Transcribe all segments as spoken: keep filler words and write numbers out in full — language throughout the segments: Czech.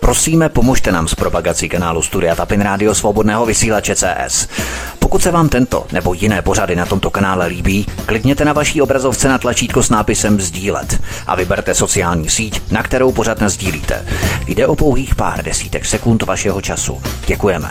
Prosíme, pomožte nám s propagací kanálu Studia Tapin Rádio Svobodného vysílače C S. Pokud se vám tento nebo jiné pořady na tomto kanále líbí, klikněte na vaší obrazovce na tlačítko s nápisem sdílet a vyberte sociální síť, na kterou pořad nasdílíte. Jde o pouhých pár desítek sekund vašeho času. Děkujeme.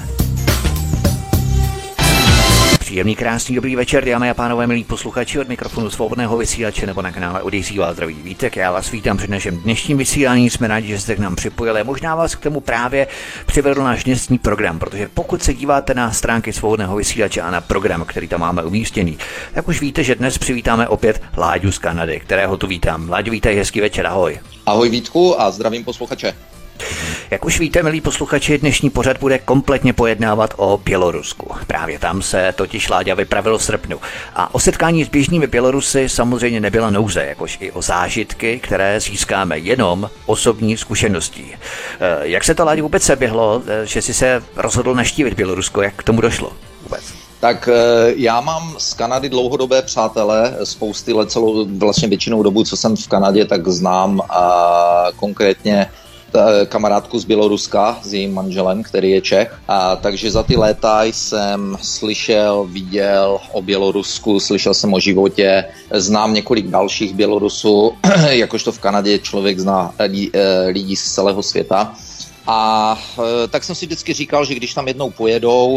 Příjemný, krásný, dobrý večer, dámy a pánové, milí posluchači, od mikrofonu Svobodného vysílače nebo na kanále Odyssey vás zdraví Vítek. Já vás vítám při našem dnešním vysílání, jsme rádi, že jste k nám připojili. Možná vás k tomu právě přivedl náš dnešní program, protože pokud se díváte na stránky Svobodného vysílače a na program, který tam máme umístěný, tak už víte, že dnes přivítáme opět Láďu z Kanady, kterého tu vítám. Láďu, vítej, hezký večer, ahoj. Ahoj Vítku a zdravím posluchače. Jak už víte, milí posluchači, dnešní pořad bude kompletně pojednávat o Bělorusku. Právě tam se totiž Láďa vypravil v srpnu. A o setkání s běžnými Bělorusy samozřejmě nebyla nouze, jakož i o zážitky, které získáme jenom osobní zkušeností. Jak se to, Láďo, vůbec seběhlo, že jsi se rozhodl navštívit Bělorusko? Jak k tomu došlo vůbec? Tak já mám z Kanady dlouhodobé přátele, spousty let, celou vlastně většinou dobu, co jsem v Kanadě, tak znám a konkrétně kamarádku z Běloruska s jejím manželem, který je Čech. A takže za ty léta jsem slyšel, viděl o Bělorusku, slyšel jsem o životě, znám několik dalších Bělorusů, jakožto v Kanadě člověk zná lidí z celého světa. A tak jsem si vždycky říkal, že když tam jednou pojedou,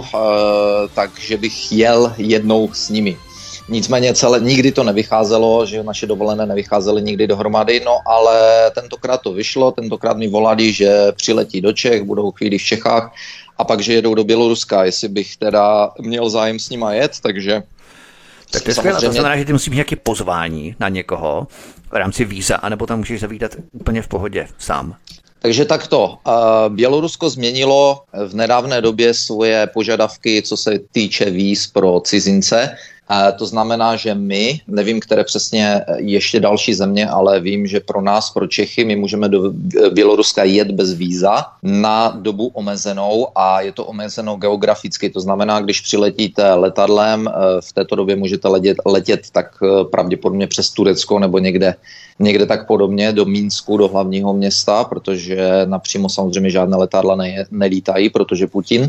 takže bych jel jednou s nimi. Nicméně celé, nikdy to nevycházelo, že naše dovolené nevycházely nikdy dohromady, no ale tentokrát to vyšlo, tentokrát mi volali, že přiletí do Čech, budou chvíli v Čechách a pak, že jedou do Běloruska, jestli bych teda měl zájem s nima jet, takže... Tak to je skvělé, to znamená, že ty musíš mít nějaké pozvání na někoho v rámci víza, anebo tam můžeš zavítat úplně v pohodě sám. Takže takto, Bělorusko změnilo v nedávné době svoje požadavky, co se týče víz pro cizince. To znamená, že my, nevím, které přesně ještě další země, ale vím, že pro nás, pro Čechy, my můžeme do Běloruska jet bez víza na dobu omezenou a je to omezeno geograficky. To znamená, když přiletíte letadlem, v této době můžete letět, letět tak pravděpodobně přes Turecko nebo někde, někde tak podobně do Minsku, do hlavního města, protože napřímo samozřejmě žádné letadla ne, nelítají, protože Putin.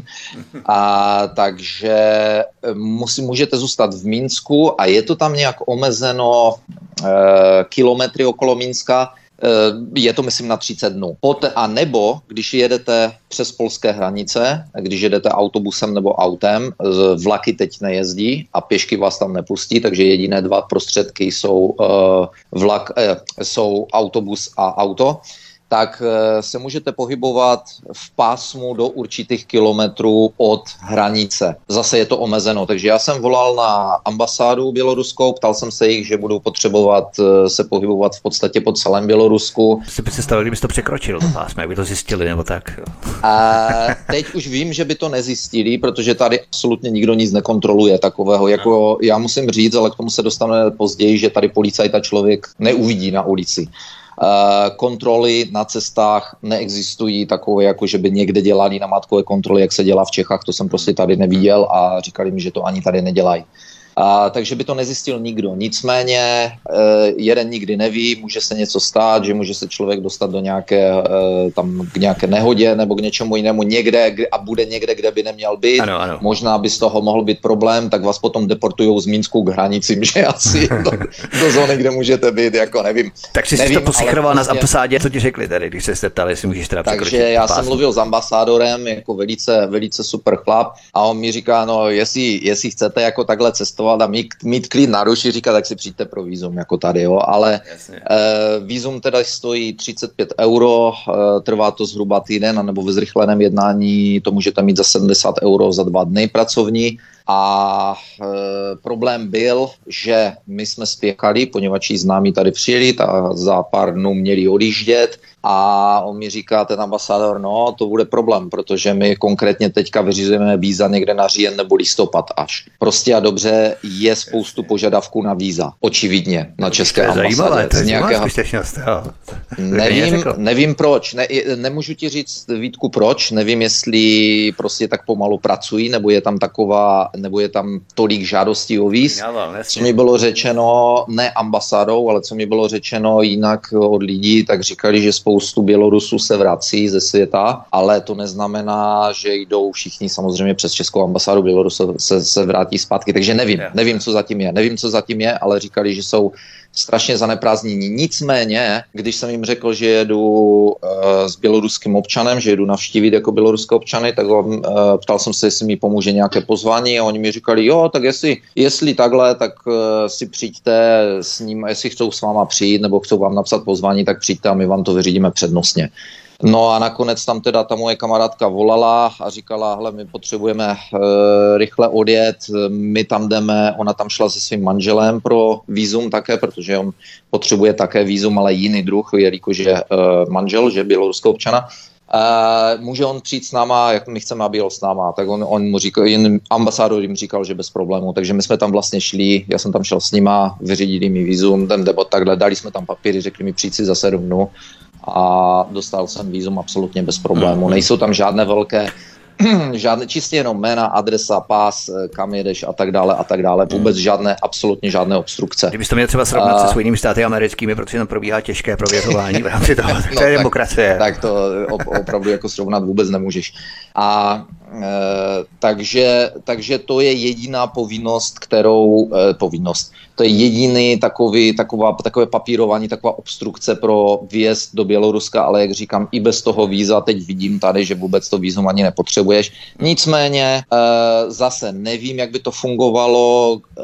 A takže musí, můžete zůstat v Minsku a je to tam nějak omezeno e, kilometry okolo Minska, e, je to myslím na třicet dnů. Poté, a nebo když jedete přes polské hranice, když jedete autobusem nebo autem, vlaky teď nejezdí a pěšky vás tam nepustí, takže jediné dva prostředky jsou, e, vlak, e, jsou autobus a auto, tak se můžete pohybovat v pásmu do určitých kilometrů od hranice. Zase je to omezeno, takže já jsem volal na ambasádu běloruskou, ptal jsem se jich, že budou potřebovat se pohybovat v podstatě po celém Bělorusku. Jsi by se stavil, kdyby to překročil, to pásmo, jak by to zjistili, nebo tak? A teď už vím, že by to nezjistili, protože tady absolutně nikdo nic nekontroluje takového. Jako já musím říct, ale k tomu se dostaneme později, že tady policajta člověk neuvidí na ulici. Kontroly na cestách neexistují takové, jako že by někde dělali namátkové kontroly, jak se dělá v Čechách, to jsem prostě tady neviděl a říkali mi, že to ani tady nedělají. A, takže by to nezjistil nikdo. Nicméně e, jeden nikdy neví, může se něco stát, že může se člověk dostat do nějaké, e, tam k nějaké nehodě nebo k něčemu jinému někde a bude někde, kde by neměl být. Ano, ano. Možná by z toho mohl být problém, tak vás potom deportujou z Minsku k hranicím, že asi do, do zóny, kde můžete být, jako nevím. Tak jsi nevím, si to posichroval prostě... na ambasádě, co ti řekli tady, když se ptali, jestli můžeš teda překročit. Takže já pásmo. jsem mluvil s ambasádorem, jako velice, velice super chlap a on mi říká, no jestli, jestli chcete jako takhle cestovat a mít, mít klid na duši, říká, tak si přijďte pro vízum, jako tady, jo, ale e, vízum teda stojí třicet pět euro, e, trvá to zhruba týden, nebo ve zrychleném jednání to můžete mít za sedmdesát euro za dva dny pracovní. A e, problém byl, že my jsme spěchali, poněvadž jí známí tady přijeli, ta za pár dnů měli odjíždět a on mi říká, ten ambasádor, no to bude problém, protože my konkrétně teďka vyřizujeme víza někde na říjen nebo listopad až. Prostě a dobře, že je spoustu požadavků na víza. Očividně na české ambasádě. To je nějakého... Nevím, nevím proč. Ne, nemůžu ti říct, Vítku, proč. Nevím, jestli prostě tak pomalu pracují, nebo je tam taková, nebo je tam tolik žádostí o víz. Co mi bylo řečeno, ne ambasádou, ale co mi bylo řečeno jinak od lidí, tak říkali, že spoustu Bělorusů se vrací ze světa, ale to neznamená, že jdou všichni samozřejmě přes českou ambasádu Bělorusu se, se vrátí zpátky. Takže nevím, nevím, co zatím je. Nevím, co zatím je, ale říkali, že jsou strašně zaneprázdnění. Nicméně, když jsem jim řekl, že jedu uh, s běloruským občanem, že jedu navštívit jako běloruské občany, tak ho, uh, ptal jsem se, jestli mi pomůže nějaké pozvání a oni mi říkali, jo, tak jestli, jestli takhle, tak uh, si přijďte s ním, jestli chcou s váma přijít nebo chcou vám napsat pozvání, tak přijďte a my vám to vyřídíme přednostně. No a nakonec tam teda ta moje kamarádka volala a říkala, hele, my potřebujeme e, rychle odjet, my tam jdeme, ona tam šla se svým manželem pro vízum také, protože on potřebuje také vízum, ale jiný druh, jelikož je e, manžel, že běloruského občana. E, může on přijít s náma, jak my chceme, aby jel s náma, tak on, on mu říkal, jen ambasádor jim říkal, že bez problému, takže my jsme tam vlastně šli, já jsem tam šel s nima, vyřídili mi vízum, ten debot takhle, dali jsme tam papíry, řekli mi přijít si za sedm dnů a dostal jsem vízum absolutně bez problému. Nejsou tam žádné velké, žádné, čistě jenom jména, adresa, pás, kam jedeš a tak dále a tak dále. Vůbec žádné, absolutně žádné obstrukce. Kdybyste měl třeba srovnat a... se svými státy americkými, protože tam probíhá těžké prověřování v rámci toho. To je no, demokracie. Tak, tak to opravdu jako srovnat vůbec nemůžeš. A e, takže, takže to je jediná povinnost, kterou, e, povinnost, to je jediný takový, taková, takové papírování, taková obstrukce pro výjezd do Běloruska, ale jak říkám, i bez toho víza, teď vidím tady, že vůbec to vízum ani nepotřebuješ. Nicméně e, zase nevím, jak by to fungovalo, e,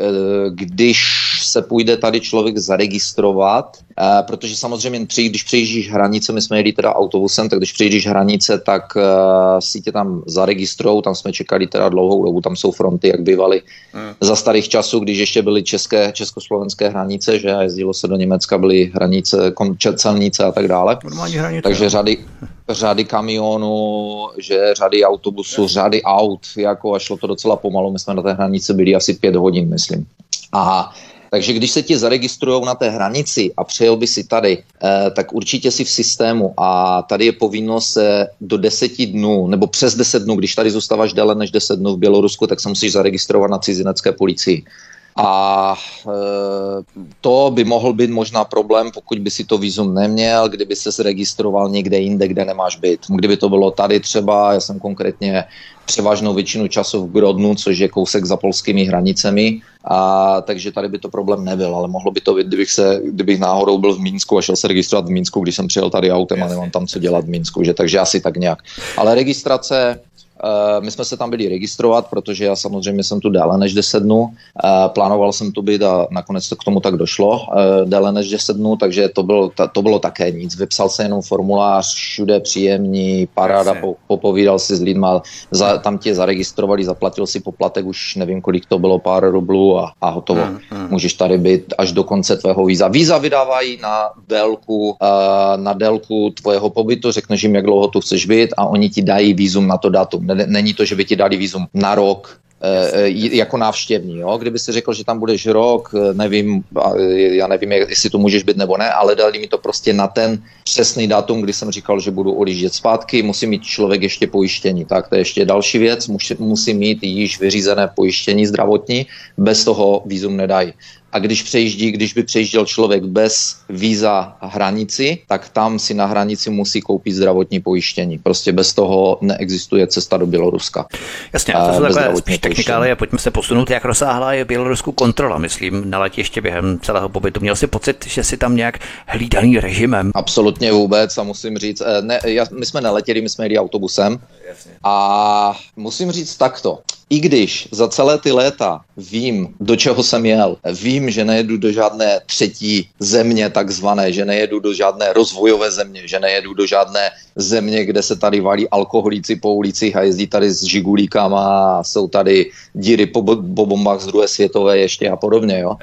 když se půjde tady člověk zaregistrovat, e, protože samozřejmě přijít, když přejíždíš hranice, my jsme jeli teda autobusem, tak když přejíždíš hranice, tak e, si tě tam zaregistrujou, tam jsme čekali teda dlouhou dobu, tam jsou fronty, jak bývaly hmm. za starých časů, když ještě byly české, československé hranice, že jezdilo se do Německa, byly hranice, celnice a tak dále. Hranice, takže řady, řady kamionů, že řady autobusů, řady aut, jako a šlo to docela pomalu, my jsme na té hranici byli asi pět hodin, myslím. A takže když se ti zaregistrujou na té hranici a přejel by si tady, eh, tak určitě si v systému a tady je povinnost se do deseti dnů, nebo přes deset dnů, když tady zůstáváš déle než deset dnů v Bělorusku, tak se musíš zaregistrovat na cizinecké policii. A e, to by mohl být možná problém, pokud by si to vízum neměl, kdyby se zregistroval někde jinde, kde nemáš být. Kdyby to bylo tady třeba, já jsem konkrétně převážnou většinu času v Grodnu, což je kousek za polskými hranicemi, a takže tady by to problém nebyl, ale mohlo by to být, kdybych, se, kdybych náhodou byl v Minsku a šel se registrovat v Minsku, když jsem přijel tady autem a nemám tam co dělat v Minsku, že takže asi tak nějak. Ale registrace, my jsme se tam byli registrovat, protože já samozřejmě jsem tu déle než deset dnů. Plánoval jsem tu být a nakonec to k tomu tak došlo déle než deset dnů, takže to bylo, to bylo také nic. Vypsal se jenom formulář, všude příjemný, paráda, po, popovídal si s lidma, za, tam tě zaregistrovali, zaplatil si poplatek, už nevím, kolik to bylo, pár rublů a, a hotovo. Hmm, hmm. Můžeš tady být až do konce tvého víza. Víza vydávají na délku, na délku tvého pobytu, řekneš jim, jak dlouho tu chceš být a oni ti dají vízum na to datum. Není to, že by ti dali vízum na rok, e, jako návštěvní. Jo? Kdyby si řekl, že tam budeš rok, nevím, já nevím, jestli tu můžeš být nebo ne, ale dali mi to prostě na ten přesný datum, kdy jsem říkal, že budu odjíždět zpátky, musí mít člověk ještě pojištění. Tak to je ještě další věc, musí, musí mít již vyřízené pojištění zdravotní, bez toho vízum nedají. A když přejíždí, když by přejížděl člověk bez víza hranici, tak tam si na hranici musí koupit zdravotní pojištění. Prostě bez toho neexistuje cesta do Běloruska. Jasně, a to jsou takové spíš technikály a pojďme se posunout, jak rozsáhlá je Bělorusku kontrola, myslím, na letiště během celého pobytu. Měl jsi pocit, že jsi tam nějak hlídaný režimem? Absolutně vůbec a musím říct, ne, já, my jsme neletěli, my jsme jeli autobusem. Jasně. A musím říct takto. I když za celé ty léta vím, do čeho jsem jel, vím, že nejedu do žádné třetí země takzvané, že nejedu do žádné rozvojové země, že nejedu do žádné země, kde se tady valí alkoholíci po ulicích a jezdí tady s žigulíkama a jsou tady díry po, po bombách z druhé světové ještě a podobně. Jo?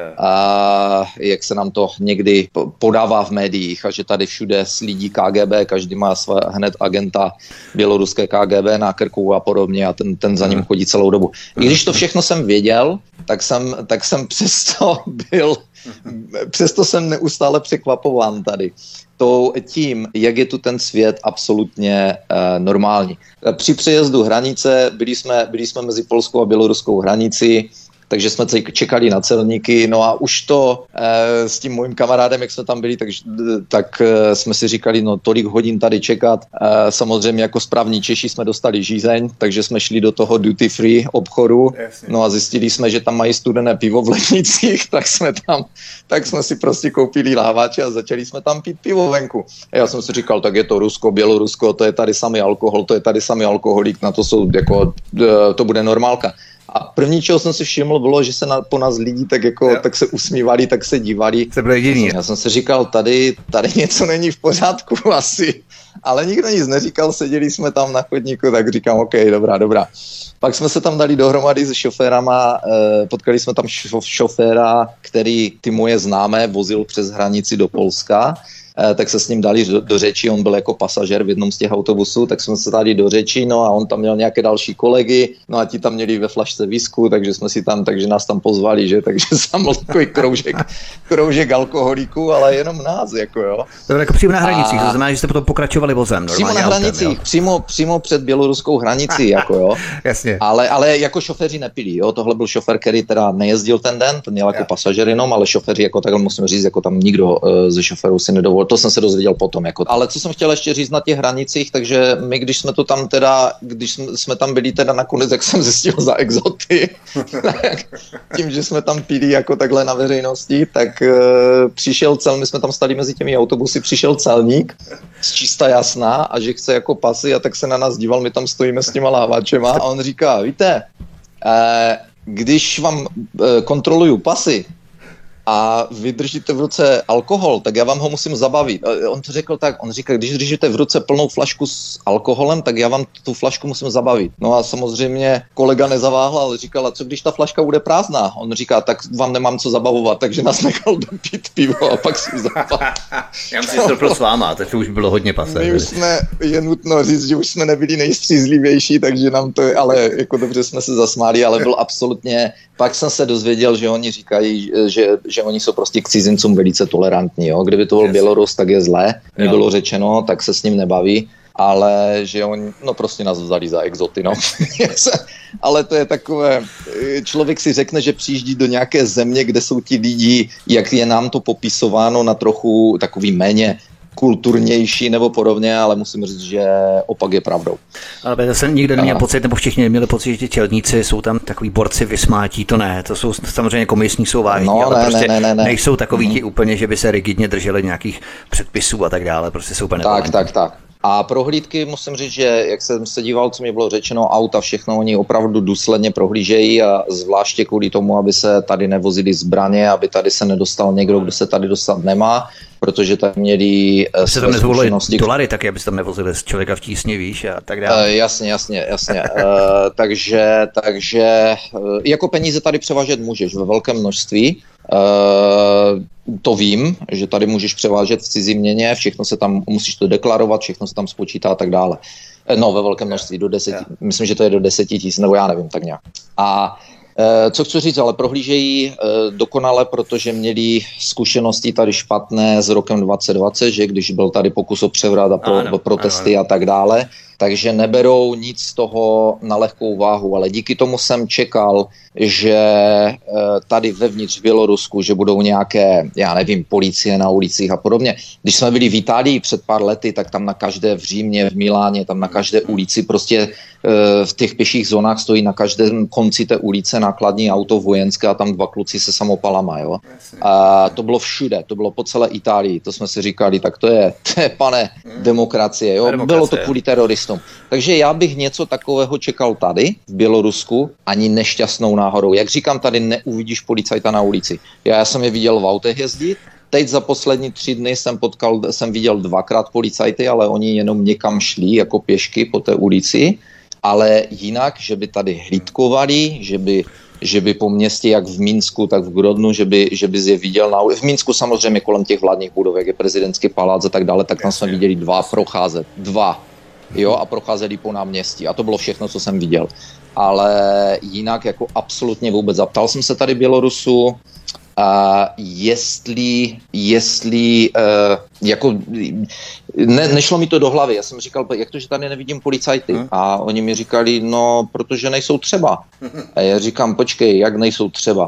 A jak se nám to někdy podává v médiích a že tady všude slídí K G B, každý má své hned agenta běloruské K G B na krku a podobně a ten, ten za ním chodí celou dobu. I když to všechno jsem věděl, tak jsem, tak jsem přesto byl, přesto jsem neustále překvapován tady. To tím, jak je tu ten svět absolutně uh, normální. Při přejezdu hranice byli jsme, byli jsme mezi polskou a běloruskou hranici, takže jsme čekali na celníky, no a už to e, s tím mojím kamarádem, jak jsme tam byli, tak, tak e, jsme si říkali, no tolik hodin tady čekat. E, samozřejmě jako správní Češi jsme dostali žízeň, takže jsme šli do toho duty free obchodu, no a zjistili jsme, že tam mají studené pivo v lednicích, tak jsme tam, tak jsme si prostě koupili láhvače a začali jsme tam pít pivo venku. A já jsem si říkal, tak je to Rusko, Bělorusko, to je tady samý alkohol, to je tady samý alkoholik, na to jsou jako, to bude normálka. A první, čeho jsem si všiml, bylo, že se na, po nás lidi tak jako, tak se usmívali, tak se dívali. To bylo jediný. Já jsem si říkal, tady, tady něco není v pořádku asi. Ale nikdo nic neříkal, seděli jsme tam na chodníku, tak říkám, OK, dobrá, dobrá. Pak jsme se tam dali dohromady s šoférama, eh, potkali jsme tam šoféra, který ty moje známé vozil přes hranici do Polska. Tak se s ním dali do, do řeči, on byl jako pasažér v jednom z těch autobusů, tak jsme se dali do řeči, no a on tam měl nějaké další kolegy, no a ti tam měli ve flašce visku, takže jsme si tam, takže nás tam pozvali, že, takže sam byl takový kroužek, kroužek alkoholiků, ale jenom nás, jako jo. To jako přímo na hranicích, a... to znamená, že jste potom pokračovali vozem, přímo na hranicích, autem, přímo, přímo před běloruskou hranicí, jako jo. Jasně. Ale, ale jako šoféři nepili, jo, tohle byl šofér, který teda nejezdil ten den, ten měl jako ja. pasažér jenom, ale šoféři, jako takhle musím říct, jako tam nikdo uh, ze šoférů si nedovolil. To jsem se dozvěděl potom. Jako. Ale co jsem chtěl ještě říct na těch hranicích, takže my, když jsme to tam teda, když jsme tam byli teda nakonec, jak jsem zjistil za exoty, tím, že jsme tam pili jako takhle na veřejnosti, tak uh, přišel cel, my jsme tam stali mezi těmi autobusy, přišel celník z čista jasná a že chce jako pasy a tak se na nás díval, my tam stojíme s těma lávačema a on říká, víte, uh, když vám uh, kontroluju pasy, a vy držíte v ruce alkohol, tak já vám ho musím zabavit. On to řekl tak, on říká, když držíte v ruce plnou flašku s alkoholem, tak já vám tu flašku musím zabavit. No a samozřejmě kolega nezaváhla, ale říkal, a co když ta flaška bude prázdná? On říká, tak vám nemám co zabavovat, takže nás nechal dopít pivo a pak si zabavil. Já myslím, že to bylo s váma, tak to už bylo hodně pasé. My už jsme, je nutno říct, že už jsme nebyli nejstřízlivější, takže nám to, ale jako dobře jsme se zasmáli, ale byl absolutně, pak jsem se dozvěděl, že oni říkají, že že oni jsou prostě k cizincům velice tolerantní. Jo? Kdyby to byl Bělorus, tak je zlé. Mi bylo řečeno, tak se s ním nebaví. Ale že oni, no prostě nás vzali za exoty, no. Ale to je takové, člověk si řekne, že přijíždí do nějaké země, kde jsou ti lidi, jak je nám to popisováno, na trochu takový méně kulturnější nebo podobně, ale musím říct, že opak je pravdou. Ale to jsem nikdo neměl pocit, nebo všichni neměli pocit, že ti čelníci jsou tam takový borci vysmátí, to ne, to jsou samozřejmě komisní, jsou vážní, no, ale ne, prostě ne, ne, ne. nejsou takový mm-hmm. ti úplně, že by se rigidně drželi nějakých předpisů a tak dále, prostě jsou úplně tak, tak, tak. A prohlídky musím říct, že jak jsem se díval, co mi bylo řečeno, auta, všechno oni opravdu důsledně prohlížejí a zvláště kvůli tomu, aby se tady nevozili zbraně, aby tady se nedostal někdo, kdo se tady dostat nemá, protože tady měli se tam nezvolili dolary, taky aby se tam nevozili z člověka v tísni, víš, a tak dále. Uh, jasně, jasně, jasně. uh, takže, takže uh, jako peníze tady převážet můžeš ve velkém množství. Uh, to vím, že tady můžeš převážet v cizí měně, všechno se tam, musíš to deklarovat, všechno se tam spočítá a tak dále. No, ve velkém množství, do deseti, yeah. myslím, že to je do deseti tisíc, nebo já nevím, tak nějak. A co chci říct, ale prohlížejí dokonale, protože měli zkušenosti tady špatné s rokem dvacet dvacet, že když byl tady pokus o převrat a pro, ano, protesty ano, ano. a tak dále, takže neberou nic z toho na lehkou váhu, ale díky tomu jsem čekal, že tady vevnitř v Bělorusku, že budou nějaké, já nevím, policie na ulicích a podobně. Když jsme byli v Itálii před pár lety, tak tam na každé v Římě, v Miláně, tam na každé ulici prostě v těch pěších zónách stojí na každém konci té ulice nákladní auto vojenské a tam dva kluci se samopalama, jo. A to bylo všude, to bylo po celé Itálii, to jsme si říkali, tak to je, to je pane demokracie, jo. Demokracie. Bylo to kvůli teroristům. Takže já bych něco takového čekal tady v Bělorusku, ani nešťastnou náhodou. Jak říkám, tady neuvidíš policajta na ulici. Já, já jsem je viděl v autech jezdit, teď za poslední tři dny jsem potkal, jsem viděl dvakrát policajty, ale oni jenom někam šli jako pěšky po té ulici, ale jinak, že by tady hlídkovali, že by že by po městě, jak v Minsku, tak v Grodnu, že by, že by je viděl na ulici. V Minsku samozřejmě kolem těch vládních budov, jak je prezidentský palác a tak dále, tak tam jsme viděli dva procházet. Dva. Jo, a procházeli po náměstí. A to bylo všechno, co jsem viděl. ale jinak jako absolutně vůbec. Zaptal jsem se tady Bělorusu, a jestli, jestli uh, jako ne, nešlo mi to do hlavy. Já jsem říkal, jak to, že tady nevidím policajty? Hmm. A oni mi říkali, no, protože nejsou třeba. A já říkám, počkej, jak nejsou třeba? Uh,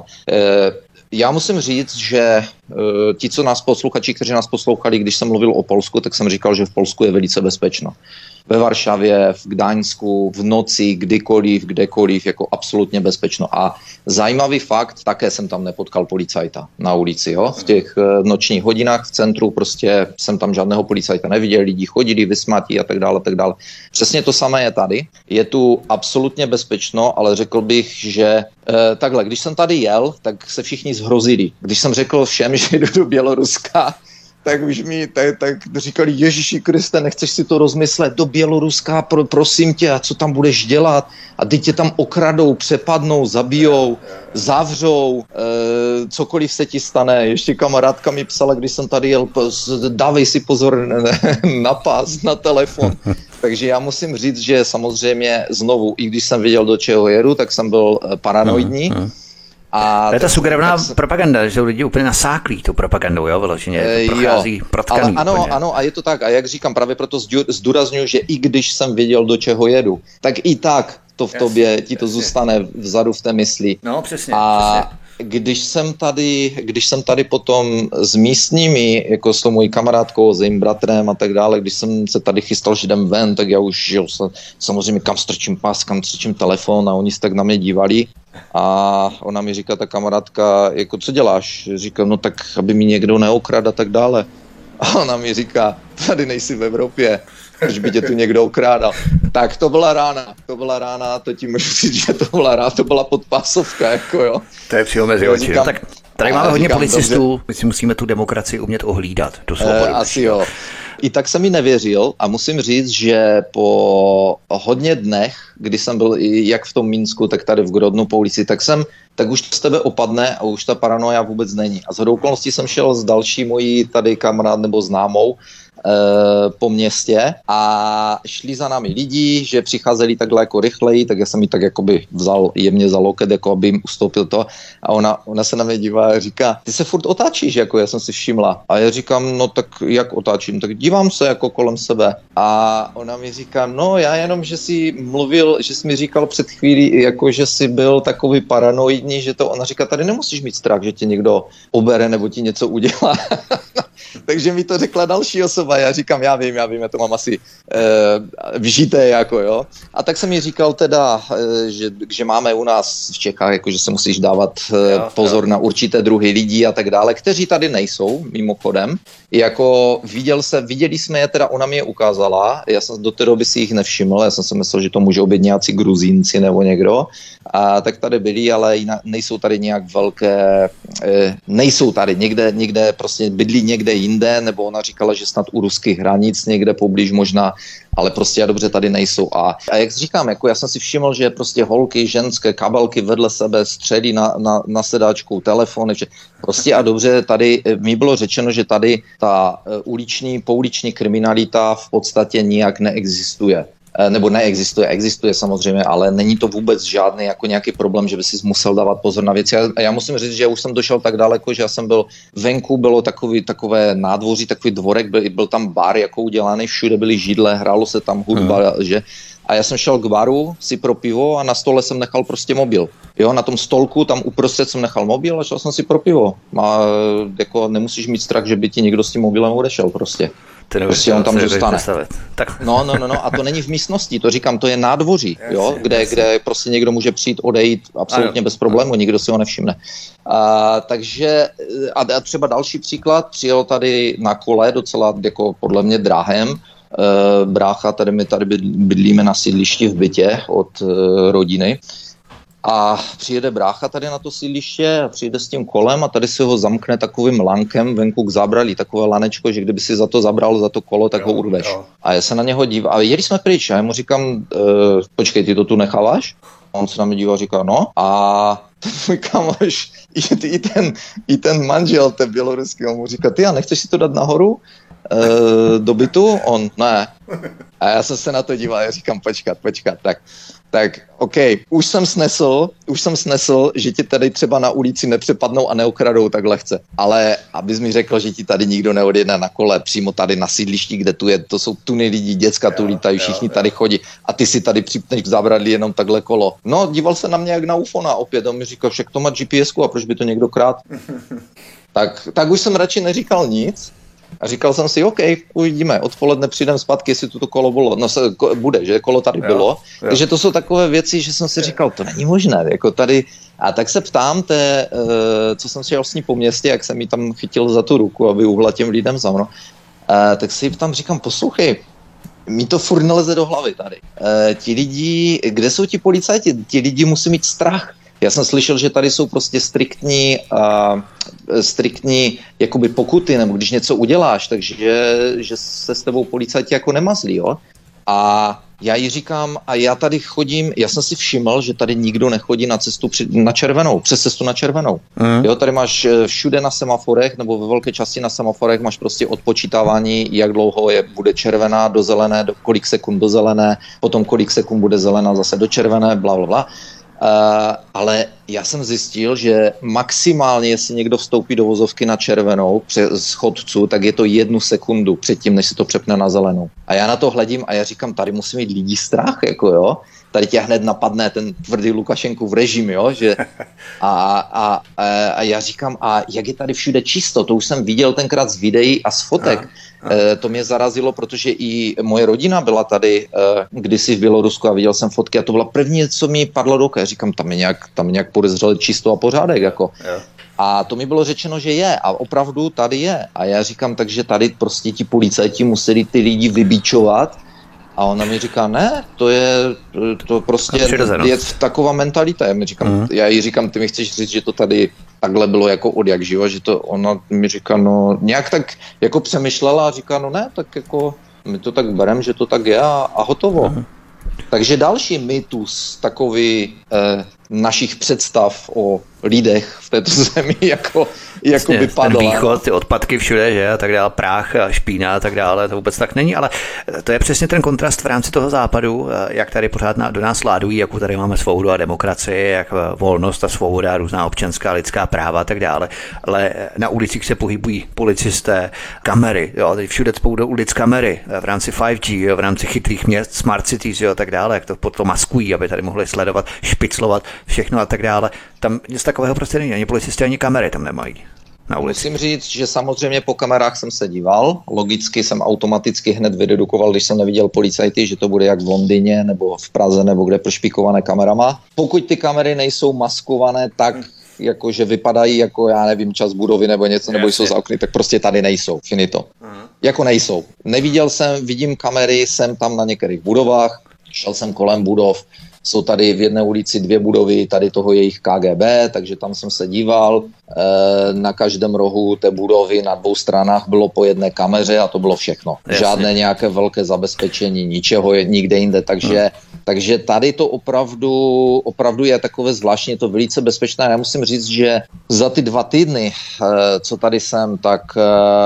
já musím říct, že uh, ti, co nás posluchači, kteří nás poslouchali, když jsem mluvil o Polsku, tak jsem říkal, že v Polsku je velice bezpečno. Ve Varšavě, v Gdaňsku, v noci, kdykoliv, kdekoliv, jako absolutně bezpečno. A zajímavý fakt, také jsem tam nepotkal policajta na ulici, jo. V těch nočních hodinách v centru prostě jsem tam žádného policajta neviděl, lidi chodili, vysmátí a tak dále, tak dále. Přesně to samé je tady. Je tu absolutně bezpečno, ale řekl bych, že eh, takhle, když jsem tady jel, tak se všichni zhrozili. Když jsem řekl všem, že jdu do Běloruska, tak už mi tak, tak říkali, Ježíši Kriste, nechceš si to rozmyslet, do Běloruska, pro, prosím tě, a co tam budeš dělat? A teď tě tam okradou, přepadnou, zabijou, zavřou, e, cokoliv se ti stane. Ještě kamarádka mi psala, když jsem tady jel, dávej si pozor na pás, na telefon. Takže já musím říct, že samozřejmě znovu, i když jsem věděl, do čeho jedu, tak jsem byl paranoidní. Uh, uh. A to je ta sugerovná se... propaganda, že jsou lidi úplně nasáklí tou propagandou, jo, vyloženě, to prochází protkaný. Ano, úplně. ano, a je to tak, a jak říkám, právě proto zdůrazňuji, že i když jsem věděl, do čeho jedu, tak i tak to v jasně, tobě, ti to jasně. Zůstane vzadu v té mysli. No, přesně, a přesně. Když jsem tady, když jsem tady potom s místními, jako s tou mojí kamarádkou, s jejím bratrem a tak dále, když jsem se tady chystal, že jdem ven, tak já už žil samozřejmě kam strčím pas, kam strčím telefon a oni se tak na mě dívali. A ona mi říká, ta kamarádka, jako co děláš? Říkám, no tak, aby mi někdo neokradl a tak dále. A ona mi říká, tady nejsi v Evropě, když by tě tu někdo okrádal. Tak to byla rána, to byla rána, to ti můžu říct, že to byla rána, to byla podpásovka, jako jo. To je přímo mezi oči. No, tak tady máme hodně říkám, policistů, dobře. My si musíme tu demokracii umět ohlídat, tu svobodu. E, asi jo. I tak jsem mi nevěřil a musím říct, že po hodně dnech, kdy jsem byl jak v tom Minsku, tak tady v Grodnu po ulici, tak jsem, tak už to z tebe opadne a už ta paranoja vůbec není. A shodou okolností jsem šel s další mojí tady kamarád nebo známou po městě a šli za námi lidi, že přicházeli takhle jako rychleji, tak já jsem ji tak jakoby vzal jemně za loket, jako aby jim ustoupil to a ona, ona se na mě dívá a říká, ty se furt otáčíš, jako já jsem si všimla. A já říkám, no tak jak otáčím, tak dívám se jako kolem sebe. A ona mi říká, no já jenom, že jsi mluvil, že jsi mi říkal před chvílí, jako že jsi byl takový paranoidní, že to ona říká, tady nemusíš mít strach, že tě někdo obere nebo ti něco udělá. Takže mi to řekla další osoba, já říkám, já vím, já vím, já to mám asi e, vžité, jako jo. A tak jsem mi říkal teda, e, že, že máme u nás v Čechách, jako že se musíš dávat e, jo, pozor jo. na určité druhy lidí a tak dále, kteří tady nejsou, mimochodem. Jako viděl se, viděli jsme je, teda ona mi je ukázala, já jsem do té doby si jich nevšiml, já jsem si myslel, že to můžou být nějací Gruzínci nebo někdo. A tak tady byli, ale nejsou tady nějak velké, e, nejsou tady, někde, někde prostě bydlí někde jinde, nebo ona říkala, že snad u ruských hranic někde poblíž možná, ale prostě a dobře tady nejsou. A, a jak říkám, jako já jsem si všiml, že prostě holky, ženské kabelky vedle sebe střelí na, na, na sedáčku, telefony, prostě a dobře, tady mi bylo řečeno, že tady ta uliční, pouliční kriminalita v podstatě nijak neexistuje. Nebo neexistuje, existuje samozřejmě, ale není to vůbec žádný jako nějaký problém, že by si musel dávat pozor na věci. Já, já musím říct, že já už jsem došel tak daleko, že já jsem byl venku, bylo takový, takové nádvoří, takový dvorek, byl, byl tam bar jako udělaný, všude byly židle, hrálo se tam hudba, hmm. že a já jsem šel k baru si pro pivo a na stole jsem nechal prostě mobil. Jo, na tom stolku tam uprostřed jsem nechal mobil a šel jsem si pro pivo. A jako nemusíš mít strach, že by ti někdo s tím mobilem odešel prostě. Prostě on tam zůstane. Tak. No, no, no, no, a to není v místnosti, to říkám, to je nádvoří, jo, kde, kde prostě někdo může přijít, odejít absolutně bez problému, nikdo si ho nevšimne. A, takže, a, a třeba další příklad, přijel tady na kole, docela jako podle mě dráhem, e, brácha, tady my tady bydlíme na sídlišti v bytě od e, rodiny. A přijede brácha tady na to sídliště a přijde s tím kolem a tady si ho zamkne takovým lankem venku k zábralí, takové lanečko, že kdyby si za to zabral, za to kolo, tak jo, ho urveš. Jo. A já se na něho dívám, a jeli jsme pryč, a já mu říkám, e, počkej, ty to tu necháváš? A on se na mě dívá a říká, no. A ten můj kamoš, i, i, ten, i ten manžel, ten běloruský, on mu říká, ty a nechceš si to dát nahoru? E, do bytu? On, ne. A já jsem se na to díval a říkám, počkat, počkat, tak tak OK, už jsem snesl, už jsem snesl, že ti tady třeba na ulici nepřepadnou a neokradou tak lehce. Ale abys mi řekl, že ti tady nikdo neodjedne na kole přímo tady na sídlišti, kde tu je, to jsou tuny lidí, děcka tu lítají, všichni tady chodí a ty si tady připneš k zábradlí jenom takhle kolo. No, díval se na mě jak na ufona opět, on mi říkal, však to má G P S ku a proč by to někdo krát? tak, tak už jsem radši neříkal nic. A říkal jsem si, OK, uvidíme, odpoledne přijdem zpátky, jestli to kolo bylo, no se, ko, bude, že kolo tady jo, bylo. Jo. Takže to jsou takové věci, že jsem si říkal, to není možné, jako tady. A tak se ptám té, uh, co jsem šel s ní po městě, jak jsem jí tam chytil za tu ruku, aby uhla těm lidem za mnou. Uh, tak si tam říkám, poslouchej, mi to furt neleze do hlavy tady. Uh, ti lidi, kde jsou ti policajti? Ti lidi musí mít strach. Já jsem slyšel, že tady jsou prostě striktní, uh, striktní jakoby pokuty, nebo když něco uděláš, takže že se s tebou policajti jako nemazlí, jo. A já jí říkám, a já tady chodím, já jsem si všiml, že tady nikdo nechodí na cestu při, na červenou, přes cestu na červenou. Mm. Jo, tady máš všude na semaforech, nebo ve velké části na semaforech máš prostě odpočítávání, jak dlouho je, bude červená do zelené, do kolik sekund do zelené, potom kolik sekund bude zelená zase do červené, bla, bla, bla. Uh, ale já jsem zjistil, že maximálně, jestli někdo vstoupí do vozovky na červenou přes chodců, tak je to jednu sekundu předtím, než se to přepne na zelenou. A já na to hledím a já říkám, tady musí mít lidi strach, jako jo. Tady tě hned napadne ten tvrdý Lukašenkův režim, jo, že a, a, a, a já říkám, a jak je tady všude čisto, to už jsem viděl tenkrát z videí a z fotek. A, a. E, to mě zarazilo, protože i moje rodina byla tady e, kdysi v Bělorusku a viděl jsem fotky a to byla první, co mi padlo do oka. Já říkám, tam je nějak, tam je nějak podezřelé čisto a pořádek, jako. Jo. A to mi bylo řečeno, že je a opravdu tady je. A já říkám, takže tady prostě ti policajti museli ty lidi vybíčovat. A ona mi říká, ne, to je to prostě je taková mentalita. Já, mi říkám, uh-huh. já jí říkám, ty mi chceš říct, že to tady takhle bylo jako od jak živa, že to ona mi říká, no nějak tak jako přemýšlela a říká, no ne, tak jako my to tak bereme, že to tak je a, a hotovo. Uh-huh. Takže další mýtus takový eh, našich představ o lidech v této zemi jako, jako by padla. Ten východ, ty odpadky všude, že a tak dále, prách a špína a tak dále, to vůbec tak není, ale to je přesně ten kontrast v rámci toho západu, jak tady pořád do nás ládují, jakou tady máme svobodu a demokracii, jak volnost a svoboda, různá občanská lidská práva a tak dále, ale na ulicích se pohybují policisté, kamery, jo, teď všude spou do ulic kamery v rámci pět G, jo, v rámci chytrých měst, smart cities, jo, a tak dále, jak to potom maskují, aby tady mohli sledovat, špiclovat všechno a tak dále. Tam nic takového prostě není, ani policisté, ani kamery tam nemají na ulici. Musím říct, že samozřejmě po kamerách jsem se díval, logicky jsem automaticky hned vydedukoval, když jsem neviděl policajty, že to bude jak v Londýně nebo v Praze nebo kde prošpikované kamerama. Pokud ty kamery nejsou maskované tak, jako že vypadají jako, já nevím, čas budovy nebo něco, nebo jsou za okny, tak prostě tady nejsou, finito. Uh-huh. Jako nejsou. Neviděl jsem, vidím kamery, jsem tam na některých budovách, šel jsem kolem budov, jsou tady v jedné ulici dvě budovy, tady toho jejich K G B, takže tam jsem se díval. E, na každém rohu té budovy na dvou stranách bylo po jedné kameře a to bylo všechno. Jasně. Žádné nějaké velké zabezpečení, ničeho je nikde jinde, takže, hmm. takže tady to opravdu, opravdu je takové zvláštní, je to velice bezpečné. Já musím říct, že za ty dva týdny, e, co tady jsem, tak e,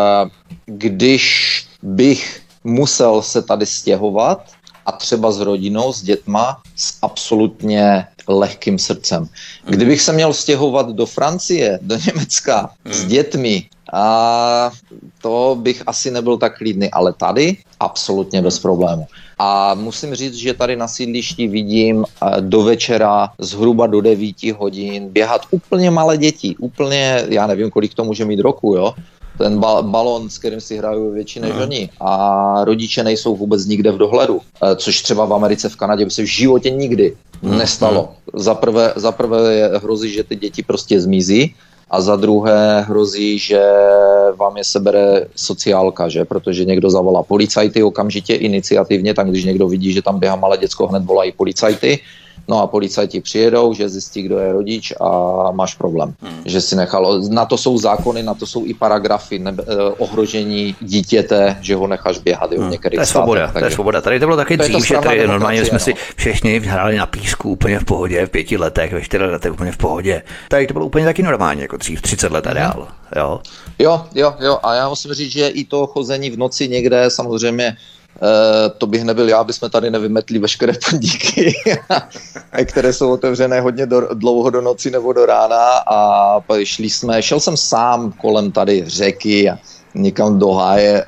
když bych musel se tady stěhovat, a třeba s rodinou, s dětma, s absolutně lehkým srdcem. Kdybych se měl stěhovat do Francie, do Německa s dětmi, a to bych asi nebyl tak klidný, ale tady absolutně bez problému. A musím říct, že tady na sídlišti vidím do večera zhruba do devíti hodin běhat úplně malé děti, úplně, já nevím, kolik to může mít roku, jo? Ten ba- balon, s kterým si hrají větší než oni. A rodiče nejsou vůbec nikde v dohledu. Což třeba v Americe, v Kanadě by se v životě nikdy nestalo. Za prvé, za prvé je hrozí, že ty děti prostě zmizí. A za druhé hrozí, že vám je sebere sociálka, že? Protože někdo zavolá policajty okamžitě iniciativně, tak když někdo vidí, že tam běhá malé děcko, hned volají policajty. No a policajti přijedou, že zjistí, kdo je rodič a máš problém. Hmm. Že si nechal, na to jsou zákony, na to jsou i paragrafy nebe, eh, ohrožení dítěte, že ho necháš běhat. Hmm. To je svoboda, státech, to je svoboda. Tady to bylo taky dřív, že tady normálně jsme no. si všichni hráli na písku úplně v pohodě, v pěti letech, ve čtyři letech úplně v pohodě. Tady to bylo úplně taky normálně, jako dřív, třicet let a dál. Jo? jo, jo, jo. A já musím říct, že i to chození v noci někde samozřejmě to bych nebyl já, aby jsme tady nevymetli veškeré podniky, které jsou otevřené hodně do, dlouho do noci nebo do rána a šli jsme, šel jsem sám kolem tady řeky a někam do háje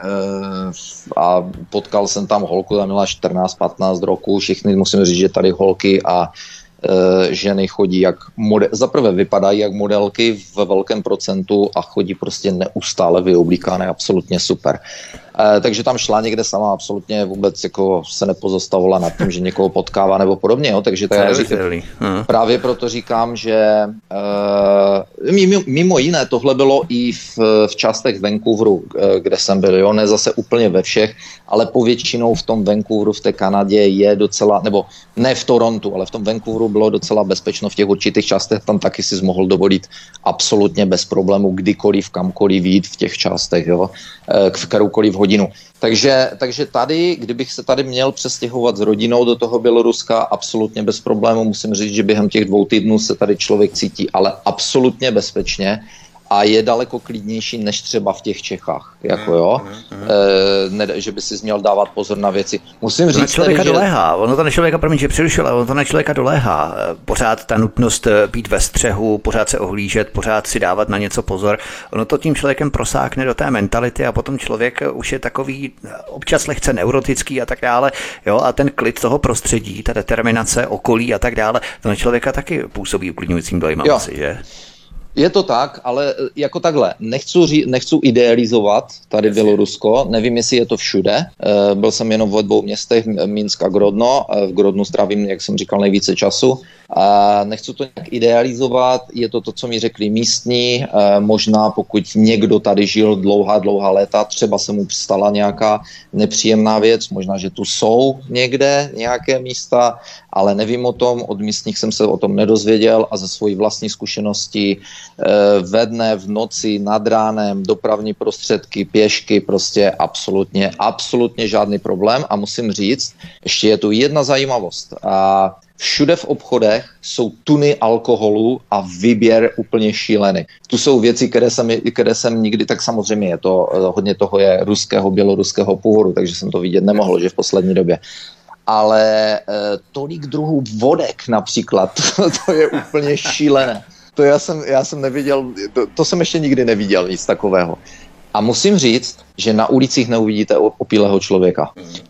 a potkal jsem tam holku, tam měla čtrnáct patnáct roků, všichni musím říct, že tady holky a ženy chodí jak model, zaprvé vypadají jak modelky ve velkém procentu a chodí prostě neustále vyoblíkané, absolutně super. E, takže tam šla někde sama, absolutně vůbec jako se nepozostavovala nad tím, že někoho potkává nebo podobně, jo, takže tak já říkám, právě proto říkám, že e, mimo, mimo jiné tohle bylo i v, v částech Vancouveru, kde jsem byl, jo, ne zase úplně ve všech, ale povětšinou v tom Vancouveru v té Kanadě je docela, nebo ne v Torontu, ale v tom Vancouveru bylo docela bezpečno v těch určitých částech, tam taky si mohl dovolit absolutně bez problému kdykoliv, kamkoliv jít v těch částech, jo, v kteroukoliv hodinu. Takže, takže tady, kdybych se tady měl přestěhovat s rodinou do toho Běloruska, absolutně bez problému, musím říct, že během těch dvou týdnů se tady člověk cítí ale absolutně bezpečně a je daleko klidnější než třeba v těch Čechách, jako jo, e, ne, že by si měl dávat pozor na věci. Musím říct, to na člověka tedy, že... doléhá, ono to na člověka, promiň, že přerušil, ale ono to na člověka doléhá. Pořád ta nutnost být ve střehu, pořád se ohlížet, pořád si dávat na něco pozor, ono to tím člověkem prosákne do té mentality a potom člověk už je takový občas lehce neurotický a tak dále, jo, a ten klid toho prostředí, ta determinace okolí a tak dále, to na člověka taky působí uklidňujícím dojmem asi, že? Je to tak, ale jako takhle, nechci, ří, nechci idealizovat tady Bělorusko, nevím, jestli je to všude, byl jsem jenom v dvou městech, Minsk a Grodno, v Grodnu strávím, jak jsem říkal, nejvíce času, a nechci to nějak idealizovat, je to to, co mi řekli místní, možná pokud někdo tady žil dlouhá, dlouhá léta, třeba se mu stala nějaká nepříjemná věc, možná, že tu jsou někde nějaké místa, ale nevím o tom, od místních jsem se o tom nedozvěděl a ze svojí vlastní zkušenosti ve dne, v noci, nad ránem, dopravní prostředky, pěšky, prostě absolutně, absolutně žádný problém a musím říct, ještě je tu jedna zajímavost a všude v obchodech jsou tuny alkoholu a výběr úplně šílený. Tu jsou věci, které jsem, které jsem nikdy, tak samozřejmě je to, hodně toho je ruského, běloruského původu, takže jsem to vidět nemohl, že v poslední době. Ale e, tolik druhů vodek například, to, to je úplně šílené. To já jsem, já jsem neviděl, to, to jsem ještě nikdy neviděl, nic takového. A musím říct, že na ulicích neuvidíte opilého člověka.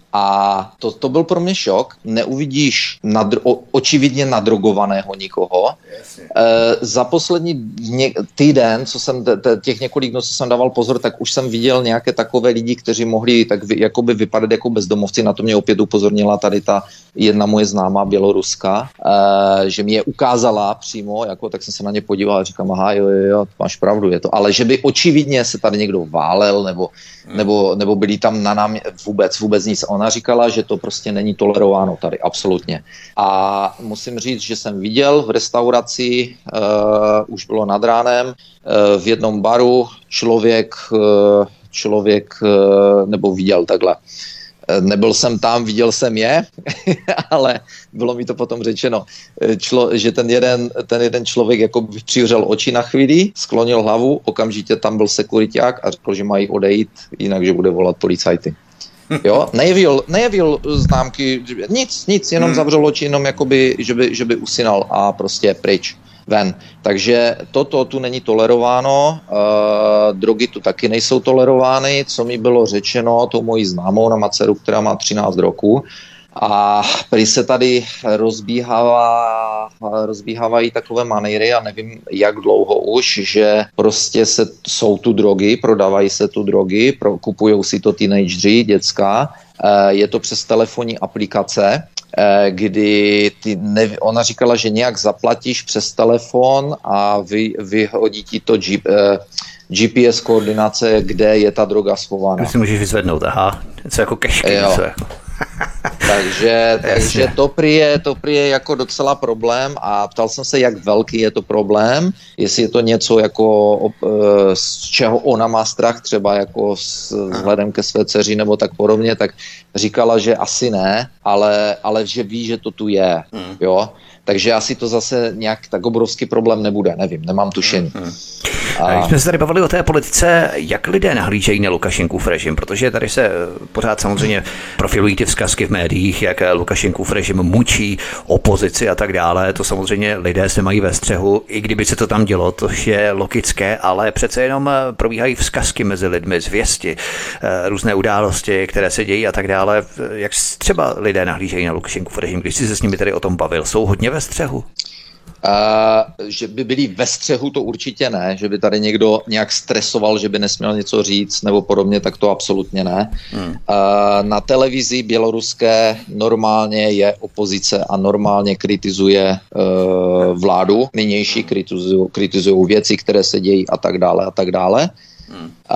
A to, to byl pro mě šok. Neuvidíš nadr- o, očividně nadrogovaného nikoho. E, za poslední ně- týden, co jsem t- t- těch několik dnů, co jsem dával pozor, tak už jsem viděl nějaké takové lidi, kteří mohli tak vy, jakoby vypadat jako bezdomovci. Na to mě opět upozornila tady ta jedna moje známá Běloruska, e, že mi je ukázala přímo, jako, tak jsem se na ně podíval a říkám, aha, jo, jo, jo, máš pravdu, je to. Ale že by očividně se tady někdo válel, nebo, hmm. nebo, nebo byli tam na nám vůbec, vůbec nic. Ona říkala, že to prostě není tolerováno tady, absolutně. A musím říct, že jsem viděl v restauraci, uh, už bylo nad ránem, uh, v jednom baru člověk, uh, člověk uh, nebo viděl takhle. Nebyl jsem tam, viděl jsem je, ale bylo mi to potom řečeno, člo, že ten jeden, ten jeden člověk jako přivřel oči na chvíli, sklonil hlavu, okamžitě tam byl sekuriťák a řekl, že mají odejít, jinak, že bude volat policajty. Jo, nejevil, nejevil známky, nic, nic, jenom zavřel oči, jenom jakoby, že by, že by usínal a prostě pryč. Ven. Takže toto tu není tolerováno, uh, drogy tu taky nejsou tolerovány, co mi bylo řečeno tou mojí známou na dceru, která má třináct roků. A prý se tady rozbíhává, rozbíhávají takové manéry a nevím, jak dlouho už, že prostě se, jsou tu drogy, prodávají se tu drogy, pro, kupujou si to teenageři, děcka, uh, je to přes telefonní aplikace, kdy ty neví, ona říkala, že nějak zaplatíš přes telefon a vy, vyhodí ti to G, eh, G P S koordinace, kde je ta droga schovaná. To si můžeš vyzvednout, aha, něco jako kešky. Něco jako. takže, takže to prý je, to prý je jako docela problém a ptal jsem se, jak velký je to problém, jestli je to něco jako z čeho ona má strach, třeba jako s vzhledem ke své dceři nebo tak podobně, tak říkala, že asi ne, ale, ale že ví, že to tu je, jo. takže asi to zase nějak tak obrovský problém nebude, nevím, nemám tušení. Hmm. A když jsme se tady bavili o té politice, jak lidé nahlížejí na Lukašenkův režim, protože tady se pořád samozřejmě profilují ty vzkazky v médiích, jak Lukašenkův režim mučí opozici a tak dále, to samozřejmě lidé se mají ve střehu, i kdyby se to tam dělo, to je logické, ale přece jenom probíhají vzkazky mezi lidmi, zvěsti, různé události, které se dějí a tak dále. Jak třeba lidé nahlížejí na Lukašenkův režim, když jsi se s nimi tady o tom bavil, jsou hodně ve střehu? Uh, že by byli ve střehu, to určitě ne, že by tady někdo nějak stresoval, že by nesměl něco říct nebo podobně, tak to absolutně ne. Hmm. Uh, na televizi běloruské normálně je opozice a normálně kritizuje uh, vládu, nynější kritizují kritizují věci, které se dějí a tak dále a tak dále. Hmm. Uh,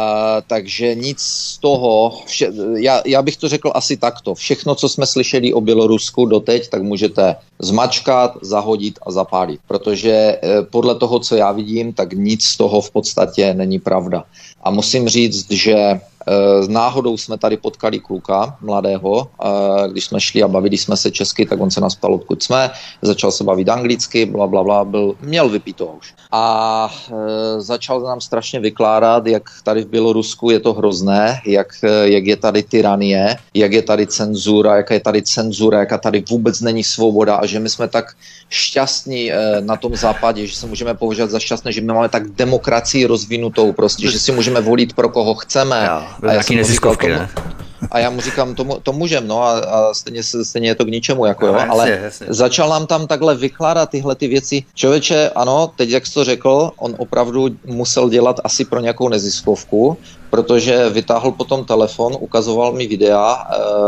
takže nic z toho, vše, já, já bych to řekl asi takto, všechno, co jsme slyšeli o Bělorusku doteď, tak můžete zmačkat, zahodit a zapálit, protože uh, podle toho, co já vidím, tak nic z toho v podstatě není pravda. A musím říct, že uh, náhodou jsme tady potkali kluka mladého, uh, když jsme šli a bavili jsme se česky, tak on se nás ptal, odkud jsme, začal se bavit anglicky, bla, bla, bla, byl, měl vypito už. A uh, začal nám strašně vykládat, jak tady v Bělorusku je to hrozné, jak, jak je tady tyranie, jak je tady cenzura, jaká je tady cenzura, jaká tady vůbec není svoboda a že my jsme tak šťastní eh, na tom západě, že se můžeme považovat za šťastné, že my máme tak demokracii rozvinutou prostě, že si můžeme volit pro koho chceme. Já, a já jsem neziskovky, tomu, ne? A já mu říkám, to, to můžem, no a, a stejně, stejně je to k ničemu, jako no, jo, jasně, ale jasně. Začal nám tam takhle vykládat tyhle ty věci. Člověče, ano, teď jak jsi to řekl, on opravdu musel dělat asi pro nějakou neziskovku, protože vytáhl potom telefon, ukazoval mi videa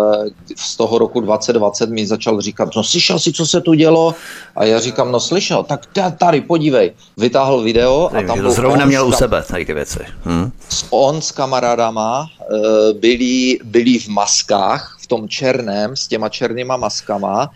e, z toho roku dvacet dvacet, mi začal říkat, no slyšel jsi, co se tu dělo? A já říkám, no slyšel, tak tady, podívej. Vytáhl video a tam to zrovna měl u sebe tady ty věci. Hm? On s kamarádama e, byli, byli v maskách, v tom černém, s těma černýma maskama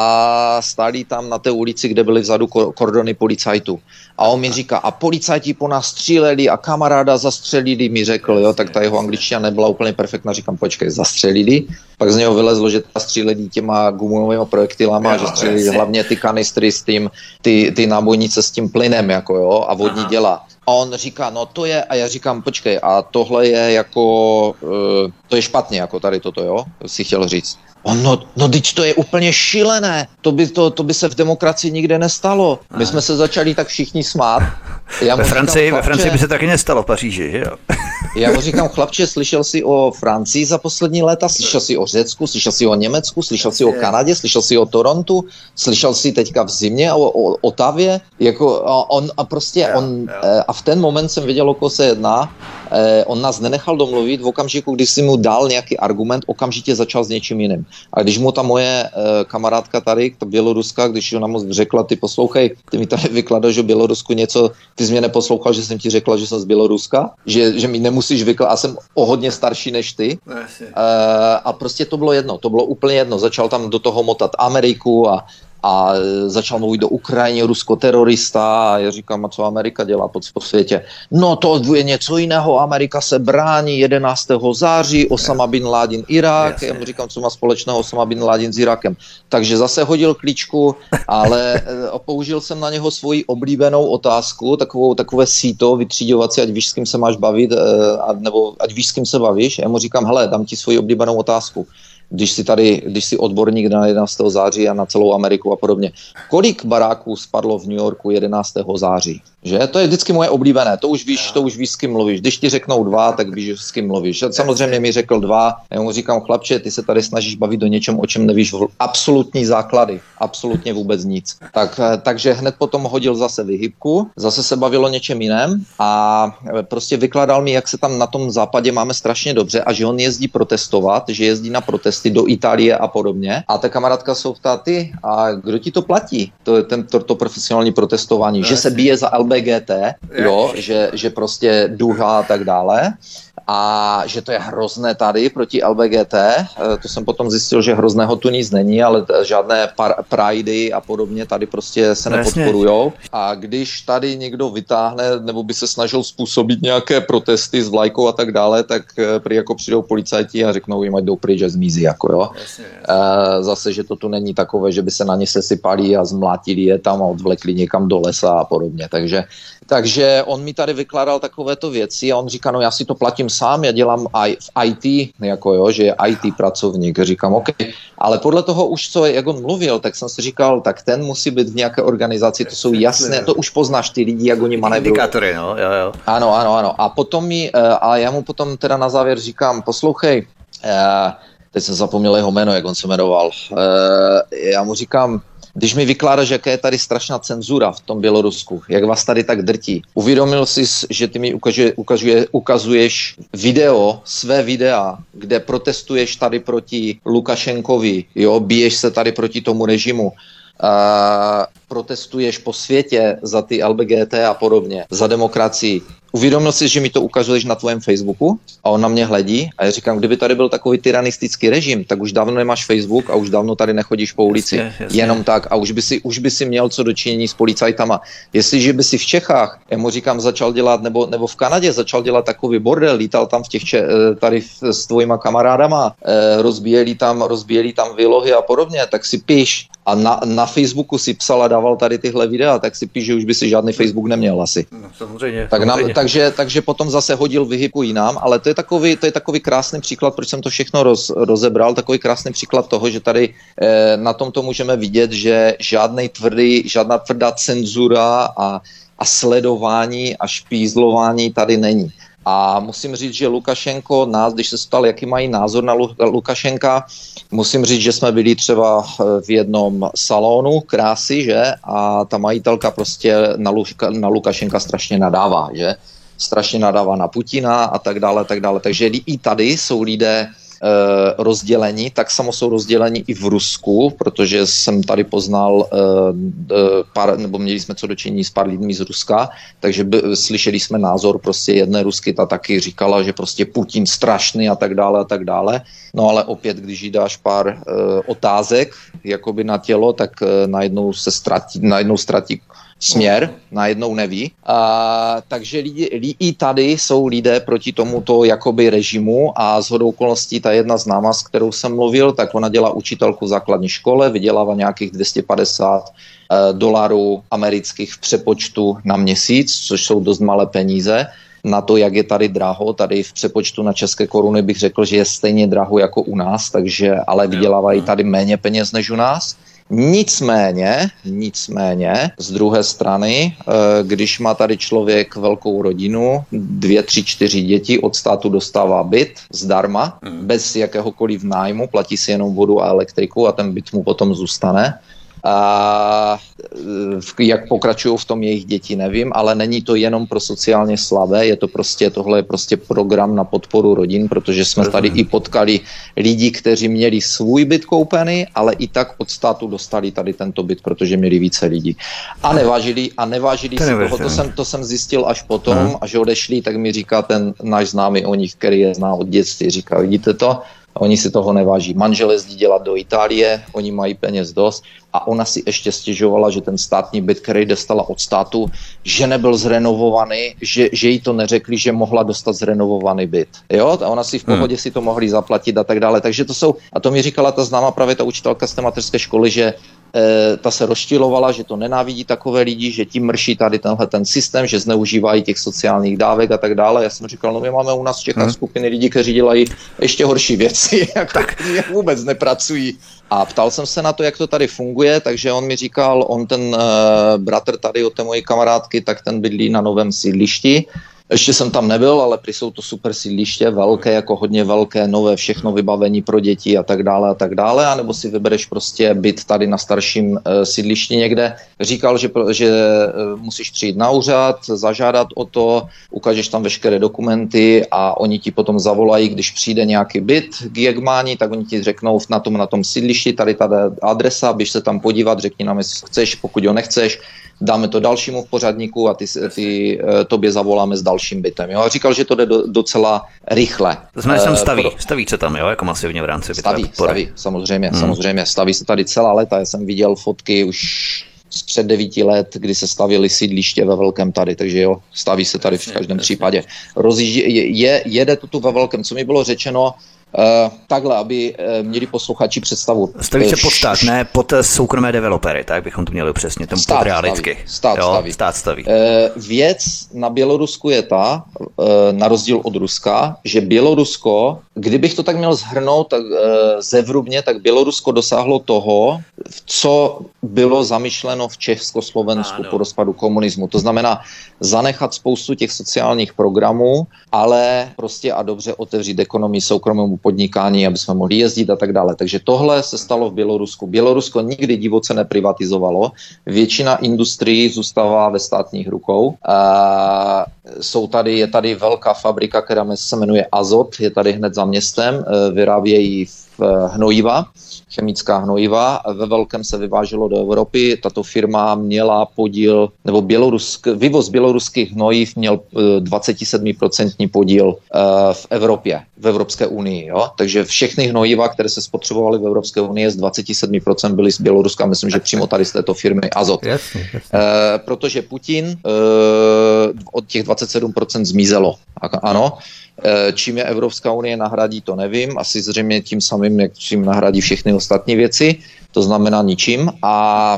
a stáli tam na té ulici, kde byly vzadu kordony policajtů. A on mi říká, a policajti po nás stříleli a kamaráda zastřelili, mi řekl, jo, tak ta jeho angličtina nebyla úplně perfektná, říkám, počkej, zastřelili. Pak z něho vylezlo, že ta stříleli těma gumovými projektilama, jo, že stříleli hlavně ty kanistry s tím, ty, ty nábojnice s tím plynem, jako jo, a vodní Aha. děla. A on říká, no to je, a já říkám, počkej, a tohle je jako, uh, to je špatně, jako tady toto, jo, si chtěl říct. On, no, no, teď to je úplně šílené, to by, to, to by se v demokracii nikde nestalo. My jsme se začali tak všichni smát. Já ve, Francii, říkám, ve Francii by se taky nestalo v Paříži, že jo? Já mu říkám, chlapče, slyšel jsi o Francii za poslední léta, slyšel jsi o Řecku, slyšel jsi o Německu, slyšel jsi o Kanadě, slyšel jsi o Torontu, slyšel jsi teďka v zimě o, o Otavě, jako a on a prostě on, a v ten moment jsem věděl, o koho se jedná, on nás nenechal domluvit, v okamžiku, když si mu dal nějaký argument, okamžitě začal s něčím jiným. A když mu ta moje kamarádka tady, ta Běloruska, když ona mu řekla, ty poslouchej, ty mi tady vykladáš o Bělorusku něco, ty jsi mě neposlouchal, že jsem ti řekla, že jsem z Běloruska, že, že mi nemusíš vykládat, a jsem o hodně starší než ty. Uh, a prostě to bylo jedno, to bylo úplně jedno. Začal tam do toho motat Ameriku a, a začal mluvit do Ukrajiny, Rusko terorista a já říkám, a co Amerika dělá po, po světě? No to je něco jiného, Amerika se brání jedenáctého září, Osama bin Laden Irák, já mu říkám, co má společného Osama bin Laden s Irákem. Takže zase hodil klíčku, ale použil jsem na něho svoji oblíbenou otázku, takovou, takové síto vytříďovací, ať víš, s kým se máš bavit, nebo ať víš, s kým se bavíš. Já mu říkám, hele, dám ti svoji oblíbenou otázku. Když jsi tady, když jsi odborník na jedenáctého září a na celou Ameriku a podobně. Kolik baráků spadlo v New Yorku jedenáctého září? Že? To je vždycky moje oblíbené. To už víš, to už víš, s kým mluvíš. Když ti řeknou dva, tak víš, s kým mluvíš. Samozřejmě mi řekl dva. Já mu říkám, chlapče, ty se tady snažíš bavit o něčem, o čem nevíš. Absolutní základy. Absolutně vůbec nic. Tak, takže hned potom hodil zase vyhybku. Zase se bavilo o něčem jiném a prostě vykládal mi, jak se tam na tom západě máme strašně dobře a že on jezdí protestovat, že jezdí na protesty do Itálie a podobně. A ta kamarádka se ptá, ty, a kdo ti to platí? To je ten, to, to profesionální protestování, no, že se bije za L B G T, jo, že, že prostě duha a tak dále. a že to je hrozné tady proti L B G T. To jsem potom zjistil, že hrozného tu nic není, ale žádné par- pridey a podobně tady prostě se nepodporujou. A když tady někdo vytáhne nebo by se snažil způsobit nějaké protesty s vlajkou a tak dále, tak prý jako přijdou policajti a řeknou jim, ať jdou pryč a zmizí, jako jo. Jasně, jasně. Zase, že to tu není takové, že by se na ně sesypali a zmlátili je tam a odvlekli někam do lesa a podobně. Takže, takže on mi tady vykládal takovéto věci a on říká, no já si to platím sám, já dělám I, v I T, jako jo, že je I T pracovník. Říkám, OK, ale podle toho už, co, jak on mluvil, tak jsem si říkal, tak ten musí být v nějaké organizaci, to jsou jasné, to už poznáš ty lidi, jak oni manevrují. Indikátory, no, jo, jo. Ano, ano, ano. A potom mi, a já mu potom teda na závěr říkám, poslouchej, teď jsem zapomněl jeho jméno, jak on se jmenoval, já mu říkám, když mi vykládáš, jaká je tady strašná cenzura v tom Bělorusku, jak vás tady tak drtí. Uvědomil jsi, že ty mi ukazuje, ukazuje, ukazuješ video, své videa, kde protestuješ tady proti Lukašenkovi, jo, biješ se tady proti tomu režimu, uh, protestuješ po světě za ty L B G T a podobně, za demokracii. Uvědomil jsi, že mi to ukazuješ na tvém Facebooku a on na mě hledí a já říkám, kdyby tady byl takový tyranistický režim, tak už dávno nemáš Facebook a už dávno tady nechodíš po ulici. Jasně, jasně. Jenom tak a už by, si, už by si měl co dočinění s policajtama. Jestliže by si v Čechách, já mu říkám, začal dělat, nebo, nebo v Kanadě začal dělat takový bordel, lítal tam v těch če, tady s tvojima kamarádama, rozbíjeli tam, rozbíjeli tam výlohy a podobně, tak si píš. A na, na Facebooku si psal a dával tady tyhle videa, tak si píš, že už by si žádný Facebook neměl asi. No, samozřejmě. Tak samozřejmě. Nám, takže, takže potom zase hodil vyhybu jinam, ale to je takový, to je takový krásný příklad, proč jsem to všechno roz, rozebral, takový krásný příklad toho, že tady eh, na tomto můžeme vidět, že žádnej tvrdý, žádná tvrdá cenzura a, a sledování a špízlování tady není. A musím říct, že Lukašenko nás, když se stal, jaký mají názor na Lukašenka, musím říct, že jsme byli třeba v jednom salonu krásy, že? A ta majitelka prostě na, Luka, na Lukašenka strašně nadává, že? Strašně nadává na Putina a tak dále, tak dále. Takže i tady jsou lidé rozdělení, tak samo jsou rozdělení i v Rusku, protože jsem tady poznal pár, nebo měli jsme co dočinění s pár lidmi z Ruska, takže by, slyšeli jsme názor prostě jedné Rusky, ta taky říkala, že prostě Putin strašný a tak dále a tak dále. No ale opět, když jí dáš pár uh, otázek jakoby na tělo, tak uh, najednou se ztratí, najednou ztratí směr, najednou neví. A, takže lidi, lidi, i tady jsou lidé proti tomuto jakoby režimu a shodou okolností ta jedna známá, s kterou jsem mluvil, tak ona dělá učitelku v základní škole, vydělává nějakých dvě stě padesát uh, dolarů amerických v přepočtu na měsíc, což jsou dost malé peníze. Na to, jak je tady draho, tady v přepočtu na české koruny bych řekl, že je stejně draho jako u nás, takže ale vydělávají tady méně peněz než u nás. Nicméně, nicméně, z druhé strany, když má tady člověk velkou rodinu, dvě, tři, čtyři děti, od státu dostává byt zdarma, bez jakéhokoliv nájmu, platí si jenom vodu a elektriku a ten byt mu potom zůstane. A jak pokračují v tom jejich děti, nevím, ale není to jenom pro sociálně slabé, je to prostě, tohle je prostě program na podporu rodin, protože jsme tady i potkali lidi, kteří měli svůj byt koupený, ale i tak od státu dostali tady tento byt, protože měli více lidí. A nevážili, a nevážili si toho, to jsem, to jsem zjistil až potom, hmm. až odešli, tak mi říká ten náš známý o nich, který je zná od dětství, říká, vidíte to? Oni si toho neváží. Manžel jezdí dělat do Itálie, oni mají peněz dost a ona si ještě stěžovala, že ten státní byt, který dostala od státu, že nebyl zrenovovaný, že, že jí to neřekli, že mohla dostat zrenovovaný byt. Jo? A ona si v pohodě hmm. si to mohli zaplatit a tak dále. Takže to jsou, a to mi říkala ta známá právě ta učitelka z té mateřské školy, že e, ta se rozčilovala, že to nenávidí takové lidi, že tím mrší tady tenhle ten systém, že zneužívají těch sociálních dávek a tak dále. Já jsem říkal, no my máme u nás v Čechách hmm. skupiny lidí, kteří dělají ještě horší věci, jako tak vůbec nepracují. A ptal jsem se na to, jak to tady funguje, takže on mi říkal, on ten uh, bratr tady od té mojí kamarádky, tak ten bydlí na novém sídlišti. Ještě jsem tam nebyl, ale prý jsou to super sídliště, velké, jako hodně velké, nové, všechno vybavení pro děti a tak dále a tak dále, anebo si vybereš prostě byt tady na starším uh, sídlišti někde. Říkal, že, že uh, musíš přijít na úřad, zažádat o to, ukážeš tam veškeré dokumenty a oni ti potom zavolají, když přijde nějaký byt k jegmání, tak oni ti řeknou na tom, na tom sídlišti, tady ta adresa, běž se tam podívat, řekni nám, jestli chceš, pokud ho nechceš, dáme to dalšímu v pořadníku a ty, ty tobě zavoláme s dalším bytem. Jo? A říkal, že to jde do, docela rychle. Znamená, že tam staví, pro... staví se tam, jo, jako masivně v rámci bytové Staví, podpory. staví, samozřejmě, hmm. samozřejmě. Staví se tady celá léta. Já jsem viděl fotky už z před devíti let, kdy se stavili sídliště ve velkém tady, takže jo, staví se tady v každém případě. Rozjíždí, je, jede to tu ve velkém, co mi bylo řečeno, Uh, takhle, aby uh, měli posluchači představu. Staví se pod stát, ne pod soukromé developery, tak bychom to měli přesně, tomu pod realitky. Stát jo, staví. Stát staví. Uh, věc na Bělorusku je ta, uh, na rozdíl od Ruska, že Bělorusko, kdybych to tak měl shrnout tak, uh, zevrubně, tak Bělorusko dosáhlo toho, co bylo zamýšleno v Československu po rozpadu komunismu. To znamená zanechat spoustu těch sociálních programů, ale prostě a dobře otevřít ekonomii soukromému podnikání, aby jsme mohli jezdit a tak dále. Takže tohle se stalo v Bělorusku. Bělorusko nikdy divoce neprivatizovalo. Většina industrií zůstává ve státních rukou. A jsou tady, je tady velká fabrika, která se jmenuje Azot, je tady hned za městem, vyrábějí hnojiva, chemická hnojiva. Ve velkém se vyváželo do Evropy. Tato firma měla podíl, nebo bělorusk, vývoz běloruských hnojiv měl dvacet sedm procent podíl v Evropě, v Evropské unii. Jo? Takže všechny hnojiva, které se spotřebovaly v Evropské unii, z dvacet sedm procent byly z Běloruska. Myslím, že přímo tady z této firmy Azot. Jasně, jasně. E, protože Putin e, od těch dvacet sedm procent zmizelo. Ano. Čím je Evropská unie nahradí, to nevím. Asi zřejmě tím samým, jak čím nahradí všechny ostatní věci. To znamená ničím. A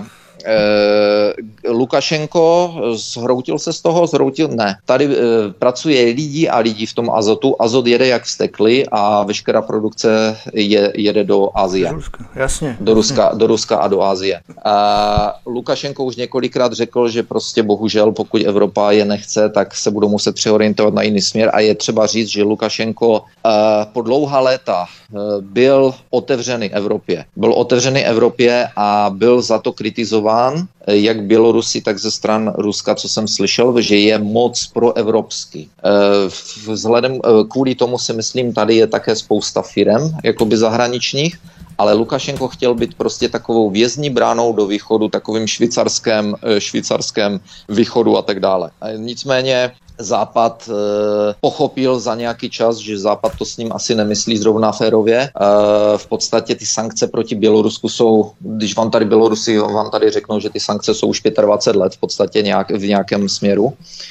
e, Lukašenko zhroutil se z toho? Zhroutil? Ne. Tady e, pracuje lidi a lidi v tom Azotu. Azot jede jak vztekli a veškerá produkce je, jede do Asie. Do Ruska, jasně. Do Ruska, do Ruska a do Asie. A Lukašenko už několikrát řekl, že prostě bohužel, pokud Evropa je nechce, tak se budou muset přeorientovat na jiný směr a je třeba říct, že Lukašenko uh, po dlouhá léta uh, byl otevřený Evropě. Byl otevřený Evropě a byl za to kritizován jak Bělorusy, tak ze stran Ruska, co jsem slyšel, že je moc proevropský. Vzhledem kvůli tomu si myslím, tady je také spousta firem, jakoby zahraničních, ale Lukašenko chtěl být prostě takovou vězní bránou do východu, takovým švýcarském, švýcarském východu a tak dále. Nicméně Západ e, pochopil za nějaký čas, že Západ to s ním asi nemyslí zrovna férově. E, v podstatě ty sankce proti Bělorusku jsou, když vám tady Bělorusi vám tady řeknou, že ty sankce jsou už dvacet pět let v podstatě nějak, v nějakém směru.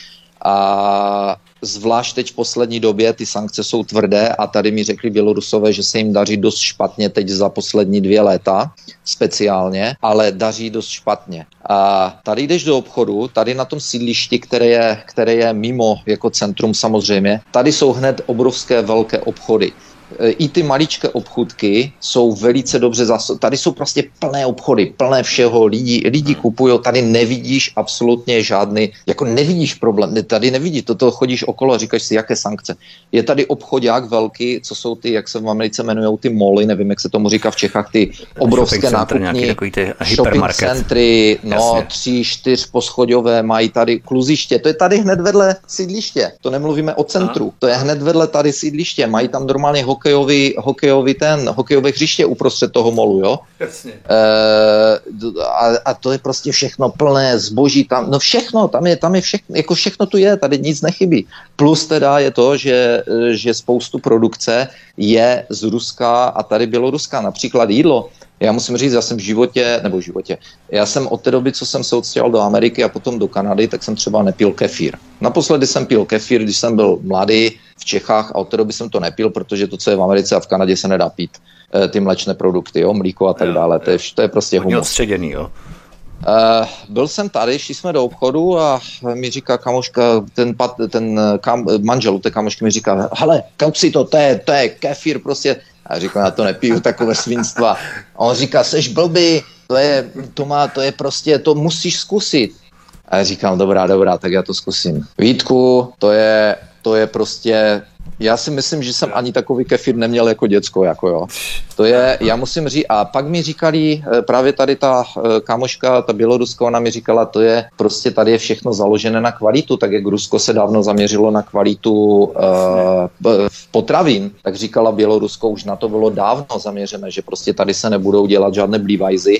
A zvlášť teď v poslední době ty sankce jsou tvrdé a tady mi řekli Bělorusové, že se jim daří dost špatně teď za poslední dvě léta speciálně, ale daří dost špatně. A tady jdeš do obchodu, tady na tom sídlišti, které je, které je mimo jako centrum samozřejmě, tady jsou hned obrovské velké obchody. I ty maličké obchůdky jsou velice dobře zas... Tady jsou prostě plné obchody, plné všeho, lidi, lidi kupují, tady nevidíš absolutně žádný, jako nevidíš problém, tady nevidíš, toto chodíš okolo a říkáš si, jaké sankce. Je tady obchodák velký, co jsou ty, jak se v Americe jmenujou ty moly, nevím, jak se tomu říká v Čechách, ty obrovské nákupní shopping centry, no, jasně. tři, čtyř poschodové, mají tady kluziště, to je tady hned vedle sídliště, to nemluvíme o centru, to je hned vedle tady sídliště, mají tam normálně hokejový, hokejový ten, hokejové hřiště uprostřed toho molu, jo? Jasně. E, a, a to je prostě všechno plné zboží tam, no všechno, tam je, tam je všechno, jako všechno tu je, tady nic nechybí. Plus teda je to, že, že spoustu produkce je z Ruska a tady běloruská, například jídlo. Já musím říct, já jsem v životě, nebo v životě, já jsem od té doby, co jsem se odstěhoval do Ameriky a potom do Kanady, tak jsem třeba nepil kefír. Naposledy jsem pil kefír, když jsem byl mladý v Čechách a od té doby jsem to nepil, protože to, co je v Americe a v Kanadě, se nedá pít. Ty mléčné produkty, jo, mlíko a tak jo, dále, to je, to je prostě humus. Odstředěný, jo. Uh, byl jsem tady, šli jsme do obchodu a mi říká kamoška, ten, pat, ten kam, manžel té kamošky mi říká, hele, kup si to, to je, to je kefír prostě. A já říkám, já to nepiju, takové svinstva. A on říká, seš blbý, to je, to má, to je prostě, to musíš zkusit. A já říkám, dobrá, dobrá, tak já to zkusím. Vítku, to je, to je prostě, já si myslím, že jsem ani takový kefír neměl jako děcko, jako jo. To je, já musím říct, a pak mi říkali, právě tady ta kámoška, ta Běloruska, ona mi říkala, to je, prostě tady je všechno založené na kvalitu, tak jak Rusko se dávno zaměřilo na kvalitu uh, potravin, tak říkala Bělorusko, už na to bylo dávno zaměřené, že prostě tady se nebudou dělat žádné blívajzy,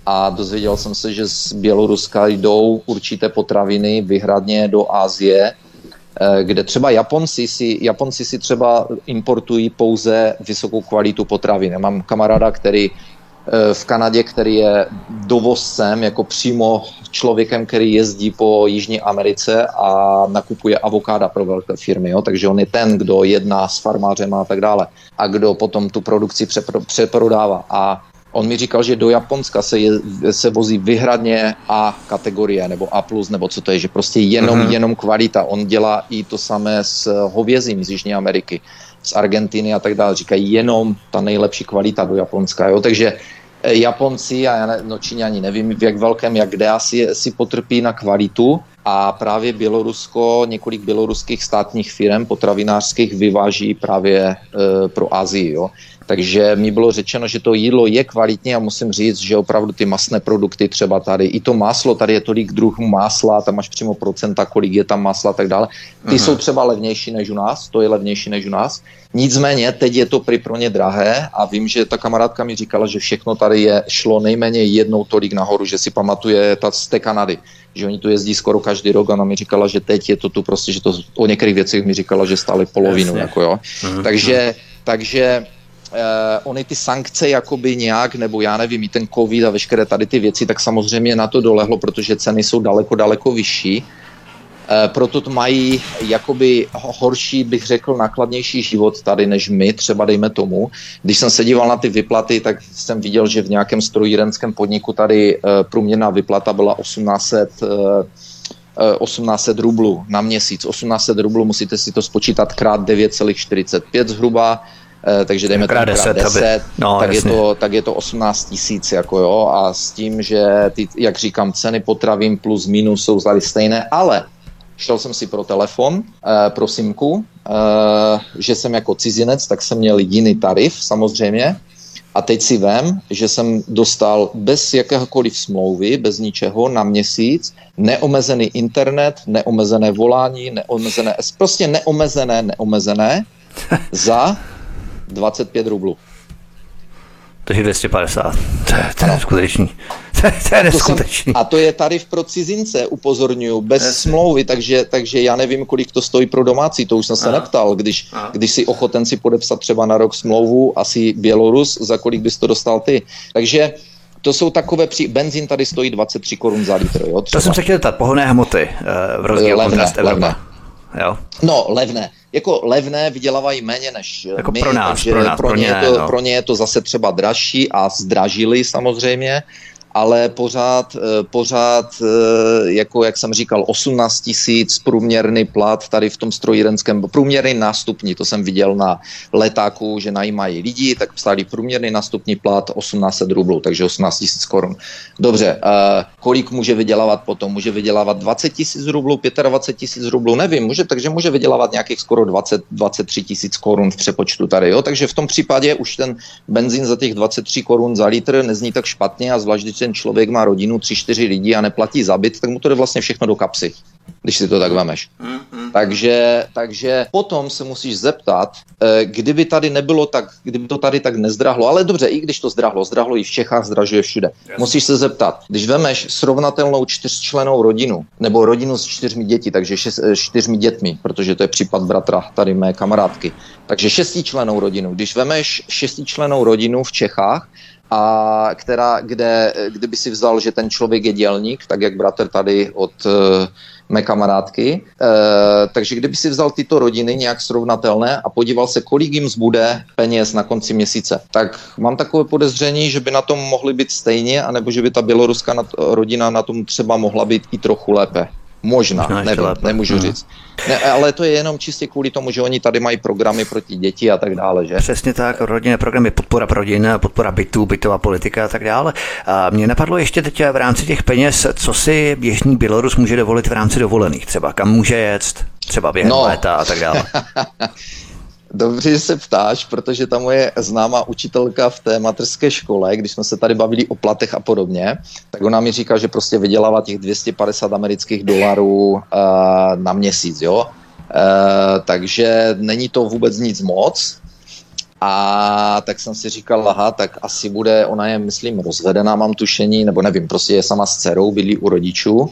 a dozvěděl jsem se, že z Běloruska jdou určité potraviny vyhradně do Asie, kde třeba Japonci si, Japonci si třeba importují pouze vysokou kvalitu potravin. Já mám kamaráda, který v Kanadě, který je dovozcem, jako přímo člověkem, který jezdí po Jižní Americe a nakupuje avokáda pro velké firmy, jo? Takže on je ten, kdo jedná s farmářem a tak dále a kdo potom tu produkci přepro- přeprodává. A on mi říkal, že do Japonska se, je, se vozí vyhradně A kategorie, nebo A plus, nebo co to je, že prostě jenom, uh-huh. jenom kvalita. On dělá i to samé s hovězím z Jižní Ameriky, z Argentiny a tak dále. Říkají jenom ta nejlepší kvalita do Japonska, jo, takže Japonci a já ne, no Číňani nevím, v jak velkém, jak kde asi si potrpí na kvalitu a právě Bělorusko, několik běloruských státních firm potravinářských vyváží právě e, pro Asii, jo. Takže mi bylo řečeno, že to jídlo je kvalitní a musím říct, že opravdu ty masné produkty třeba tady, i to máslo, tady je tolik druhů másla, tam máš přímo procenta, kolik je tam másla a tak dále. Ty uh-huh. jsou třeba levnější než u nás, to je levnější než u nás. Nicméně teď je to prý pro ně drahé a vím, že ta kamarádka mi říkala, že všechno tady je, šlo nejméně jednou tolik nahoru, že si pamatuje ta z té Kanady, že oni tu jezdí skoro každý rok a ona mi říkala, že teď je to tu prostě, že to o některých věcech mi říkala, že stále polovinu, jako jo. Uh-huh. Takže, takže Uh, ony ty sankce jakoby nějak, nebo já nevím, i ten covid a veškeré tady ty věci, tak samozřejmě na to dolehlo, protože ceny jsou daleko, daleko vyšší. Uh, proto to mají jakoby horší, bych řekl, nákladnější život tady než my, třeba dejme tomu. Když jsem se díval na ty vyplaty, tak jsem viděl, že v nějakém strojírenském podniku tady uh, průměrná vyplata byla osmnáct set uh, osmnáct set rublů na měsíc. osmnáct set rublů musíte si to spočítat krát devět celá čtyřicet pět zhruba. Uh, takže dejme krát deset, deset no, tak, je to, tak je to osmnáct tisíc, jako jo, a s tím, že ty, jak říkám, ceny potravin plus minus jsou tady stejné, ale šel jsem si pro telefon, uh, pro simku, uh, že jsem jako cizinec, tak jsem měl jiný tarif samozřejmě a teď si vem, že jsem dostal bez jakéhokoliv smlouvy, bez ničeho na měsíc neomezený internet, neomezené volání, neomezené, prostě neomezené, neomezené za dvacet pět rublů. Takže dvě stě padesát. To je, to je neskutečný. To je, to je neskutečný. A to je tarif pro cizince, upozorňuju, bez Jasně. smlouvy, takže, takže já nevím, kolik to stojí pro domácí, to už jsem se Aha. neptal, když, když si ochoten si podepsat třeba na rok smlouvu, asi Bělorus, za kolik bys to dostal ty. Takže to jsou takové, při... benzín tady stojí dvacet tři korun za litr, jo? Třeba. To jsem se chtěl ptat, pohonné hmoty v rozdílu od rest Evropa. Jo. No, levné. Jako levné vydělávají méně než jako my, pro nás, takže pro, nás, pro, pro, ně ně, je to, no. pro ně je to zase třeba dražší a zdražili samozřejmě, ale pořád, pořád, jako jak jsem říkal, osmnáct tisíc průměrný plat tady v tom strojírenském, průměrný nástupní, to jsem viděl na letáku, že najímají lidi, tak psali průměrný nástupní plat osmnáct set rublů, takže osmnáct tisíc korun. Dobře, kolik může vydělávat potom? Může vydělávat dvacet tisíc rublů, dvacet pět tisíc rublů, nevím, může, takže může vydělávat nějakých skoro dvacet, dvacet tři tisíc korun v přepočtu tady, jo, takže v tom případě už ten benzín za těch dvacet tři korun za litr nezní tak špatně a zvlášť, když ten člověk má rodinu, tři, čtyři lidi a neplatí za byt, tak mu to jde vlastně všechno do kapsy, když si to tak vemeš. Mm-hmm. Takže, takže potom se musíš zeptat, kdyby tady nebylo tak, kdyby to tady tak nezdrahlo, ale dobře, i když to zdrahlo, zdrahlo i v Čechách, zdražuje všude. Yes. Musíš se zeptat, když vemeš srovnatelnou čtyřčlennou rodinu, nebo rodinu s čtyřmi děti, takže šest, čtyřmi dětmi, protože to je případ bratra tady mé kamarádky, takže šestičlennou rodinu, když vemeš šestičlennou rodinu v Čechách, a která, kde, kdyby si vzal, že ten člověk je dělník, tak jak bratr tady od uh, mé kamarádky, uh, takže kdyby si vzal tyto rodiny nějak srovnatelné a podíval se, kolik jim zbude peněz na konci měsíce, tak mám takové podezření, že by na tom mohly být stejně, anebo že by ta běloruská rodina na tom třeba mohla být i trochu lépe. Možná, no, nevím, lépe. Nemůžu hmm. říct. Ne, ale to je jenom čistě kvůli tomu, že oni tady mají programy proti děti a tak dále, že? Přesně tak, rodinné programy, podpora rodin, podpora bytů, bytová politika a tak dále. A mě napadlo ještě teď v rámci těch peněz, co si běžný Bělorus může dovolit v rámci dovolených, třeba kam může jet, třeba během no. léta a tak dále. Dobře, že se ptáš, protože ta moje známá učitelka v té mateřské škole, když jsme se tady bavili o platech a podobně, tak ona mi říká, že prostě vydělává těch dvě stě padesát amerických dolarů uh, na měsíc, jo. Uh, takže není to vůbec nic moc. A tak jsem si říkal, aha, tak asi bude, ona je, myslím, rozvedená, mám tušení, nebo nevím, prostě je sama s dcerou, bydlí u rodičů.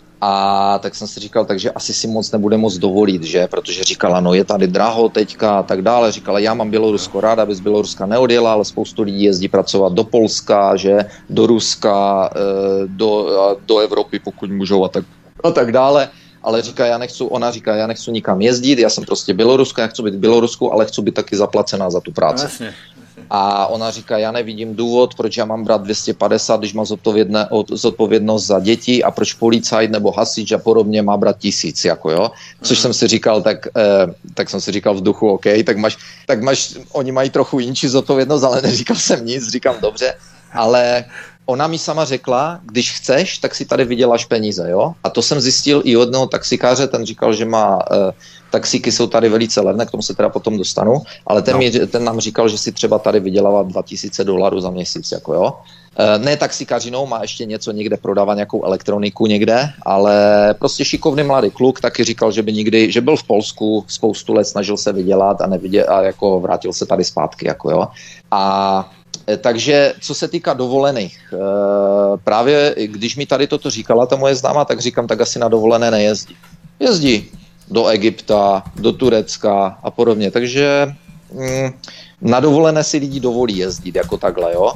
A tak jsem si říkal, takže asi si moc nebude moc dovolit, že? Protože říkala, no je tady draho teďka a tak dále. Říkala, já mám Bělorusko ráda, aby z Běloruska neodjela, ale spoustu lidí jezdí pracovat do Polska, že? Do Ruska, do, do Evropy, pokud můžou a tak, a tak dále. Ale říká, já nechci, ona říká, já nechci nikam jezdit, já jsem prostě Běloruska, já chci být v Bělorusku, ale chci být taky zaplacená za tu práci. Jasně. A ona říká, já nevidím důvod, proč já mám brát dvě stě padesát, když mám zodpovědnost za děti a proč policajt nebo hasič a podobně má brát tisíc, jako jo. Což mm. jsem si říkal, tak, eh, tak jsem si říkal v duchu, OK, tak máš, tak máš, oni mají trochu jinčí zodpovědnost, ale neříkal jsem nic, říkám dobře, ale ona mi sama řekla, když chceš, tak si tady vyděláš peníze, jo. A to jsem zjistil i od jednoho taxikáře, ten říkal, že má... Eh, taxíky jsou tady velice levné, k tomu se teda potom dostanu, ale ten, no. mi, ten nám říkal, že si třeba tady vydělává dva tisíce dolarů za měsíc, jako jo. E, ne taxikářinou, má ještě něco někde, prodává nějakou elektroniku někde, ale prostě šikovný mladý kluk taky říkal, že by nikdy, že byl v Polsku spoustu let, snažil se vydělat a nevidě, a jako vrátil se tady zpátky, jako jo. A takže co se týká dovolených, právě když mi tady toto říkala ta moje známá, tak říkám, tak asi na dovolené nejezdí. Jezdí do Egypta, do Turecka a podobně, takže mm, na dovolené si lidi dovolí jezdit jako takhle, jo.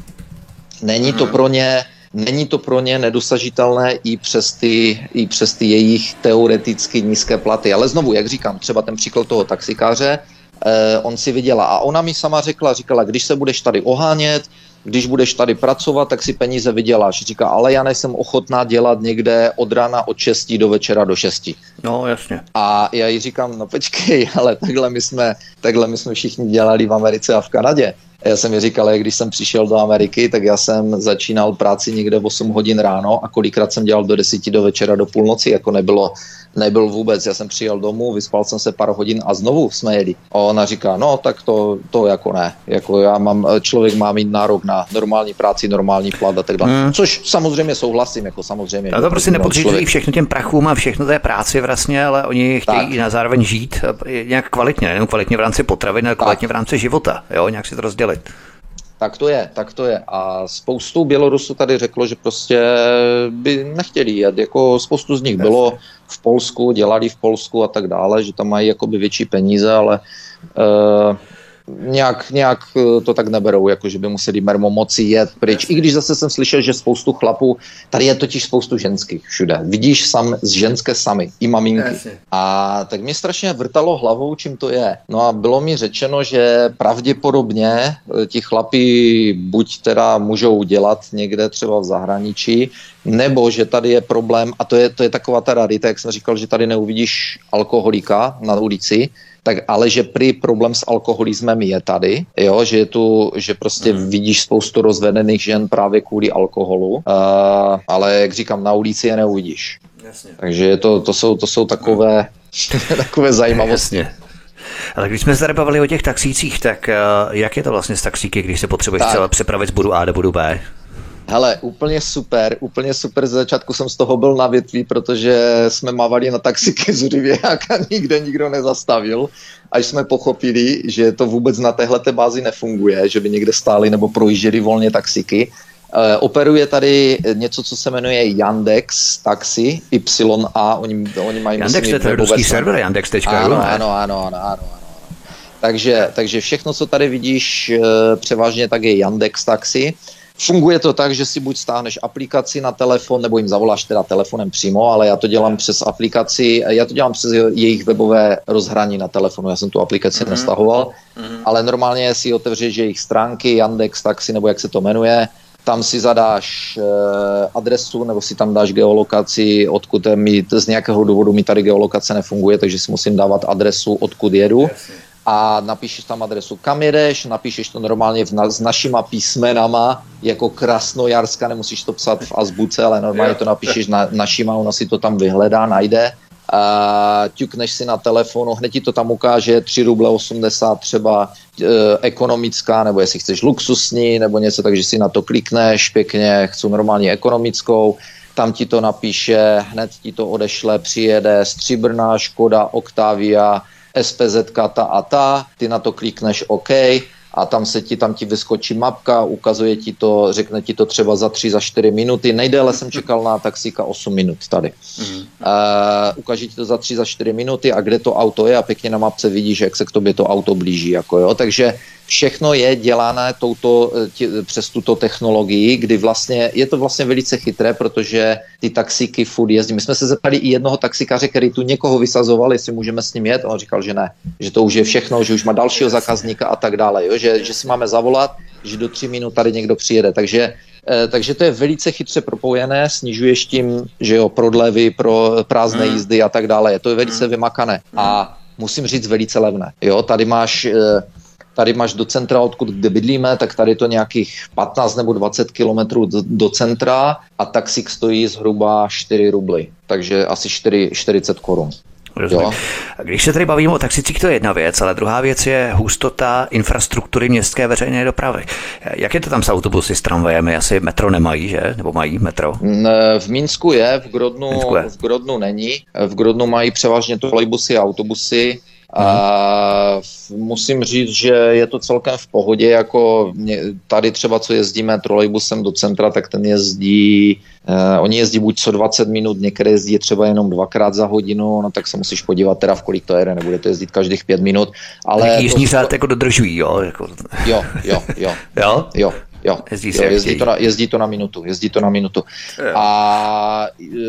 Není to pro ně, není to pro ně nedosažitelné i přes ty, i přes ty jejich teoreticky nízké platy, ale znovu, jak říkám, třeba ten příklad toho taxikáře, eh, on si vydělá a ona mi sama řekla, říkala, když se budeš tady ohánět, když budeš tady pracovat, tak si peníze vyděláš. Říká, ale já nejsem ochotná dělat někde od rána od šesti do večera do šesti. No, jasně. A já jí říkám, no počkej, ale takhle my jsme, takhle my jsme všichni dělali v Americe a v Kanadě. A já jsem jí říkal, když jsem přišel do Ameriky, tak já jsem začínal práci někde v osm hodin ráno a kolikrát jsem dělal do deseti do večera do půlnoci, jako nebylo, nebyl vůbec. Já jsem přijel domů, vyspal jsem se pár hodin a znovu jsme jeli. A ona říká, no tak to, to jako ne. Jako já mám, člověk má mít nárok na normální práci, normální plat a tak dále. Hmm. Což samozřejmě souhlasím, jako samozřejmě. A to prostě nepodřízují všechno těm prachům a všechno té práci vlastně, ale oni chtějí tak. I na zároveň žít nějak kvalitně, nejenom kvalitně v rámci potravin, ale kvalitně v rámci života, jo, nějak si to rozdělit. Tak to je, tak to je. A spoustu Bělorusů tady řeklo, že prostě by nechtěli jet. Jako spoustu z nich bylo v Polsku, dělali v Polsku a tak dále, že tam mají jakoby větší peníze, ale uh, nějak, nějak to tak neberou, jako že by museli mermo moci jet pryč. I když zase jsem slyšel, že spoustu chlapů, tady je totiž spoustu ženských všude. Vidíš sam, z ženské samy, i maminky. A tak mě strašně vrtalo hlavou, čím to je. No a bylo mi řečeno, že pravděpodobně ti chlapi buď teda můžou dělat někde třeba v zahraničí, nebo že tady je problém, a to je, to je taková ta rarita, jak jsem říkal, že tady neuvidíš alkoholika na ulici, tak ale že prý problém s alkoholismem je tady, jo, že je tu, že prostě mm. vidíš spoustu rozvedených žen právě kvůli alkoholu, uh, ale jak říkám, na ulici je neuvidíš. Jasně. Takže to, to, jsou, to jsou takové, takové zajímavosti. Jasně. Ale když jsme se tady bavili o těch taxících, tak uh, jak je to vlastně s taxíky, když se potřebuješ celé přepravit z bodu A do bodu B? Hele, úplně super, úplně super, ze začátku jsem z toho byl na větví, protože jsme mávali na taxiky zuřivě a nikde nikdo nezastavil, až jsme pochopili, že to vůbec na téhleté bázi nefunguje, že by někde stáli nebo projížděli volně taxiky. E, operuje tady něco, co se jmenuje Yandex Taxi, Y A, oni, oni mají... Yandex, to je ruský server, Yandex tečka ru. Ano, ano, ano, ano, ano. Takže, takže všechno, co tady vidíš, převážně tak je Yandex Taxi. Funguje to tak, že si buď stáhneš aplikaci na telefon, nebo jim zavoláš teda telefonem přímo, ale já to dělám přes aplikaci, já to dělám přes jejich webové rozhraní na telefonu, já jsem tu aplikaci mm-hmm. nestahoval, mm-hmm. ale normálně si otevřeš jejich stránky, Yandex Taxi, nebo jak se to jmenuje, tam si zadáš e, adresu, nebo si tam dáš geolokaci, odkud mi, z nějakého důvodu mi tady geolokace nefunguje, takže si musím dávat adresu, odkud jedu. Jasně. A napíšeš tam adresu, kam jedeš, napíšeš to normálně v na, s našima písmenama, jako Krasnojarska, nemusíš to psat v azbuce, ale normálně to napíšeš na, našima, ona si to tam vyhledá, najde. A ťukneš si na telefonu, hned ti to tam ukáže tři ruble osmdesát třeba e, ekonomická, nebo jestli chceš luxusní, nebo něco, takže si na to klikneš, pěkně, chci normálně ekonomickou, tam ti to napíše, hned ti to odešle, přijede stříbrná Škoda Octavia, S P Z ta a ta, ty na to klikneš OK, a tam se ti, tam ti vyskočí mapka, ukazuje ti to, řekne ti to třeba za tři, za čtyři minuty. Nejdéle jsem čekal na taxíka osm minut tady. Mm. Uh, ukáže ti to za tři, za čtyři minuty a kde to auto je a pěkně na mapce vidíš, jak se k tobě to auto blíží. Jako jo. Takže všechno je dělané touto, tě, přes tuto technologii, kdy vlastně, je to vlastně velice chytré, protože ty taxíky furt jezdí. My jsme se zeptali i jednoho taxikáře, který tu někoho vysazoval, jestli můžeme s ním jet. On říkal, že ne, že to už je všechno, že už má dalšího zákazníka a tak dále. Jo. Že, že si máme zavolat, že do tří minut tady někdo přijede. Takže, eh, takže to je velice chytře propojené, snižuješ tím, že jo, prodlevy, pro prázdné hmm. jízdy a tak dále. To je velice hmm. vymakané. A musím říct velice levné. Jo, tady máš... Eh, Tady máš do centra, odkud kde bydlíme, tak tady to nějakých patnáct nebo dvacet kilometrů do, do centra a taxík stojí zhruba čtyři rubly, takže asi čtyřicet korun. Když se tady bavíme o taxicích, to je jedna věc, ale druhá věc je hustota infrastruktury městské veřejné dopravy. Jak je to tam s autobusy, s tramvajemi? Asi metro nemají, že? Nebo mají metro? V Minsku je, v Grodnu, je. v Grodnu není. V Grodnu mají převážně trolejbusy a autobusy. A musím říct, že je to celkem v pohodě, jako tady třeba, co jezdíme trolejbusem do centra, tak ten jezdí, eh, oni jezdí buď co dvacet minut, některé jezdí třeba jenom dvakrát za hodinu, no tak se musíš podívat teda, v kolik to jede, nebude to jezdit každých pět minut. Ale jízdní řád to... jako dodržují, jo? Jako... Jo, jo, jo. Jo? Jo. Jo, jezdí, jo jezdí, to na, jezdí to na minutu, jezdí to na minutu. Jo. A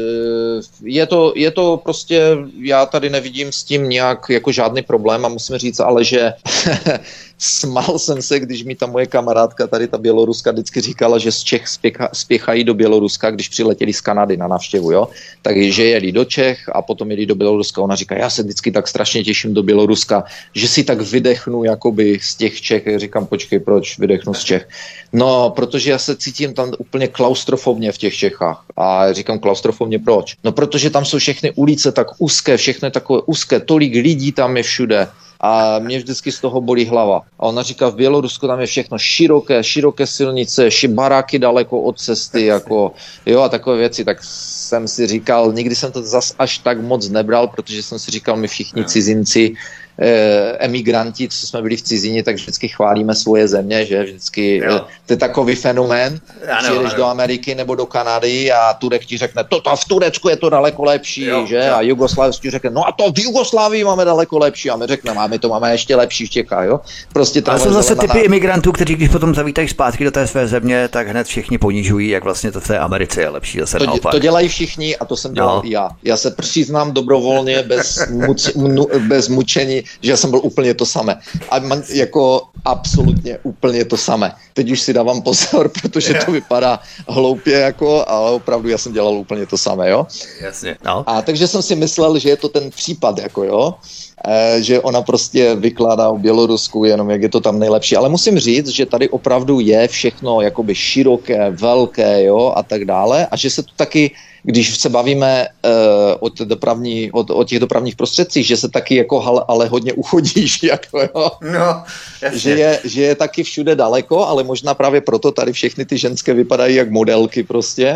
je to, je to prostě, já tady nevidím s tím nějak jako žádný problém a musím říct ale, že smál jsem se, když mi ta moje kamarádka, tady ta Běloruska, vždycky říkala, že z Čech spěcha, spěchají do Běloruska, když přiletěli z Kanady na návštěvu, jo. Takže jeli do Čech a potom jeli do Běloruska. Ona říká, já se vždycky tak strašně těším do Běloruska, že si tak vydechnu jakoby z těch Čech. Říkám, počkej, proč vydechnu z Čech? No, protože já se cítím tam úplně klaustrofobně v těch Čechách. A říkám klaustrofobně proč? No, protože tam jsou všechny ulice tak úzké, všechno je takové úzké, tolik lidí tam je všude. A mě vždycky z toho bolí hlava. A ona říká, v Bělorusku tam je všechno široké, široké silnice, baráky daleko od cesty, jako, jo, a takové věci. Tak jsem si říkal, nikdy jsem to zas až tak moc nebral, protože jsem si říkal, my všichni cizinci, emigranti, co jsme byli v cizině, tak vždycky chválíme svoje země, že vždycky, jo. To je takový fenomén, přijedeš do Ameriky nebo do Kanady a Turek ti řekne, to, to v Turecku je to daleko lepší, jo, že? Jo. A Jugoslávec ti řekne, no a to v Jugoslávii máme daleko lepší a my řekneme, a my to máme ještě lepší v Čechách, jo? Prostě ale jsou zase typy imigrantů, kteří když potom zavítají zpátky do té své země, tak hned všichni ponižují, jak vlastně to v té Americe je lepší zase to, naopak. To dělají všichni a to jsem dělal no. i já. Já se přiznám dobrovolně, bez, muč, mnu, bez mučení, že jsem byl úplně to samé. A man, jako absolutně úplně to samé. Teď už si dávám pozor, protože to vypadá hloupě, jako, ale opravdu já jsem dělal úplně to samé, jo? Jasně, no. A takže jsem si myslel, že je to ten případ, jako jo, e, že ona prostě vykládá o Bělorusku jenom, jak je to tam nejlepší. Ale musím říct, že tady opravdu je všechno jakoby široké, velké, jo, a tak dále. A že se to taky, když se bavíme uh, o, dopravní, o, o těch dopravních prostředcích, že se taky jako ale, ale hodně uchodíš, jako jo. No, že, je, že je taky všude daleko, ale možná právě proto tady všechny ty ženské vypadají jak modelky prostě.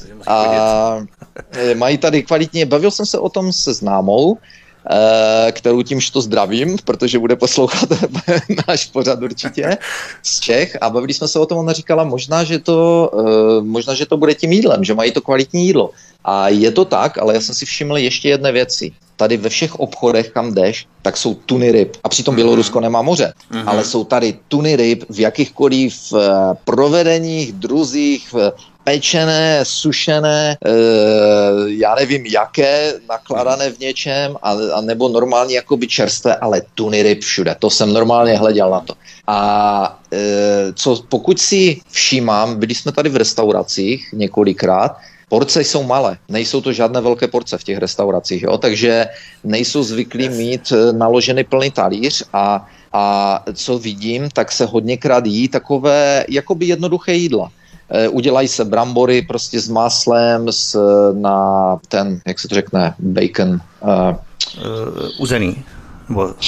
A mají tady kvalitně, bavil jsem se o tom se známou, kterou tímž to zdravím, protože bude poslouchat náš pořad určitě z Čech a bavili jsme se o tom, ona říkala možná, že to, možná, že to bude tím jídlem, že mají to kvalitní jídlo. A je to tak, ale já jsem si všiml ještě jedné věci. Tady ve všech obchodech, kam jdeš, tak jsou tuny ryb. A přitom Bělorusko nemá moře. Mm-hmm. Ale jsou tady tuny ryb v jakýchkoliv uh, provedeních, druzích, uh, pečené, sušené, uh, já nevím jaké, nakladané v něčem, a, a nebo normálně jakoby čerstvé, ale tuny ryb všude. To jsem normálně hleděl na to. A uh, co, pokud si všímám, byli jsme tady v restauracích několikrát, porce jsou malé, nejsou to žádné velké porce v těch restauracích, jo? Takže nejsou zvyklí mít naložený plný talíř a, a co vidím, tak se hodněkrát jí takové jakoby jednoduché jídla. E, udělají se brambory prostě s máslem, s, na ten, jak se to řekne, bacon. Uh, uh, uzený. Bo...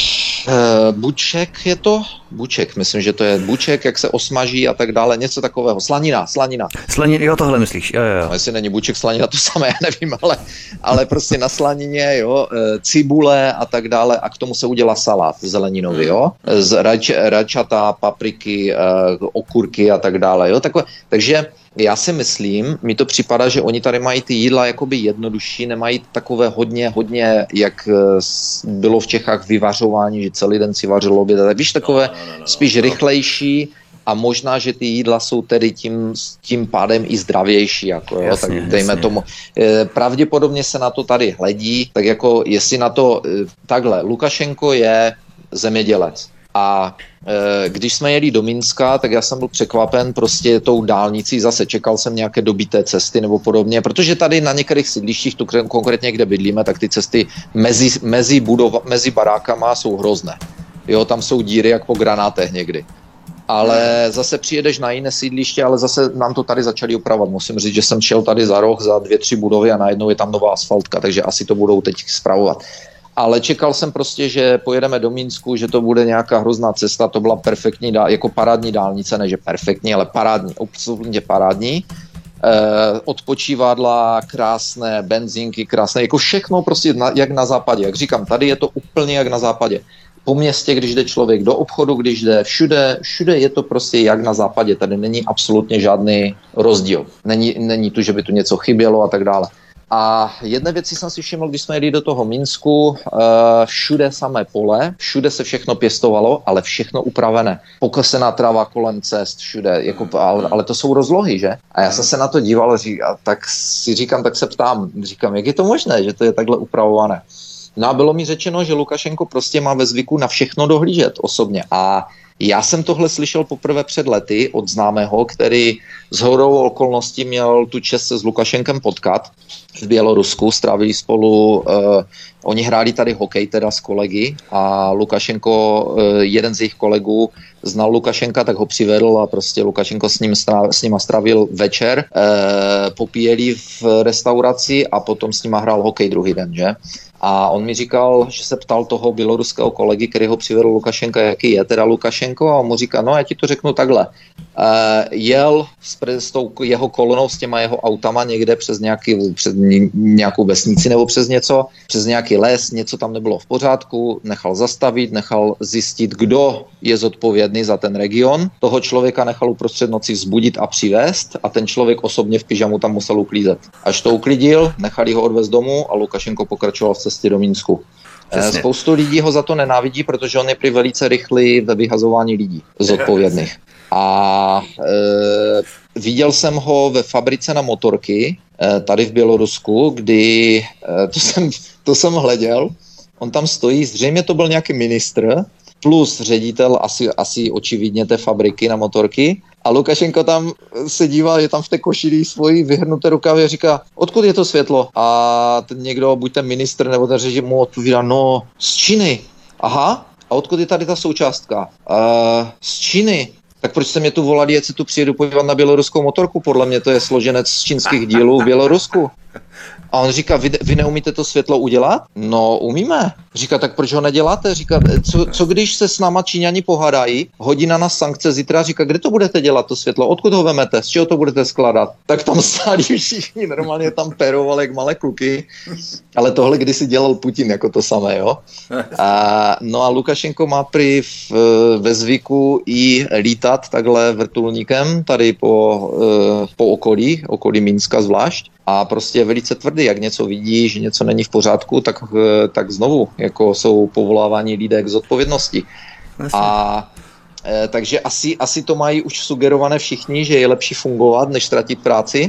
Uh, buček je to? Buček, myslím, že to je buček, jak se osmaží a tak dále, něco takového. Slanina, slanina. Slanina, jo, tohle myslíš, jo, jo. No, jestli není buček, slanina, to samé, já nevím, ale, ale prostě na slanině, jo, cibule a tak dále a k tomu se udělá salát zeleninový, jo, z rač, račata, papriky, okurky a tak dále, jo, takové, takže já si myslím, mi to připadá, že oni tady mají ty jídla jakoby jednodušší, nemají takové hodně, hodně, jak bylo v Čechách vyvařování, že celý den si vařilo oběd, tak víš, takové no, no, no, spíš no. rychlejší a možná, že ty jídla jsou tedy tím, tím pádem i zdravější, jako, jo, jasně, tak dejme jasně. tomu. Pravděpodobně se na to tady hledí, tak jako jestli na to, takhle, Lukašenko je zemědělec. A e, když jsme jeli do Minska, tak já jsem byl překvapen prostě tou dálnicí, zase čekal jsem nějaké dobité cesty nebo podobně, protože tady na některých sídlištích, tu konkrétně kde bydlíme, tak ty cesty mezi, mezi, budova, mezi barákama jsou hrozné. Jo, tam jsou díry jak po granátech někdy. Ale zase přijedeš na jiné sídliště, ale zase nám to tady začali opravovat. Musím říct, že jsem šel tady za roh za dvě, tři budovy a najednou je tam nová asfaltka, takže asi to budou teď spravovat. Ale čekal jsem prostě, že pojedeme do Minsku, že to bude nějaká hrozná cesta, to byla perfektní, jako parádní dálnice, ne že perfektní, ale parádní, absolutně parádní. E, odpočívadla, krásné benzínky, krásné, jako všechno prostě na, jak na západě. Jak říkám, tady je to úplně jak na západě. Po městě, když jde člověk do obchodu, když jde všude, všude je to prostě jak na západě. Tady není absolutně žádný rozdíl. Není, není tu, že by tu něco chybělo a tak dále. A jedné věci jsem si všiml, když jsme jeli do toho Minsku, všude samé pole, všude se všechno pěstovalo, ale všechno upravené. Pokosená tráva kolem cest, všude, jako, ale, ale to jsou rozlohy, že? A já jsem se na to díval a tak si říkám, tak se ptám, říkám, jak je to možné, že to je takhle upravované. No a bylo mi řečeno, že Lukašenko prostě má ve zvyku na všechno dohlížet osobně a já jsem tohle slyšel poprvé před lety od známého, který shodou okolností měl tu čest se s Lukašenkem potkat v Bělorusku, strávili spolu, uh, oni hráli tady hokej teda s kolegy a Lukašenko, uh, jeden z jejich kolegů znal Lukašenka, tak ho přivedl a prostě Lukašenko s ním stráv, s nima strávil večer, uh, popíjeli v restauraci a potom s nima hrál hokej druhý den, že? A on mi říkal, že se ptal toho běloruského kolegy, který ho přivedl Lukašenka, jaký je teda Lukašenko, a on mu říká, no já ti to řeknu takhle. Uh, jel s, s tou jeho kolonou, s těma jeho autama někde přes, nějaký, přes nějakou vesnici nebo přes něco, přes nějaký les, něco tam nebylo v pořádku, nechal zastavit, nechal zjistit, kdo je zodpovědný za ten region. Toho člověka nechal uprostřed noci vzbudit a přivést a ten člověk osobně v pyžamu tam musel uklízet. Až to uklidil, nechali ho odvést domů a Lukašenko pokračoval v cestě do Minsku. Přesně. Spoustu lidí ho za to nenávidí, protože on je prý velice rychlý ve vyhazování lidí zodpovědných. A e, viděl jsem ho ve fabrice na motorky, e, tady v Bělorusku, kdy, e, to, jsem, to jsem hleděl, on tam stojí, zřejmě to byl nějaký ministr, plus ředitel asi, asi očividně té fabriky na motorky. A Lukašenko tam se díval, je tam v té košili svoji vyhrnuté rukavy a říká, odkud je to světlo? A ten někdo, buď ten ministr nebo ten ředitel mu odpovídá, no z Číny. Aha, a odkud je tady ta součástka? Uh, z Číny. Tak proč jste mě tu volali, ať se tu přijedu podívat na běloruskou motorku? Podle mě to je složenec z čínských dílů v Bělorusku. A on říká, vy, vy neumíte to světlo udělat? No, umíme. Říká, tak proč ho neděláte? Říká, co, co když se s náma Číňani pohádají, hodí na nás sankce zítra, říká, kde to budete dělat, to světlo? Odkud ho vemete? Z čeho to budete skládat? Tak tam stáli všichni, normálně tam perovali jak malé kluky. Ale tohle kdysi dělal Putin jako to samé, jo? A, no a Lukašenko má prý v, ve zvyku i lítat takhle vrtulníkem tady po, po okolí, okolí Minska zvlášť. A prostě je velice tvrdý, jak něco vidí, že něco není v pořádku, tak, tak znovu jako jsou povoláváni lidé k zodpovědnosti. Vlastně. A e, takže asi, asi to mají už sugerované všichni, že je lepší fungovat, než ztratit práci.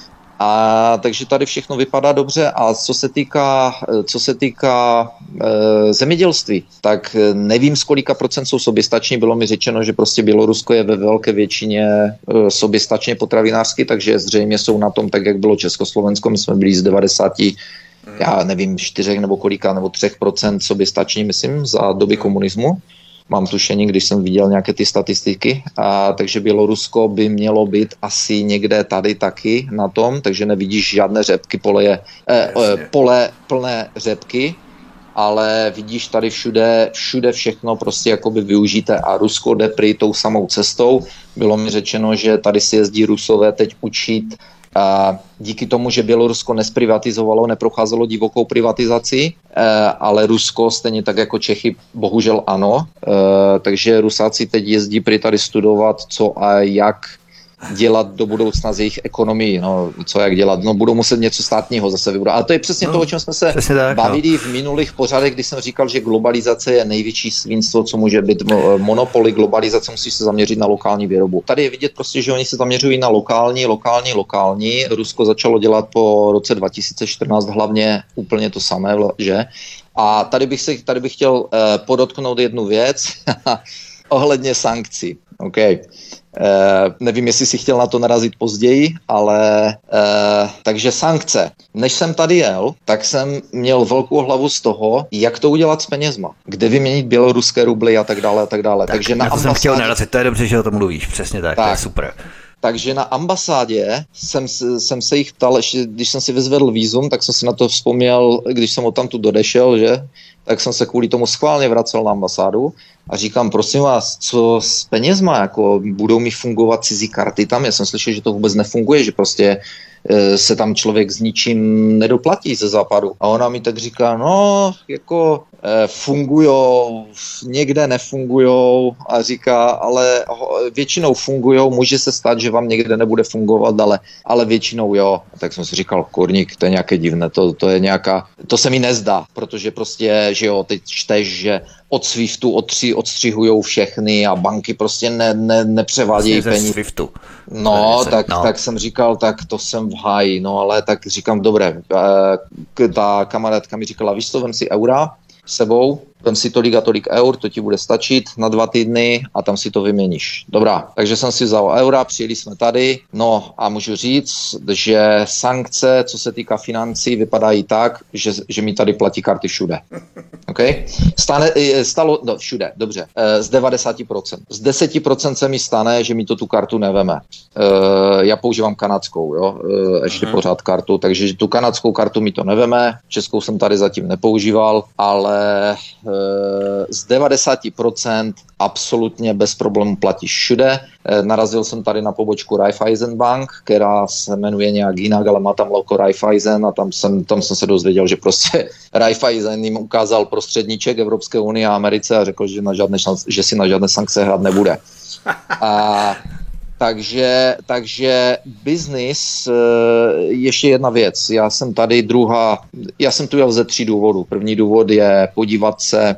A takže tady všechno vypadá dobře a co se týká, co se týká e, zemědělství, tak nevím, z kolika procent jsou soběstační. Bylo mi řečeno, že prostě Bělorusko je ve velké většině e, soběstačně potravinářsky, takže zřejmě jsou na tom tak, jak bylo Československo. My jsme byli z devadesát, já nevím, čtyři nebo kolika, nebo tři procent soběstační, myslím, za doby komunismu. Mám tušení, když jsem viděl nějaké ty statistiky, a, takže Bělorusko by mělo být asi někde tady taky na tom, takže nevidíš žádné řepky, pole, je, eh, pole plné řepky ale vidíš tady všude, všude všechno prostě jakoby využité a Rusko jde prý tou samou cestou. Bylo mi řečeno, že tady si jezdí Rusové teď učit a díky tomu, že Bělorusko nesprivatizovalo, neprocházelo divokou privatizaci, ale Rusko stejně tak jako Čechy bohužel ano, takže Rusáci teď jezdí prý tady studovat, co a jak dělat do budoucna z jejich ekonomii, no co jak dělat, no budou muset něco státního zase vybrat. Ale to je přesně no, to, o čem jsme se tak, bavili no. v minulých pořadech, kdy jsem říkal, že globalizace je největší svinstvo, co může být. Monopoly globalizace musí se zaměřit na lokální výrobu. Tady je vidět prostě, že oni se zaměřují na lokální, lokální, lokální. Rusko začalo dělat po roce dva tisíce čtrnáct hlavně úplně to samé, že? A tady bych, se, tady bych chtěl uh, podotknout jednu věc ohledně sankcí. Okay. Uh, nevím, jestli si chtěl na to narazit později, ale uh, takže sankce. Než jsem tady jel, tak jsem měl velkou hlavu z toho, jak to udělat s penězma, kde vyměnit běloruské rubly a tak dále a tak dále. Tak, takže na, na to ambasádě... jsem chtěl narazit, to je dobře, že o tom mluvíš, přesně tak, tak. To je super. Takže na ambasádě jsem, jsem se jich ptal, když jsem si vyzvedl vízum, tak jsem si na to vzpomněl, když jsem odtamtud odešel, že? Tak jsem se kvůli tomu schválně vracel na ambasádu a říkám, prosím vás, co s penězma, jako budou mi fungovat cizí karty tam? Já jsem slyšel, že to vůbec nefunguje, že prostě e, se tam člověk s ničím nedoplatí ze západu. A ona mi tak říká, no, jako e, fungujou, někde nefungujou a říká, ale ho, většinou fungujou, může se stát, že vám někde nebude fungovat, ale, ale většinou jo. A tak jsem si říkal, kurník, to je nějaké divné, to, to je nějaká, to se mi nezdá, protože prostě, že jo, teď čteš, že od Swiftu odstři, odstřihujou všechny a banky prostě ne, ne, nepřevádějí peníze. Swiftu. No, tak, no. tak jsem říkal, tak to jsem v háji, no ale tak říkám, dobré, ta kamarádka mi říkala, víš co, vem si eura sebou, vem si tolik a tolik eur, to ti bude stačit na dva týdny a tam si to vyměníš. Dobrá, takže jsem si vzal eura, přijeli jsme tady, no a můžu říct, že sankce, co se týká financí, vypadají tak, že, že mi tady platí karty všude. Okay? Stane, stalo, no všude, dobře, z devadesát procent. Z deset procent se mi stane, že mi to tu kartu neveme. Já používám kanadskou, jo, ještě Aha. pořád kartu, takže tu kanadskou kartu mi to neveme, českou jsem tady zatím nepoužíval, ale z devadesát procent absolutně bez problémů platíš všude. Narazil jsem tady na pobočku Raiffeisen Bank, která se jmenuje nějak jinak, ale má tam logo Raiffeisen a tam jsem, tam jsem se dozvěděl, že prostě Raiffeisen jim ukázal prostředníček Evropské unie a Americe a řekl, že, na žádné šance, že si na žádné sankce hrát nebude. A Takže, takže biznis, ještě jedna věc. Já jsem tady druhá, já jsem tu jel ze tří důvodů. První důvod je podívat se,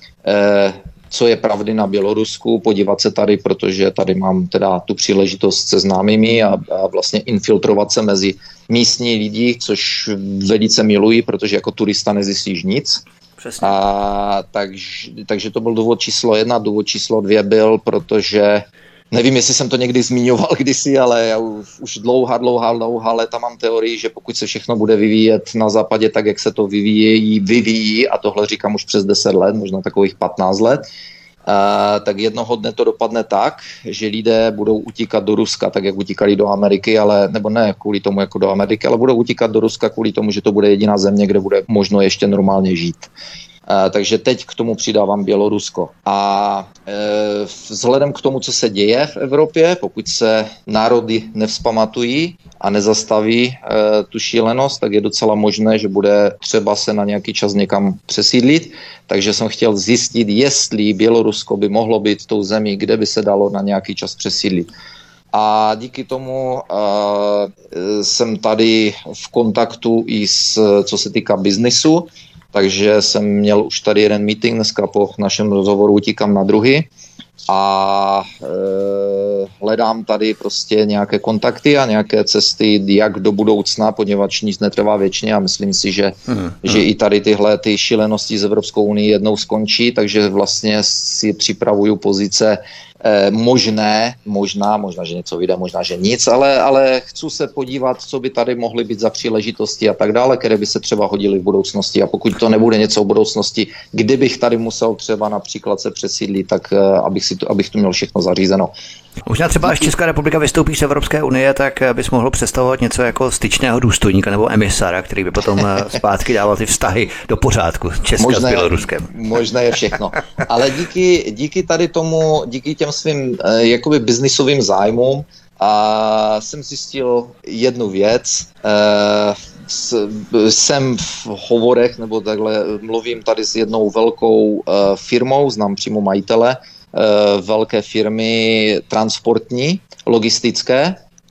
co je pravdy na Bělorusku, podívat se tady, protože tady mám teda tu příležitost se známými a, a vlastně infiltrovat se mezi místní lidi, což velice miluji, protože jako turista nezjistíš nic. Přesně. A, takže, takže to byl důvod číslo jedna, důvod číslo dvě byl, protože nevím, jestli jsem to někdy zmiňoval kdysi, ale já už, už dlouhá, dlouhá, dlouhá léta mám teorii, že pokud se všechno bude vyvíjet na západě tak, jak se to vyvíjí, vyvíjí, a tohle říkám už přes deset let, možná takových patnáct let, uh, tak jednoho dne to dopadne tak, že lidé budou utíkat do Ruska, tak jak utíkali do Ameriky, ale nebo ne kvůli tomu jako do Ameriky, ale budou utíkat do Ruska kvůli tomu, že to bude jediná země, kde bude možno ještě normálně žít. Uh, takže teď k tomu přidávám Bělorusko. A uh, vzhledem k tomu, co se děje v Evropě, pokud se národy nevzpamatují a nezastaví uh, tu šílenost, tak je docela možné, že bude třeba se na nějaký čas někam přesídlit. Takže jsem chtěl zjistit, jestli Bělorusko by mohlo být tou zemí, kde by se dalo na nějaký čas přesídlit. A díky tomu uh, jsem tady v kontaktu i s, co se týká biznisu. Takže jsem měl už tady jeden meeting, dneska po našem rozhovoru utíkám na druhý a e, hledám tady prostě nějaké kontakty a nějaké cesty, jak do budoucna, poněvadž nic netrvá věčně a myslím si, že, hmm. že i tady tyhle ty šílenosti z Evropskou unii jednou skončí, takže vlastně si připravuju pozice eh, možné, možná, možná, že něco vyjde, možná, že nic, ale, ale chci se podívat, co by tady mohly být za příležitosti a tak dále, které by se třeba hodily v budoucnosti a pokud to nebude něco v budoucnosti, kdybych tady musel třeba například se přesídlit, tak eh, abych, si to, abych tu měl všechno zařízeno. Možná třeba, až Česká republika vystoupí z Evropské unie, tak bys mohl představovat něco jako styčného důstojníka nebo emisara, který by potom zpátky dával ty vztahy do pořádku Česka možné, s Běloruskem. Možná je všechno. Ale díky, díky tady tomu, díky těm svým jakoby biznisovým zájmům a jsem zjistil jednu věc. Jsem v hovorech, nebo takhle mluvím tady s jednou velkou firmou, znám přímo majitele velké firmy transportní, logistické,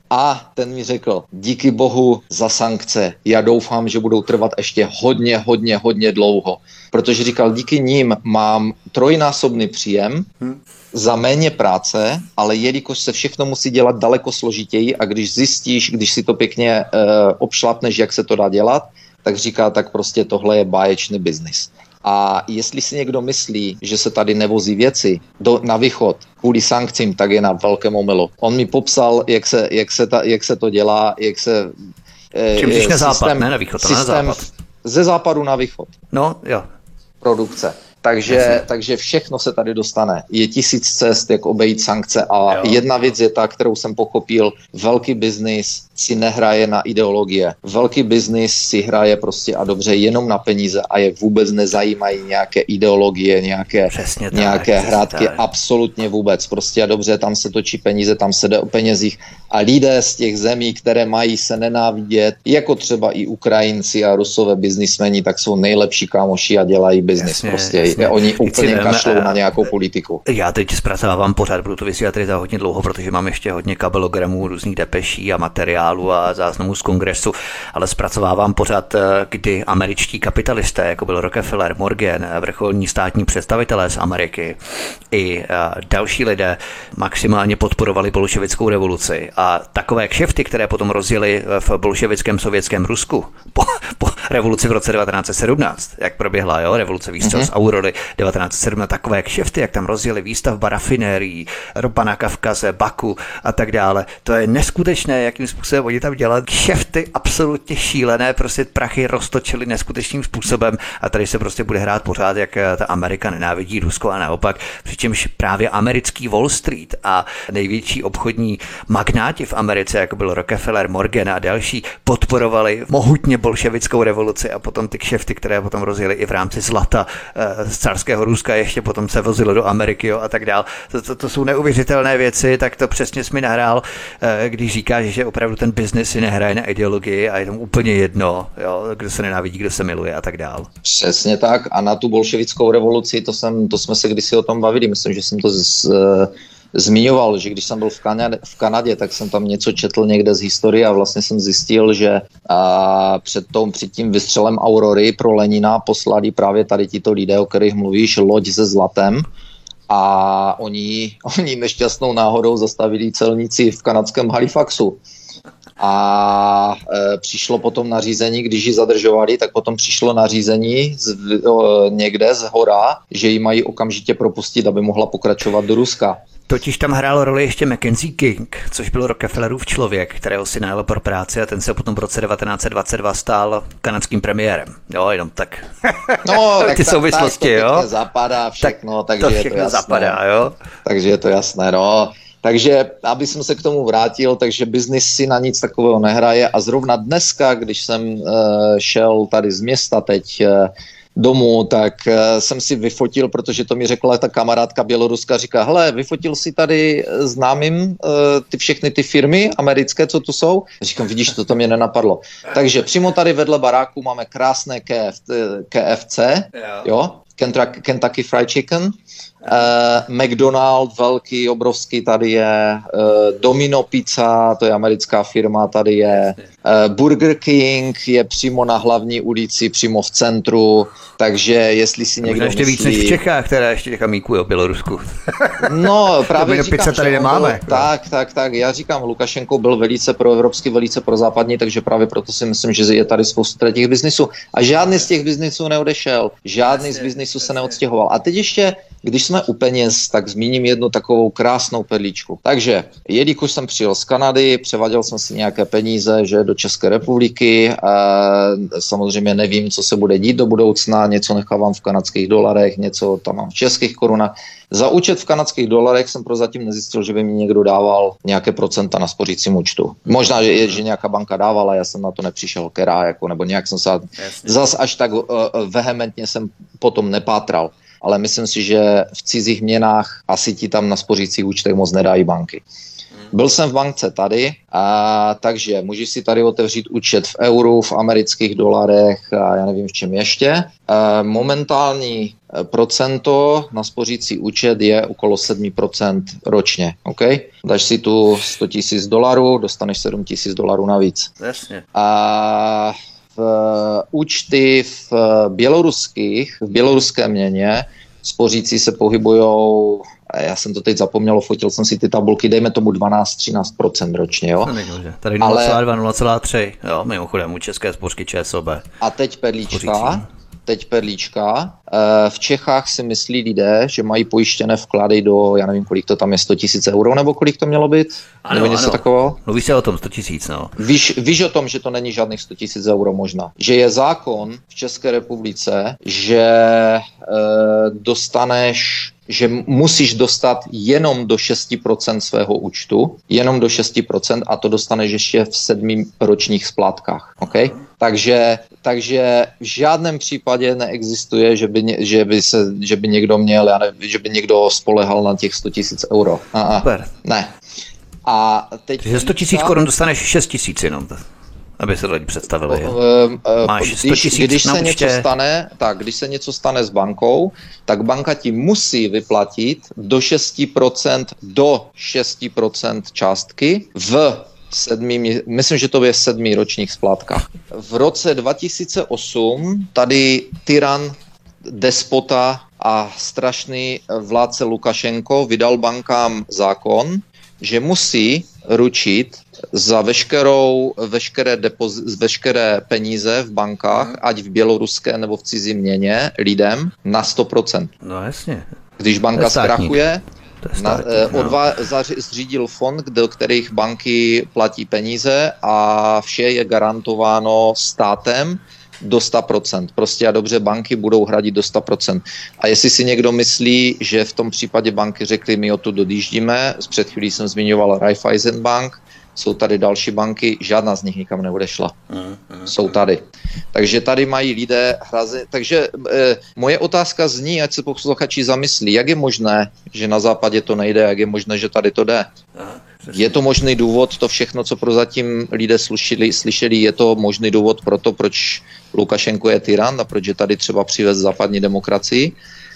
a ten mi řekl, díky bohu za sankce, já doufám, že budou trvat ještě hodně, hodně, hodně dlouho, protože říkal, díky ním mám trojnásobný příjem hmm. za méně práce, ale jelikož se všechno musí dělat daleko složitěji a když zjistíš, když si to pěkně uh, obšlapneš, jak se to dá dělat, tak říká, tak prostě tohle je báječný biznis. A jestli si někdo myslí, že se tady nevozí věci do, na východ kvůli sankcím, tak je na velkém omylu. On mi popsal, jak se, jak se, ta, jak se to dělá, jak se... Čím eh, na západ, ne na východ, systém, na západ. Ze západu na východ. No, jo. Produkce. Takže, takže všechno se tady dostane. Je tisíc cest, jak obejít sankce a jo. Jedna věc je ta, kterou jsem pochopil, velký biznis si nehraje na ideologie. Velký biznis si hraje prostě a dobře jenom na peníze a je vůbec nezajímají nějaké ideologie, nějaké, tak, nějaké hrátky, absolutně vůbec. Prostě a dobře, tam se točí peníze, tam se jde o penězích a lidé z těch zemí, které mají se nenávidět, jako třeba i Ukrajinci a Rusové biznismeni, tak jsou nejlepší kámoši a dělají biznis. Prostě jasně. Oni úplně kašlou na nějakou politiku. Já teď zpracovávám pořád, budu to vysílat tady za hodně dlouho, protože mám ještě hodně kabelogramů, různých depeší a materiálů a záznamů z kongresu, ale zpracovávám pořád, kdy američtí kapitalisté, jako byl Rockefeller, Morgan, vrcholní státní představitelé z Ameriky i další lidé maximálně podporovali bolševickou revoluci a takové kšefty, které potom rozjeli v bolševickém sovětském Rusku po, po revoluci v roce devatenáct set sedmnáct, jak proběhla, jo, revoluce výstřel mm-hmm. z Aurory devatenáct set sedmnáct, takové kšefty, jak tam rozjeli výstavba rafinérií, ropa na Kavkaze, Baku a tak dále. To je neskutečné, jakým způsobem oni tam dělali kšefty absolutně šílené, prostě prachy roztočili neskutečným způsobem a tady se prostě bude hrát pořád, jak ta Amerika nenávidí Rusko a naopak, přičemž právě americký Wall Street a největší obchodní magnáti v Americe, jako byl Rockefeller, Morgan a další, podporovali mohutně bolševickou revoluci a potom ty kšefty, které potom rozjeli i v rámci zlata z carského Ruska, ještě potom se vozilo do Ameriky, jo, a tak dál. To, to, to jsou neuvěřitelné věci, tak to přesně jsi mi nahrál, když říkáš, že opravdu ten biznis si nehraje na ideologii a je tomu úplně jedno, jo, kdo se nenávidí, kdo se miluje a tak dál. Přesně tak a na tu bolševickou revoluci, to, jsem, to jsme se kdysi o tom bavili, myslím, že jsem to z, zmiňoval, že když jsem byl v Kanadě, v Kanadě, tak jsem tam něco četl někde z historie a vlastně jsem zjistil, že a, před, tom, před tím vystřelem Aurory pro Lenina poslali právě tady tito lidé, o kterých mluvíš, loď se zlatem a oni, oni nešťastnou náhodou zastavili celníci v kanadském Halifaxu. A e, přišlo potom nařízení, když ji zadržovali, tak potom přišlo nařízení z, o, někde z hora, že ji mají okamžitě propustit, aby mohla pokračovat do Ruska. Totiž tam hrál roli ještě Mackenzie King, což byl Rockefellerův člověk, kterého si najel pro práci a ten se potom v roce devatenáct set dvacet dva stal kanadským premiérem. Jo, jenom tak. No, ty tak, souvislosti, tak to jo. zapadá všechno, tak takže to je všechno to jasné. zapadá, jo. Takže je to jasné, no. Takže, aby jsem se k tomu vrátil, takže biznis si na nic takového nehraje a zrovna dneska, když jsem uh, šel tady z města teď uh, domů, tak uh, jsem si vyfotil, protože to mi řekla ta kamarádka Běloruska, říká, hele, vyfotil si tady známým uh, ty všechny ty firmy americké, co tu jsou? Říkám, vidíš, to, to mě nenapadlo. Takže přímo tady vedle baráku máme krásné K F C, jo, Kentucky Fried Chicken, Uh, McDonald, velký, obrovský, tady je uh, Domino Pizza, to je americká firma, tady je uh, Burger King, je přímo na hlavní ulici, přímo v centru, takže jestli si někdo ještě myslí... víc než v Čechách, které ještě teďka míkují o Bělorusku. No, právě říkám, pizza tady nemáme. Byl, tak, tak, tak, já říkám, Lukašenko byl velice proevropský, velice prozápadní, takže právě proto si myslím, že je tady spousta těch biznisů. A žádný z těch biznisů neodešel, žádný z biznisů se neodstěhoval. A teď ještě, když jsme jsme u peněz, tak zmíním jednu takovou krásnou perličku. Takže, jelikož jsem přijel z Kanady, převáděl jsem si nějaké peníze, že do České republiky, e, samozřejmě nevím, co se bude dít do budoucna, něco nechávám v kanadských dolarech, něco tam mám v českých korunách. Za účet v kanadských dolarech jsem prozatím nezjistil, že by mi někdo dával nějaké procenta na spořícím účtu. Možná, že, že nějaká banka dávala, já jsem na to nepřišel, která, jako, nebo nějak jsem se zas až tak uh, vehementně jsem potom nepátral. Ale myslím si, že v cizích měnách asi ti tam na spořících účtech moc nedají banky. Byl jsem v bankce tady, a, takže můžeš si tady otevřít účet v euru, v amerických dolarech a já nevím v čem ještě. E, momentální procento na spořící účet je okolo sedm procent ročně. Okay? Dáš si tu sto tisíc dolarů, dostaneš sedm tisíc dolarů navíc. Jasně. A v účty v běloruských, v běloruské měně spořící se pohybujou, já jsem to teď zapomněl, fotil jsem si ty tabulky, dejme tomu dvanáct až třináct procent ročně, jo? Tady nula celá dva, nula celá tři, jo, mimochodem u české spořky ČSOB. A teď perlíčka, teď perlíčka. V Čechách si myslí lidé, že mají pojištěné vklady do, já nevím, kolik to tam je, sto tisíc euro, nebo kolik to mělo být? Ano, nebo něco takového? Mluví se o tom sto tisíc, no. Víš, víš o tom, že to není žádných sto tisíc euro možná. Že je zákon v České republice, že e, dostaneš, že musíš dostat jenom do šest procent svého účtu, jenom do šest procent a to dostaneš ještě v sedmi ročních splátkách. Okay? Takže, takže v žádném případě neexistuje, že by, že by, se, že by někdo měl, já nevím, že by někdo spolehal na těch sto tisíc euro. A, Super. Ne. A teď takže sto tisíc korun dostaneš šest tisíc jenom, aby se to lidi představili. Uh, uh, Máš sto tisíc když, když se něco stane, tak, když se něco stane s bankou, tak banka ti musí vyplatit do šest procent do šest procent částky v sedmi, myslím, že to je v sedmi ročních splátkách. V roce dva tisíce osm tady tyran, despota a strašný vládce Lukašenko vydal bankám zákon, že musí ručit za veškerou, veškeré, depozi- veškeré peníze v bankách, ať v běloruské nebo v cizí měně, lidem na sto procent. No jasně. Když banka zkrachuje, na, no. odva, zaři, zřídil fond, do kterých banky platí peníze a vše je garantováno státem do sto procent. Prostě a dobře, banky budou hradit do sto procent. A jestli si někdo myslí, že v tom případě banky řekly, my odtud odjíždíme, před chvílí jsem zmiňoval Raiffeisen Bank, jsou tady další banky, žádná z nich nikam neodešla. Mm, mm, jsou tady. Takže tady mají lidé hraze. Takže e, moje otázka zní, ať se posluchači zamyslí, jak je možné, že na západě to nejde, jak je možné, že tady to jde. Aha, je to možný důvod, to všechno, co prozatím lidé slyšeli, slyšeli, je to možný důvod pro to, proč Lukašenko je tyran a proč je tady třeba přivést západní demokracii.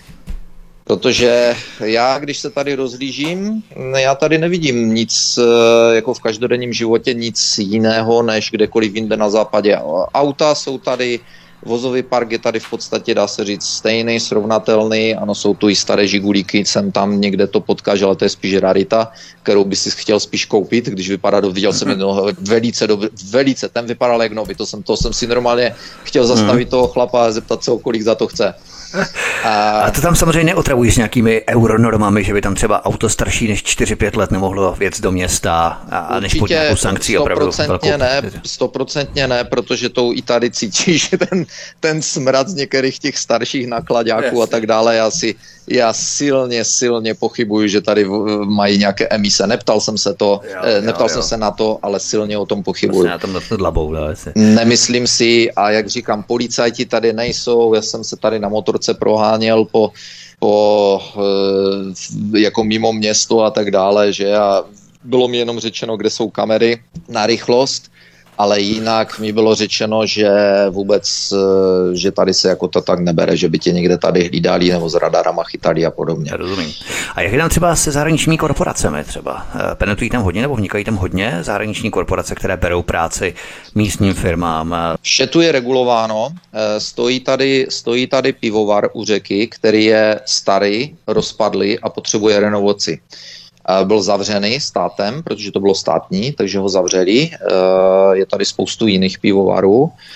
Protože já, když se tady rozhlížím, já tady nevidím nic, jako v každodenním životě, nic jiného, než kdekoliv jinde na západě. Auta jsou tady, vozový park je tady v podstatě, dá se říct, stejný, srovnatelný. Ano, jsou tu i staré žigulíky, jsem tam někde to potkáš, ale to je spíš rarita, kterou by si chtěl spíš koupit, když vypadá, viděl jsem jednoho velice, dobře, velice, ten vypadal jak nový, to jsem, to jsem si normálně chtěl zastavit toho chlapa a zeptat se, kolik za to chce. A, a to tam samozřejmě neotravují s nějakými euronormami, že by tam třeba auto starší než čtyři pět let nemohlo vjet do města a než pod nějakou sankcí opravdu velkou. Ne, stoprocentně ne, protože to i tady cítíš, ten, ten smrad z některých těch starších nakladáků yes. a tak dále. Já si já silně, silně pochybuji, že tady mají nějaké emise. Neptal jsem se to, jo, neptal jo, jsem jo. se na to, ale silně o tom pochybuji. Prostě na tom dlabou, no, Nemyslím si a jak říkám, policajti tady nejsou, já jsem se tady na motorce proháněl po, po jako mimo město a tak dále, že a bylo mi jenom řečeno, kde jsou kamery na rychlost, ale jinak mi bylo řečeno, že vůbec, že tady se jako to tak nebere, že by tě někde tady hlídali nebo s radarama chytali a podobně. Rozumím. A jak je tam třeba se zahraničními korporacemi třeba? Penetrují tam hodně nebo vnikají tam hodně zahraniční korporace, které berou práci místním firmám? Vše tu je regulováno. Stojí tady, stojí tady pivovar u řeky, který je starý, rozpadlý a potřebuje renovaci. Byl zavřený státem, protože to bylo státní, takže ho zavřeli. Je tady spoustu jiných pivovarů.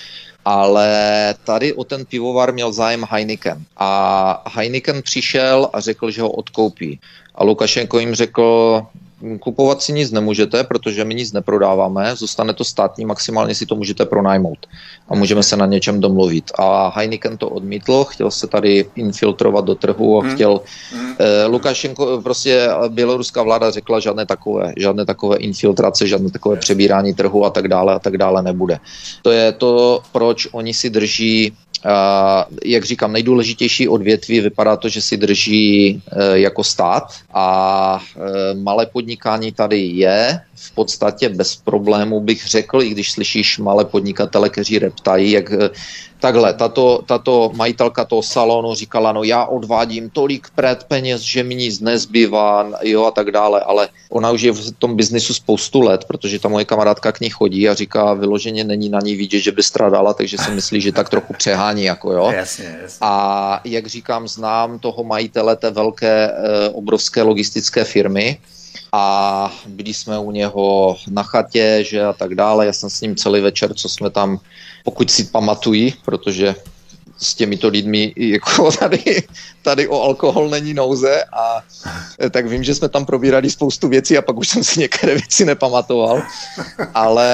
ale tady o ten pivovar měl zájem Heineken. A Heineken přišel a řekl, že ho odkoupí. A Lukašenko jim řekl, kupovat si nic nemůžete, protože my nic neprodáváme, zůstane to státní, maximálně si to můžete pronajmout a můžeme se na něčem domluvit. A Heineken to odmítl, chtěl se tady infiltrovat do trhu a chtěl... Hmm. Eh, Lukašenko, prostě běloruská vláda řekla, žádné takové, žádné takové infiltrace, žádné takové přebírání trhu a tak dále a tak dále nebude. To je to, proč oni si drží Uh, jak říkám, nejdůležitější odvětví vypadá to, že si drží uh, jako stát a uh, malé podnikání tady je v podstatě bez problémů, bych řekl, i když slyšíš malé podnikatele, kteří reptají, jak uh, takhle, tato, tato majitelka toho salonu říkala, no já odvádím tolik před peněz, že mi nic nezbývá, jo a tak dále, ale ona už je v tom biznisu spoustu let, protože ta moje kamarádka k ní chodí a říká, vyloženě není na ní vidět, že by stradala, takže si myslí, že tak trochu přehání, jako jo. Jasně, jasně. A jak říkám, znám toho majitele té velké, obrovské logistické firmy a byli jsme u něho na chatě, že a tak dále, já jsem s ním celý večer, co jsme tam, pokud si pamatují, protože s těmito lidmi jako tady, tady o alkohol není nouze a tak vím, že jsme tam probírali spoustu věcí a pak už jsem si některé věci nepamatoval, ale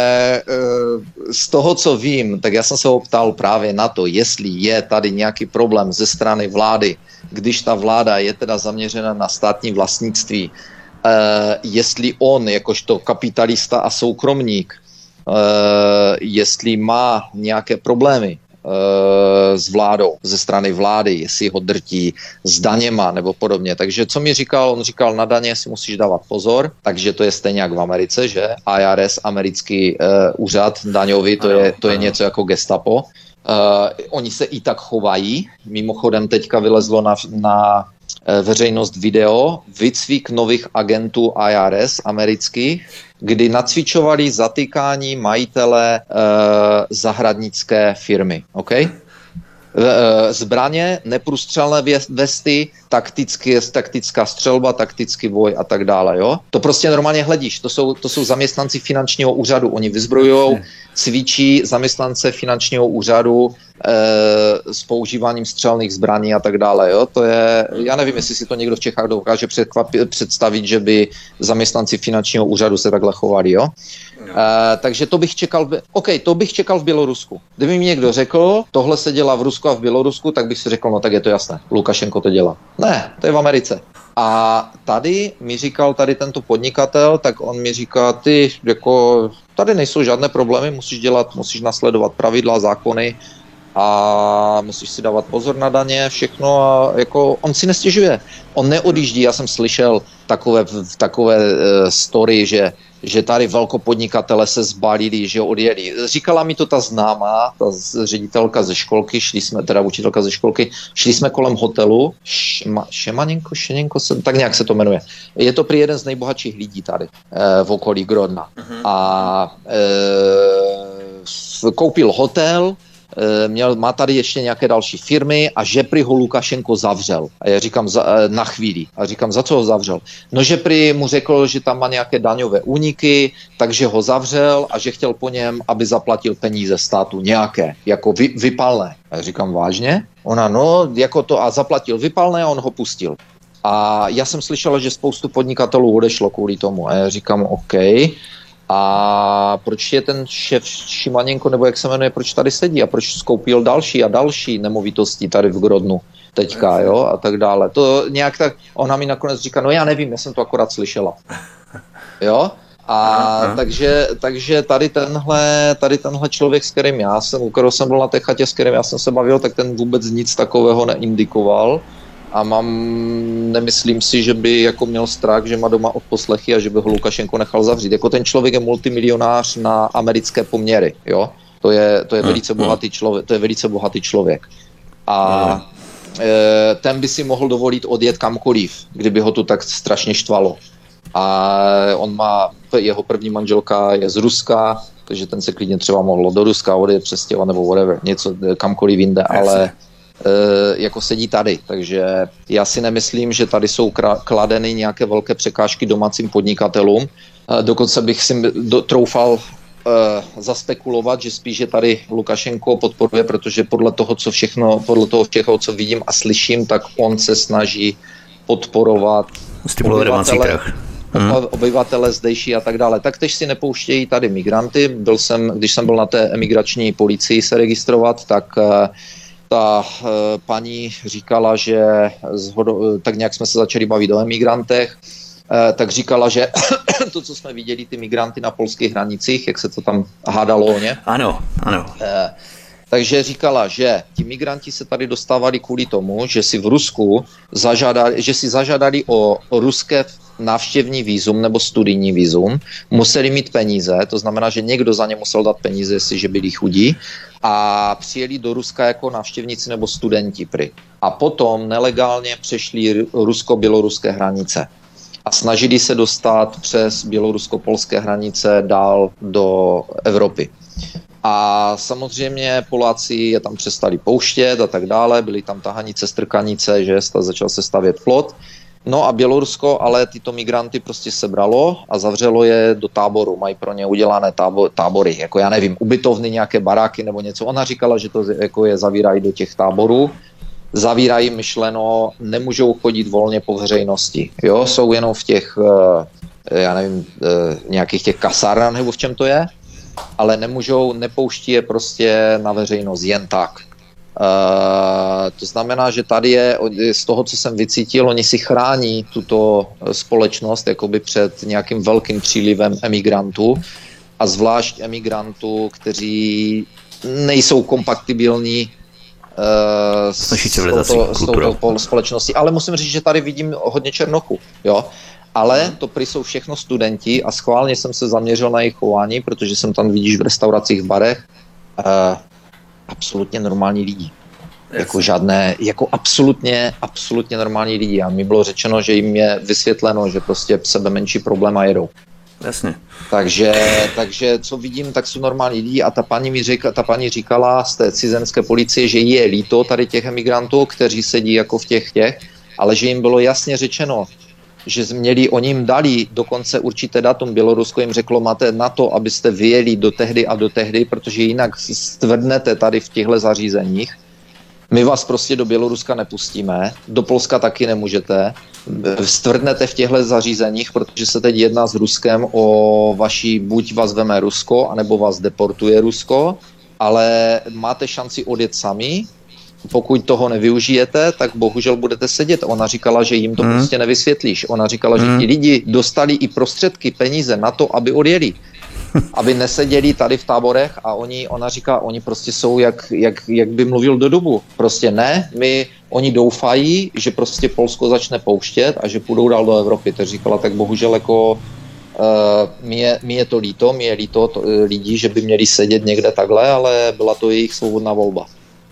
z toho, co vím, tak já jsem se ho ptal právě na to, jestli je tady nějaký problém ze strany vlády, když ta vláda je teda zaměřena na státní vlastnictví, jestli on, jakožto kapitalista a soukromník, jestli má nějaké problémy s vládou, ze strany vlády, jestli ho drtí s daněma nebo podobně. Takže co mi říkal? On říkal, na daně si musíš dávat pozor, takže to je stejně jak v Americe, že? I R S, americký uh, úřad daňový, to je, to je něco jako Gestapo. Uh, oni se i tak chovají. Mimochodem teďka vylezlo na, na veřejnost video, výcvik nových agentů I R S amerických, kdy nacvičovali zatýkání majitele e, zahradnické firmy. Okay? E, zbraně, neprůstřelné vesty, taktické, taktická střelba, taktický boj a tak dále. Jo? To prostě normálně hledíš. To jsou, to jsou zaměstnanci finančního úřadu. Oni vyzbrojujou, cvičí zaměstnance finančního úřadu e, s používáním střelných zbraní a tak dále. Jo? To je, já nevím, jestli si to někdo v Čechách dokáže představit, že by zaměstnanci finančního úřadu se takhle chovali. Jo? No. E, takže to bych čekal, OK, to bych čekal v Bělorusku. Kdyby mi někdo řekl, tohle se dělá v Rusku a v Bělorusku, tak bych si řekl, no tak je to jasné, Lukašenko to dělá. Ne, to je v Americe. A tady mi říkal tady tento podnikatel, tak on mi říká, ty, jako, tady nejsou žádné problémy, musíš dělat, musíš nasledovat pravidla, zákony a musíš si dávat pozor na daně, všechno a jako on si nestěžuje. On neodjíždí, já jsem slyšel takové, takové uh, story, že, že tady velkopodnikatele se zbalili, že odjeli. Říkala mi to ta známá, ta ředitelka ze školky, šli jsme, teda učitelka ze školky, šli jsme kolem hotelu, Šma, Šemaněnko, Šeněnko, se, tak nějak se to jmenuje. Je to prý jeden z nejbohatších lidí tady uh, v okolí Grodna. Uh-huh. A uh, koupil hotel, Měl, má tady ještě nějaké další firmy a že prý ho Lukašenko zavřel. A já říkám za, na chvíli. A říkám, za co ho zavřel? No, že prý mu řekl, že tam má nějaké daňové úniky, takže ho zavřel a že chtěl po něm, aby zaplatil peníze státu nějaké, jako vy, vypalné. A já říkám, vážně? Ona, no, jako to a zaplatil vypalné a on ho pustil. A já jsem slyšela, že spoustu podnikatelů odešlo kvůli tomu. A já říkám, OK. A proč je ten šéf Šimaněnko, nebo jak se jmenuje, proč tady sedí a proč skoupil další a další nemovitosti tady v Grodnu teďka, jo, a tak dále. To nějak tak, ona mi nakonec říká, no já nevím, já jsem to akorát slyšela. Jo? A Aha. takže, takže tady tenhle, tady tenhle člověk, s kterým já jsem, u kterého jsem byl na té chatě, s kterým já jsem se bavil, tak ten vůbec nic takového neindikoval. A mám, nemyslím si, že by jako měl strach, že má doma odposlechy a že by ho Lukašenko nechal zavřít. Jako ten člověk je multimilionář na americké poměry, jo. To je, to je velice bohatý člověk, to je velice bohatý člověk. A e, ten by si mohl dovolit odjet kamkoliv, kdyby ho to tak strašně štvalo. A on má, jeho první manželka je z Ruska, takže ten se klidně třeba mohl do Ruska odjet, přestěhovat nebo whatever, něco kamkoliv jinde, ale jako sedí tady, takže já si nemyslím, že tady jsou kladeny nějaké velké překážky domácím podnikatelům. Dokonce bych si troufal zaspekulovat, že spíš, že tady Lukašenko podporuje, protože podle toho, co všechno, podle toho všeho, co vidím a slyším, tak on se snaží podporovat obyvatele, hmm. obyvatele zdejší a tak dále. Tak tež si nepouštějí tady migranty. Byl jsem, když jsem byl na té emigrační policii se registrovat, tak ta paní říkala, že zhodo, tak nějak jsme se začali bavit o emigrantech, tak říkala, že to, co jsme viděli, ty migranty na polských hranicích, jak se to tam hádalo o ně. Ano, ano. Eh, takže říkala, že ti migranti se tady dostávali kvůli tomu, že si v Rusku zažádali, že si zažádali o, o ruské návštěvní vízum nebo studijní vízum, museli mít peníze, to znamená, že někdo za ně musel dát peníze, jestliže byli chudí, a přijeli do Ruska jako návštěvníci nebo studenti pry. A potom nelegálně přešli rusko-běloruské hranice a snažili se dostat přes bělorusko-polské hranice dál do Evropy. A samozřejmě Poláci je tam přestali pouštět a tak dále, byly tam tahanice, strkanice, že začal se stavět plot. No a Bělorusko ale tyto migranty prostě sebralo a zavřelo je do táboru. Mají pro ně udělané tábo- tábory, jako já nevím, ubytovny, nějaké baráky nebo něco. Ona říkala, že to jako je zavírají do těch táborů. Zavírají myšleno, nemůžou chodit volně po veřejnosti. Jo, jsou jenom v těch, já nevím, nějakých těch kasárnách nebo v čem to je, ale nemůžou, nepouští je prostě na veřejnost jen tak. Uh, to znamená, že tady je, z toho, co jsem vycítil, oni si chrání tuto společnost jakoby před nějakým velkým přílivem emigrantů a zvlášť emigrantů, kteří nejsou kompatibilní uh, s, s, touto, s touto společností. Ale musím říct, že tady vidím hodně černochů, jo. Ale to prý jsou všechno studenti a schválně jsem se zaměřil na jejich chování, protože jsem tam vidíš v restauracích, v barech, uh, absolutně normální lidi. Yes. Jako žádné, jako absolutně, absolutně normální lidi. A mi bylo řečeno, že jim je vysvětleno, že prostě sebe menší problém a jedou. Jasně. Takže, takže co vidím, tak jsou normální lidi a ta paní mi říkala, ta paní říkala z té cizenské policie, že je líto tady těch emigrantů, kteří sedí jako v těch těch, ale že jim bylo jasně řečeno, že měli, oni jim dali dokonce určité datum, Bělorusko jim řeklo, máte na to, abyste vyjeli do tehdy a do tehdy, protože jinak stvrdnete tady v těchto zařízeních. My vás prostě do Běloruska nepustíme, do Polska taky nemůžete, stvrdnete v těchto zařízeních, protože se teď jedná s Ruskem o vaší, buď vás veme Rusko, anebo vás deportuje Rusko, ale máte šanci odjet sami. Pokud toho nevyužijete, tak bohužel budete sedět. Ona říkala, že jim to mm. prostě nevysvětlíš. Ona říkala, mm. že ti lidi dostali i prostředky, peníze na to, aby odjeli. Aby neseděli tady v táborech a oni, ona říká, oni prostě jsou, jak, jak, jak by mluvil do dubu. Prostě ne, my, oni doufají, že prostě Polsko začne pouštět a že půjdou dál do Evropy. Tak říkala, tak bohužel jako uh, mi, je, mi je to líto, mi je líto to, lidí, že by měli sedět někde takhle, ale byla to jejich svobodná volba.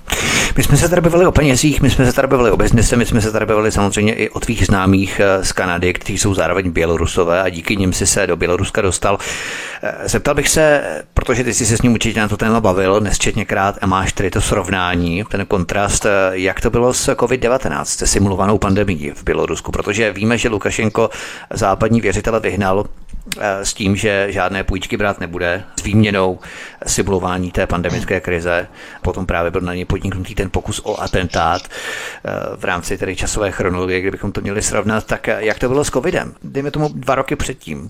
My jsme se tady bavili o penězích, my jsme se tady bavili o biznise, my jsme se tady bavili samozřejmě i o tvých známých z Kanady, kteří jsou zároveň Bělorusové a díky nim si se do Běloruska dostal. Zeptal bych se, protože ty jsi se s ním určitě na to téma bavil nesčetněkrát a máš tady to srovnání, ten kontrast, jak to bylo s covid devatenáct, se simulovanou pandemií v Bělorusku, protože víme, že Lukašenko západní věřitele vyhnal s tím, že žádné půjčky brát nebude, s výměnou simulování té pandemické krize. Potom právě byl na něj podniknutý ten pokus o atentát v rámci tedy časové chronologie, kdybychom to měli srovnat. Tak jak to bylo s covidem? Dejme tomu dva roky předtím.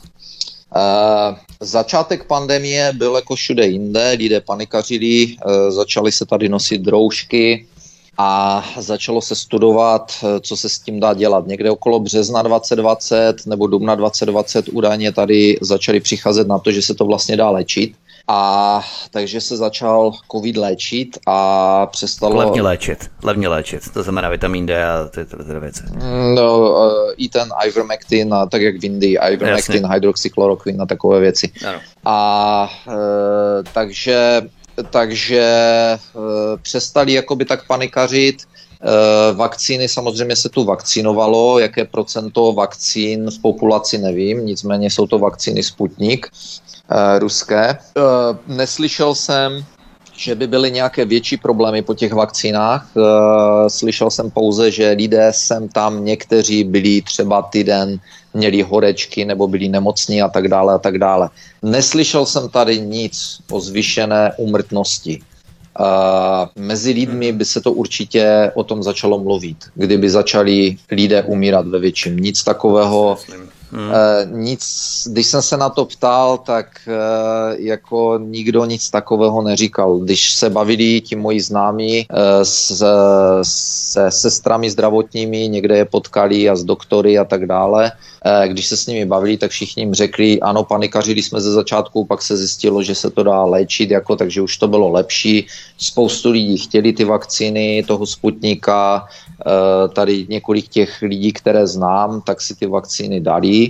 Uh, začátek pandemie byl jako všude jinde, lidé panikařili, uh, začali se tady nosit roušky a začalo se studovat, co se s tím dá dělat. Někde okolo března dvacet dvacet nebo dubna dvacet dvacet údajně tady začali přicházet na to, že se to vlastně dá léčit. A takže se začal covid léčit a přestalo... Levně léčit, levně léčit, to znamená vitamin D a ty, ty, ty věci. No, uh, i ten ivermectin, a tak jak v Indii, ivermectin, hydroxychloroquin a takové věci. Ano. A uh, takže... takže uh, přestali jakoby tak panikařit. Uh, vakcíny, samozřejmě se tu vakcinovalo, jaké procento vakcín v populaci nevím, nicméně jsou to vakcíny Sputnik, uh, ruské. Uh, neslyšel jsem, že by byly nějaké větší problémy po těch vakcínách. Slyšel jsem pouze, že lidé sem tam někteří byli třeba týden, měli horečky nebo byli nemocní a tak dále a tak dále. Neslyšel jsem tady nic o zvýšené úmrtnosti. Mezi lidmi by se to určitě o tom začalo mluvit, kdyby začali lidé umírat ve větším. Nic takového. Hmm. Uh, nic, když jsem se na to ptal, tak uh, jako nikdo nic takového neříkal. Když se bavili ti moji známí uh, s, se sestrami zdravotními, někde je potkali a s doktory a tak dále, uh, když se s nimi bavili, tak všichni jim řekli, ano, panikařili jsme ze začátku, pak se zjistilo, že se to dá léčit, jako, takže už to bylo lepší. Spoustu lidí chtěli ty vakcíny, toho Sputnika, uh, tady několik těch lidí, které znám, tak si ty vakcíny dali.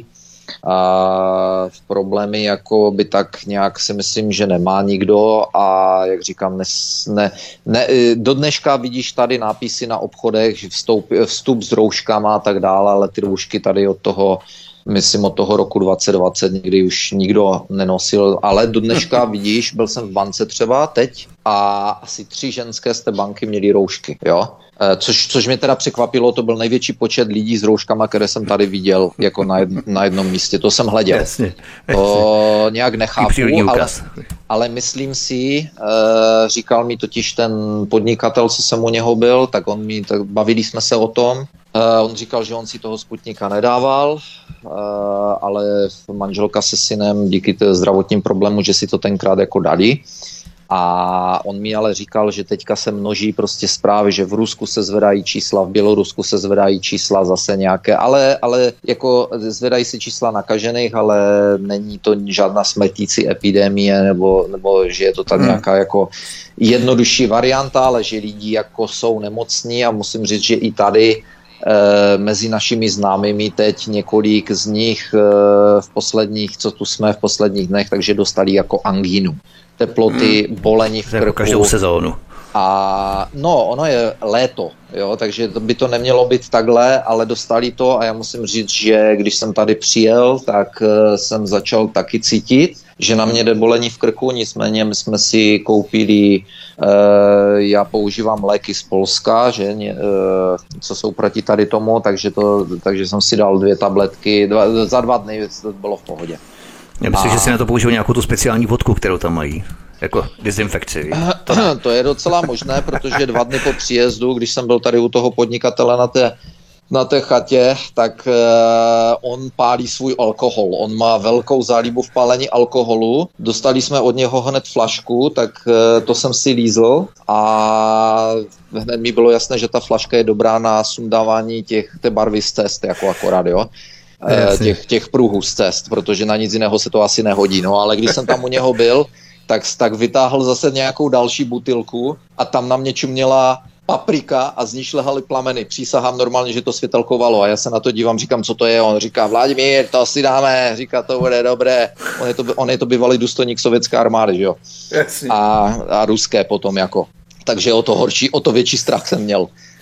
A v problémy jako by tak nějak si myslím, že nemá nikdo a jak říkám, ne, ne, ne, do dneška vidíš tady nápisy na obchodech, že vstup, vstup s rouškama a tak dále, ale ty roušky tady od toho, myslím od toho roku dvacet dvacet někdy už nikdo nenosil, ale do dneška vidíš, byl jsem v bance třeba teď a asi tři ženské z té banky měly roušky, jo. Což, což mě teda překvapilo, to byl největší počet lidí s rouškama, které jsem tady viděl jako na, jed, na jednom místě. To jsem hleděl. Jasně, jasně. To nějak nechápu, ale, ale, ale myslím si, uh, říkal mi totiž ten podnikatel, co jsem u něho byl, tak on mi, tak bavili jsme se o tom. Uh, on říkal, že on si toho Sputnika nedával, uh, ale manželka se synem díky zdravotním problému, že si to tenkrát jako dali. A on mi ale říkal, že teďka se množí prostě zprávy, že v Rusku se zvedají čísla, v Bělorusku se zvedají čísla zase nějaké, ale, ale jako zvedají se čísla nakažených, ale není to žádná smrtící epidemie, nebo, nebo že je to tak nějaká jako jednodušší varianta, ale že lidi jako jsou nemocní a musím říct, že i tady e, mezi našimi známými teď několik z nich e, v posledních, co tu jsme v posledních dnech, takže dostali jako angínu. Teploty, hmm. bolení v krku. Jako každou sezónu. A no, ono je léto, jo, takže to by to nemělo být takhle, ale dostali to a já musím říct, že když jsem tady přijel, tak uh, jsem začal taky cítit, že na mě jde bolení v krku, nicméně my jsme si koupili, uh, já používám léky z Polska, že, uh, co jsou proti tady tomu, takže, to, takže jsem si dal dvě tabletky, dva, za dva dny to bylo v pohodě. Já myslím, a... že si na to použil nějakou tu speciální vodku, kterou tam mají, jako dezinfekci. To, to je docela možné, protože dva dny po příjezdu, když jsem byl tady u toho podnikatele na té, na té chatě, tak uh, on pálí svůj alkohol. On má velkou zálibu v pálení alkoholu. Dostali jsme od něho hned flašku, tak uh, to jsem si lízl a hned mi bylo jasné, že ta flaška je dobrá na sundávání těch, té barvy z cest, jako akorát, jo. Těch, těch pruhů z cest, protože na nic jiného se to asi nehodí. No ale když jsem tam u něho byl, tak, tak vytáhl zase nějakou další butilku a tam na mě čuměla paprika a z ní šlehaly plameny. Přísahám normálně, že to světelkovalo a já se na to dívám, říkám, co to je. On říká, Vladimír, to si dáme, říká, to bude dobré. On je to, on je to bývalý důstojník sovětské armády, že jo? A, a ruské potom jako. Takže o to horší, o to větší strach jsem měl.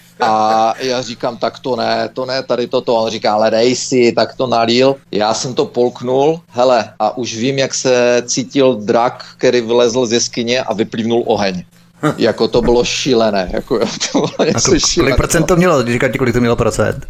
A já říkám, tak to ne, to ne, tady toto. On říká, ale dej si, tak to nalil. Já jsem to polknul, hele, a už vím, jak se cítil drak, který vylezl z jeskyně a vyplivnul oheň. Hm. Jako to bylo šílené. Jako, to bylo něco a kolik procent to mělo? Říká ti, kolik to mělo procent?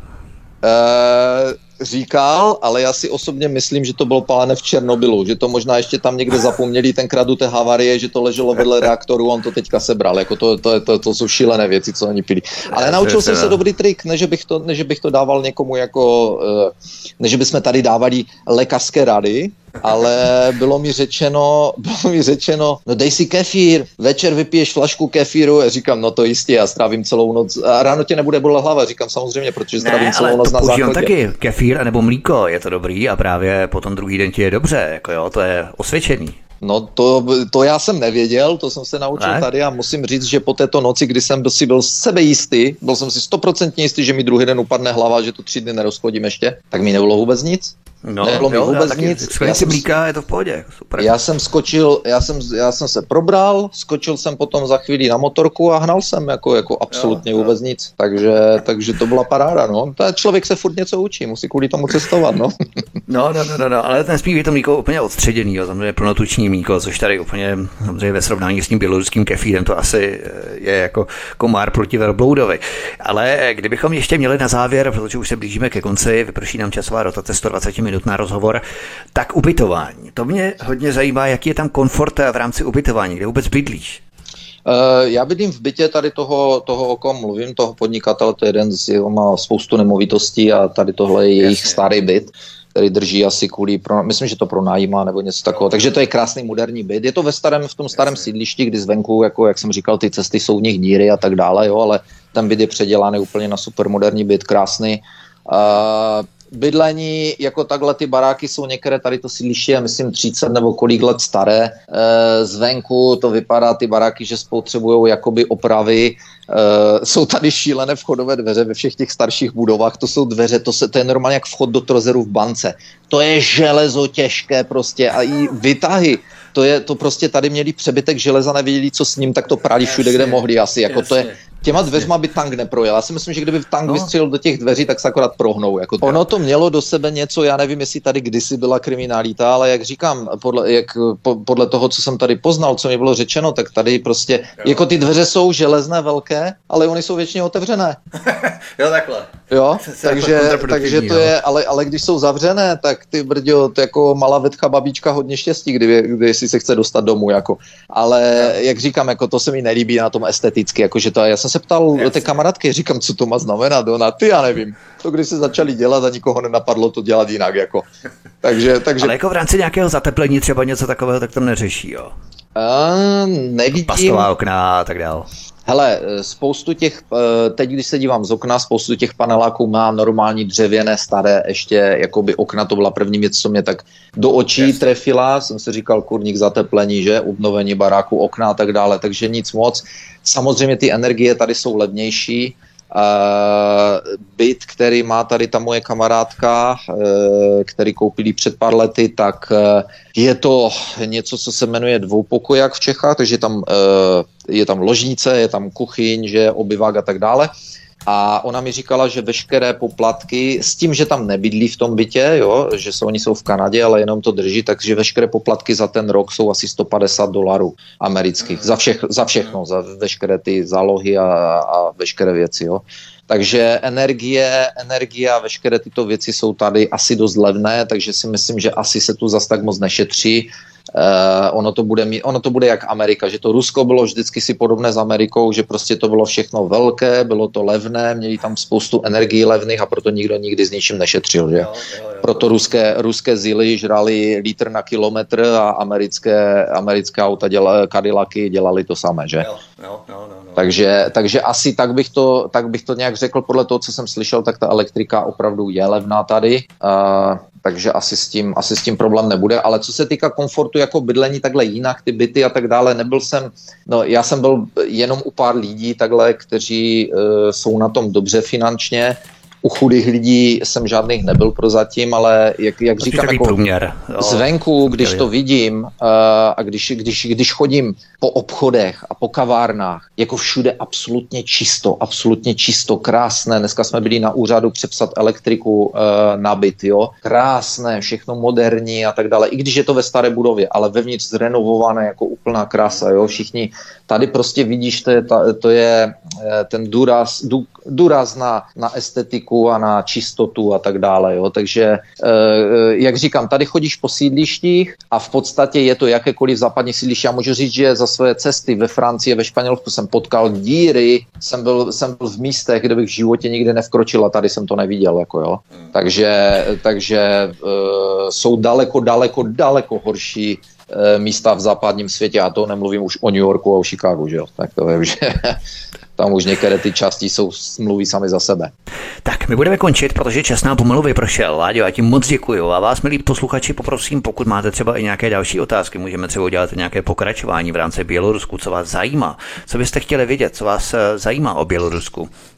Uh, říkal, ale já si osobně myslím, že to bylo pálené v Černobylu, že to možná ještě tam někde zapomněli tenkrát u té havárie, že to leželo vedle reaktoru, on to teďka sebral, jako to, to, to, to jsou šílené věci, co oni pili. Ale naučil jsem se dobrý trik, ne že bych to, ne, že bych to dával někomu jako, ne že bychom tady dávali lékařské rady, ale bylo mi řečeno, bylo mi řečeno, no dej si kefír, večer vypiješ flašku kefíru, a říkám, no to jistě, já strávím celou noc, a ráno tě nebude bolet hlava, říkám samozřejmě, protože strávím ne, celou noc na záchodě. Taky kefír nebo mlíko, je to dobrý a právě potom druhý den ti je dobře, jako jo, to je osvědčený. No to, to já jsem nevěděl, to jsem se naučil ne? tady a musím říct, že po této noci, kdy jsem si byl sebejistý, byl jsem si stoprocentně jistý, že mi druhý den upadne hlava, že to tři dny nerozchodím ještě, tak mi nebylo vůbec nic. No, nebylo mi jo, vůbec taky, nic. Sklenici mlíka, je to v pohodě, super. Já jsem skočil, já jsem, já jsem se probral, skočil jsem potom za chvíli na motorku a hnal jsem jako, jako absolutně jo, vůbec jo. nic. Takže, takže to byla paráda, no. Ta člověk se furt něco učí, musí kvůli tomu cestovat, no. No, no, no, no, no, ale nesmí být to mlíko úplně odstředěný, jo, samozřejmě plnotuční mlíko, což tady úplně samozřejmě ve srovnání s tím běloruským kefírem to asi je jako komár proti velbloudovi. Ale kdybychom ještě měli na závěr, protože už se blížíme ke konci, vyprší nám časová rotace sto dvacet minut na rozhovor, tak ubytování. To mě hodně zajímá, jaký je tam komfort v rámci ubytování, kde vůbec bydlíš? Já bydlím v bytě tady toho, toho o kom mluvím, toho podnikatele, to je jeden z, on má spoustu nemovitostí a tady tohle je jejich starý byt, který drží asi kvůli, pro, myslím, že to pronajímá nebo něco takového. Takže to je krásný moderní byt. Je to ve starém, v tom starém sídlišti, kdy zvenku, jako jak jsem říkal, ty cesty jsou v nich díry a tak dále, jo, ale ten byt je předělaný úplně na super moderní byt, krásný. Uh, Bydlení, jako takhle ty baráky jsou některé, tady to sídliště je myslím třicet nebo kolik let staré. E, zvenku to vypadá ty baráky, že spotřebujou jakoby opravy. E, jsou tady šílené vchodové dveře ve všech těch starších budovách. To jsou dveře, to, se, to je normálně jak vchod do trozeru v bance. To je železo těžké prostě a i vytahy. To je, to prostě tady měli přebytek železa, nevěděli, co s ním, tak to prali všude, kde mohli asi. Jako to je, těma dveřma by tank neprojel. Já si myslím, že kdyby tank no. vystřelil do těch dveří, tak se akorát prohnou. Jako ono to mělo do sebe něco, já nevím, jestli tady kdysi byla kriminalita, ale jak říkám, podle, jak, po, podle toho, co jsem tady poznal, co mi bylo řečeno, tak tady prostě, jo. jako ty dveře jsou železné, velké, ale oni jsou většině otevřené. Jo, takhle. Jo, takže, takže to je, ale, ale když jsou zavřené, tak ty brďo, to jako malá vetka babička hodně štěstí, kdyby, kdyby si se chce dostat domů, jako. Ale jo. jak říkám, jako to se mi nelíbí na tom esteticky, jakože to, já jsem se ptal té kamarádky, říkám, co to má znamenat, ona, ty já nevím. To, když se začali dělat a nikoho nenapadlo to dělat jinak, jako. Takže, takže... Ale jako v rámci nějakého zateplení třeba něco takového, tak to neřeší, jo? Uh, nevidím. Pastová okna a tak dál. Hele, spoustu těch, teď když se dívám z okna, spoustu těch paneláků má normální dřevěné, staré ještě, jakoby okna, to byla první věc, co mě tak do očí yes. trefila, jsem si říkal, kurník zateplení, že, obnovení baráku, okna a tak dále, takže nic moc. Samozřejmě ty energie tady jsou levnější. Uh, byt, který má tady ta moje kamarádka, uh, který koupili před pár lety, tak uh, je to něco, co se jmenuje dvoupokojak v Čechách, takže tam, uh, je tam ložnice, je tam kuchyň, že obyvák a tak dále. A ona mi říkala, že veškeré poplatky, s tím, že tam nebydlí v tom bytě, jo, že jsou, oni jsou v Kanadě, ale jenom to drží, takže veškeré poplatky za ten rok jsou asi sto padesát dolarů amerických. Za, všech, za všechno, za veškeré ty zálohy a, a veškeré věci. Jo. Takže energie, energie a veškeré tyto věci jsou tady asi dost levné, takže si myslím, že asi se tu zas tak moc nešetří. Uh, ono, to bude mít, ono to bude jak Amerika, že to Rusko bylo vždycky si podobné s Amerikou, že prostě to bylo všechno velké, bylo to levné, měli tam spoustu energií levných a proto nikdo nikdy s ničím nešetřil, že? Jo, jo, jo. Proto ruské, ruské zily žrali litr na kilometr a americké, americké auta děla, Cadillacy dělali to samé, že? Jo, jo, jo, jo, jo. Takže, takže asi tak bych, to, tak bych to nějak řekl, podle toho, co jsem slyšel, tak ta elektrika opravdu je levná tady. Uh, takže asi s, tím, asi s tím problém nebude, ale co se týká komfortu jako bydlení takhle jinak, ty byty a tak dále, nebyl jsem, no já jsem byl jenom u pár lidí takhle, kteří uh, jsou na tom dobře finančně. U chudých lidí jsem žádných nebyl prozatím, ale jak, jak říkám, jako průměr, zvenku, když to vidím uh, a když, když, když chodím po obchodech a po kavárnách, jako všude absolutně čisto, absolutně čisto, krásné. Dneska jsme byli na úřadu přepsat elektriku uh, na byt, jo. Krásné, všechno moderní a tak dále. I když je to ve staré budově, ale vevnitř zrenovované jako úplná krása, jo. Všichni tady prostě vidíš, to je, ta, to je ten důraz, dů, důraz na, na estetiku a na čistotu a tak dále, jo. Takže, jak říkám, tady chodíš po sídlištích a v podstatě je to jakékoliv západní sídliště. Já můžu říct, že za své cesty ve Francii, ve Španělsku jsem potkal díry, jsem byl, jsem byl v místech, kde bych v životě nikdy nevkročil a tady jsem to neviděl, jako jo. Takže, takže uh, jsou daleko, daleko, daleko horší uh, místa v západním světě a to nemluvím už o New Yorku a o Chicagu, že jo. Tak to vím, že tam už některé ty části jsou, mluví sami za sebe. Tak, my budeme končit, protože čas nám pomalu vypršel. Láďo, já ti moc děkuju a vás, milí posluchači, poprosím, pokud máte třeba i nějaké další otázky, můžeme třeba udělat nějaké pokračování v rámci Bělorusku, co vás zajímá, co byste chtěli vědět, co vás zajímá o Bělorusku,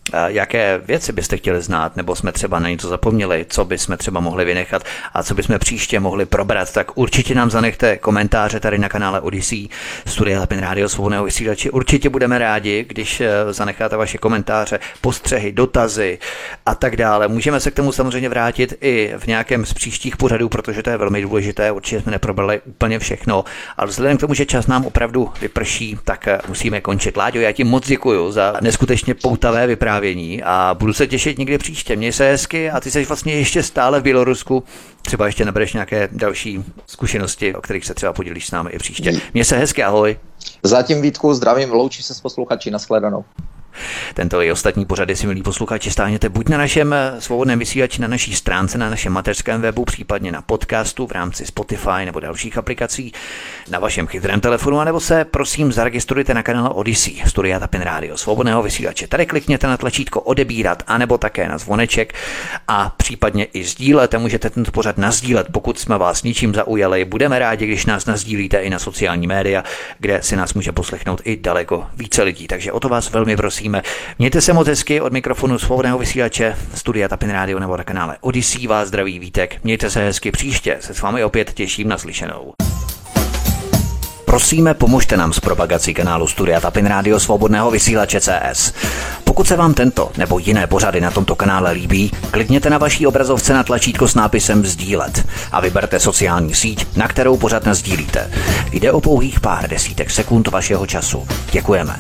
jaké věci byste chtěli znát, nebo jsme třeba na něco zapomněli, co bychom třeba mohli vynechat a co bychom příště mohli probrat, tak určitě nám zanechte komentáře tady na kanále Odyssey, Studia Tapin Rádio Svobodného vysílače. Určitě budeme rádi, když zanecháte vaše komentáře, postřehy, dotazy a tak dále. Můžeme se k tomu samozřejmě vrátit i v nějakém z příštích pořadů, protože to je velmi důležité. Určitě jsme neprobrali úplně všechno, ale vzhledem k tomu, že čas nám opravdu vyprší, tak musíme končit. Láďo, já ti moc děkuju za neskutečně poutavé vyprávění a budu se těšit někdy příště. Měj se hezky a ty jsi vlastně ještě stále v Bělorusku. Třeba ještě nabereš nějaké další zkušenosti, o kterých se třeba podělíš s námi i příště. Měj se hezky, ahoj. Zatím, Vítku, zdravím, loučí se s posluchači, nashledanou. Tento i ostatní pořady si, milí posluchači, stáhněte buď na našem svobodném vysílači, na naší stránce, na našem mateřském webu, případně na podcastu v rámci Spotify nebo dalších aplikací, na vašem chytrém telefonu, anebo se prosím zaregistrujte na kanále Odyssey, Studia Tapin Rádio Svobodného vysílače. Tady klikněte na tlačítko odebírat, anebo také na zvoneček a případně i sdílete, můžete tento pořad nasdílet, pokud jsme vás ničím zaujali. Budeme rádi, když nás nasdílíte i na sociální média, kde si nás může poslechnout i daleko více lidí. Takže o to vás velmi prosím. Mějte se moc hezky, od mikrofonu Svobodného vysílače Studia Tapin Rádio nebo na kanále Odyssey vás zdraví Vítek. Mějte se hezky, příště se s vámi opět těším na slyšenou. Prosíme, pomožte nám s propagací kanálu Studia Tapin Rádio Svobodného vysílače C S. Pokud se vám tento nebo jiné pořady na tomto kanále líbí, klikněte na vaší obrazovce na tlačítko s nápisem sdílet a vyberte sociální síť, na kterou pořad nasdílíte. Jde o pouhých pár desítek sekund vašeho času. Děkujeme.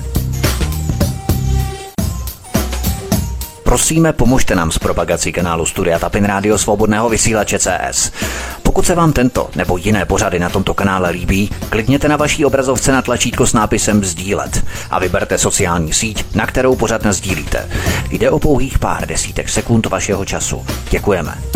Prosíme, pomožte nám s propagací kanálu Studia Tapin Rádio Svobodného vysílače C S. Pokud se vám tento nebo jiné pořady na tomto kanále líbí, klikněte na vaší obrazovce na tlačítko s nápisem sdílet a vyberte sociální síť, na kterou pořad nasdílíte. Jde o pouhých pár desítek sekund vašeho času. Děkujeme.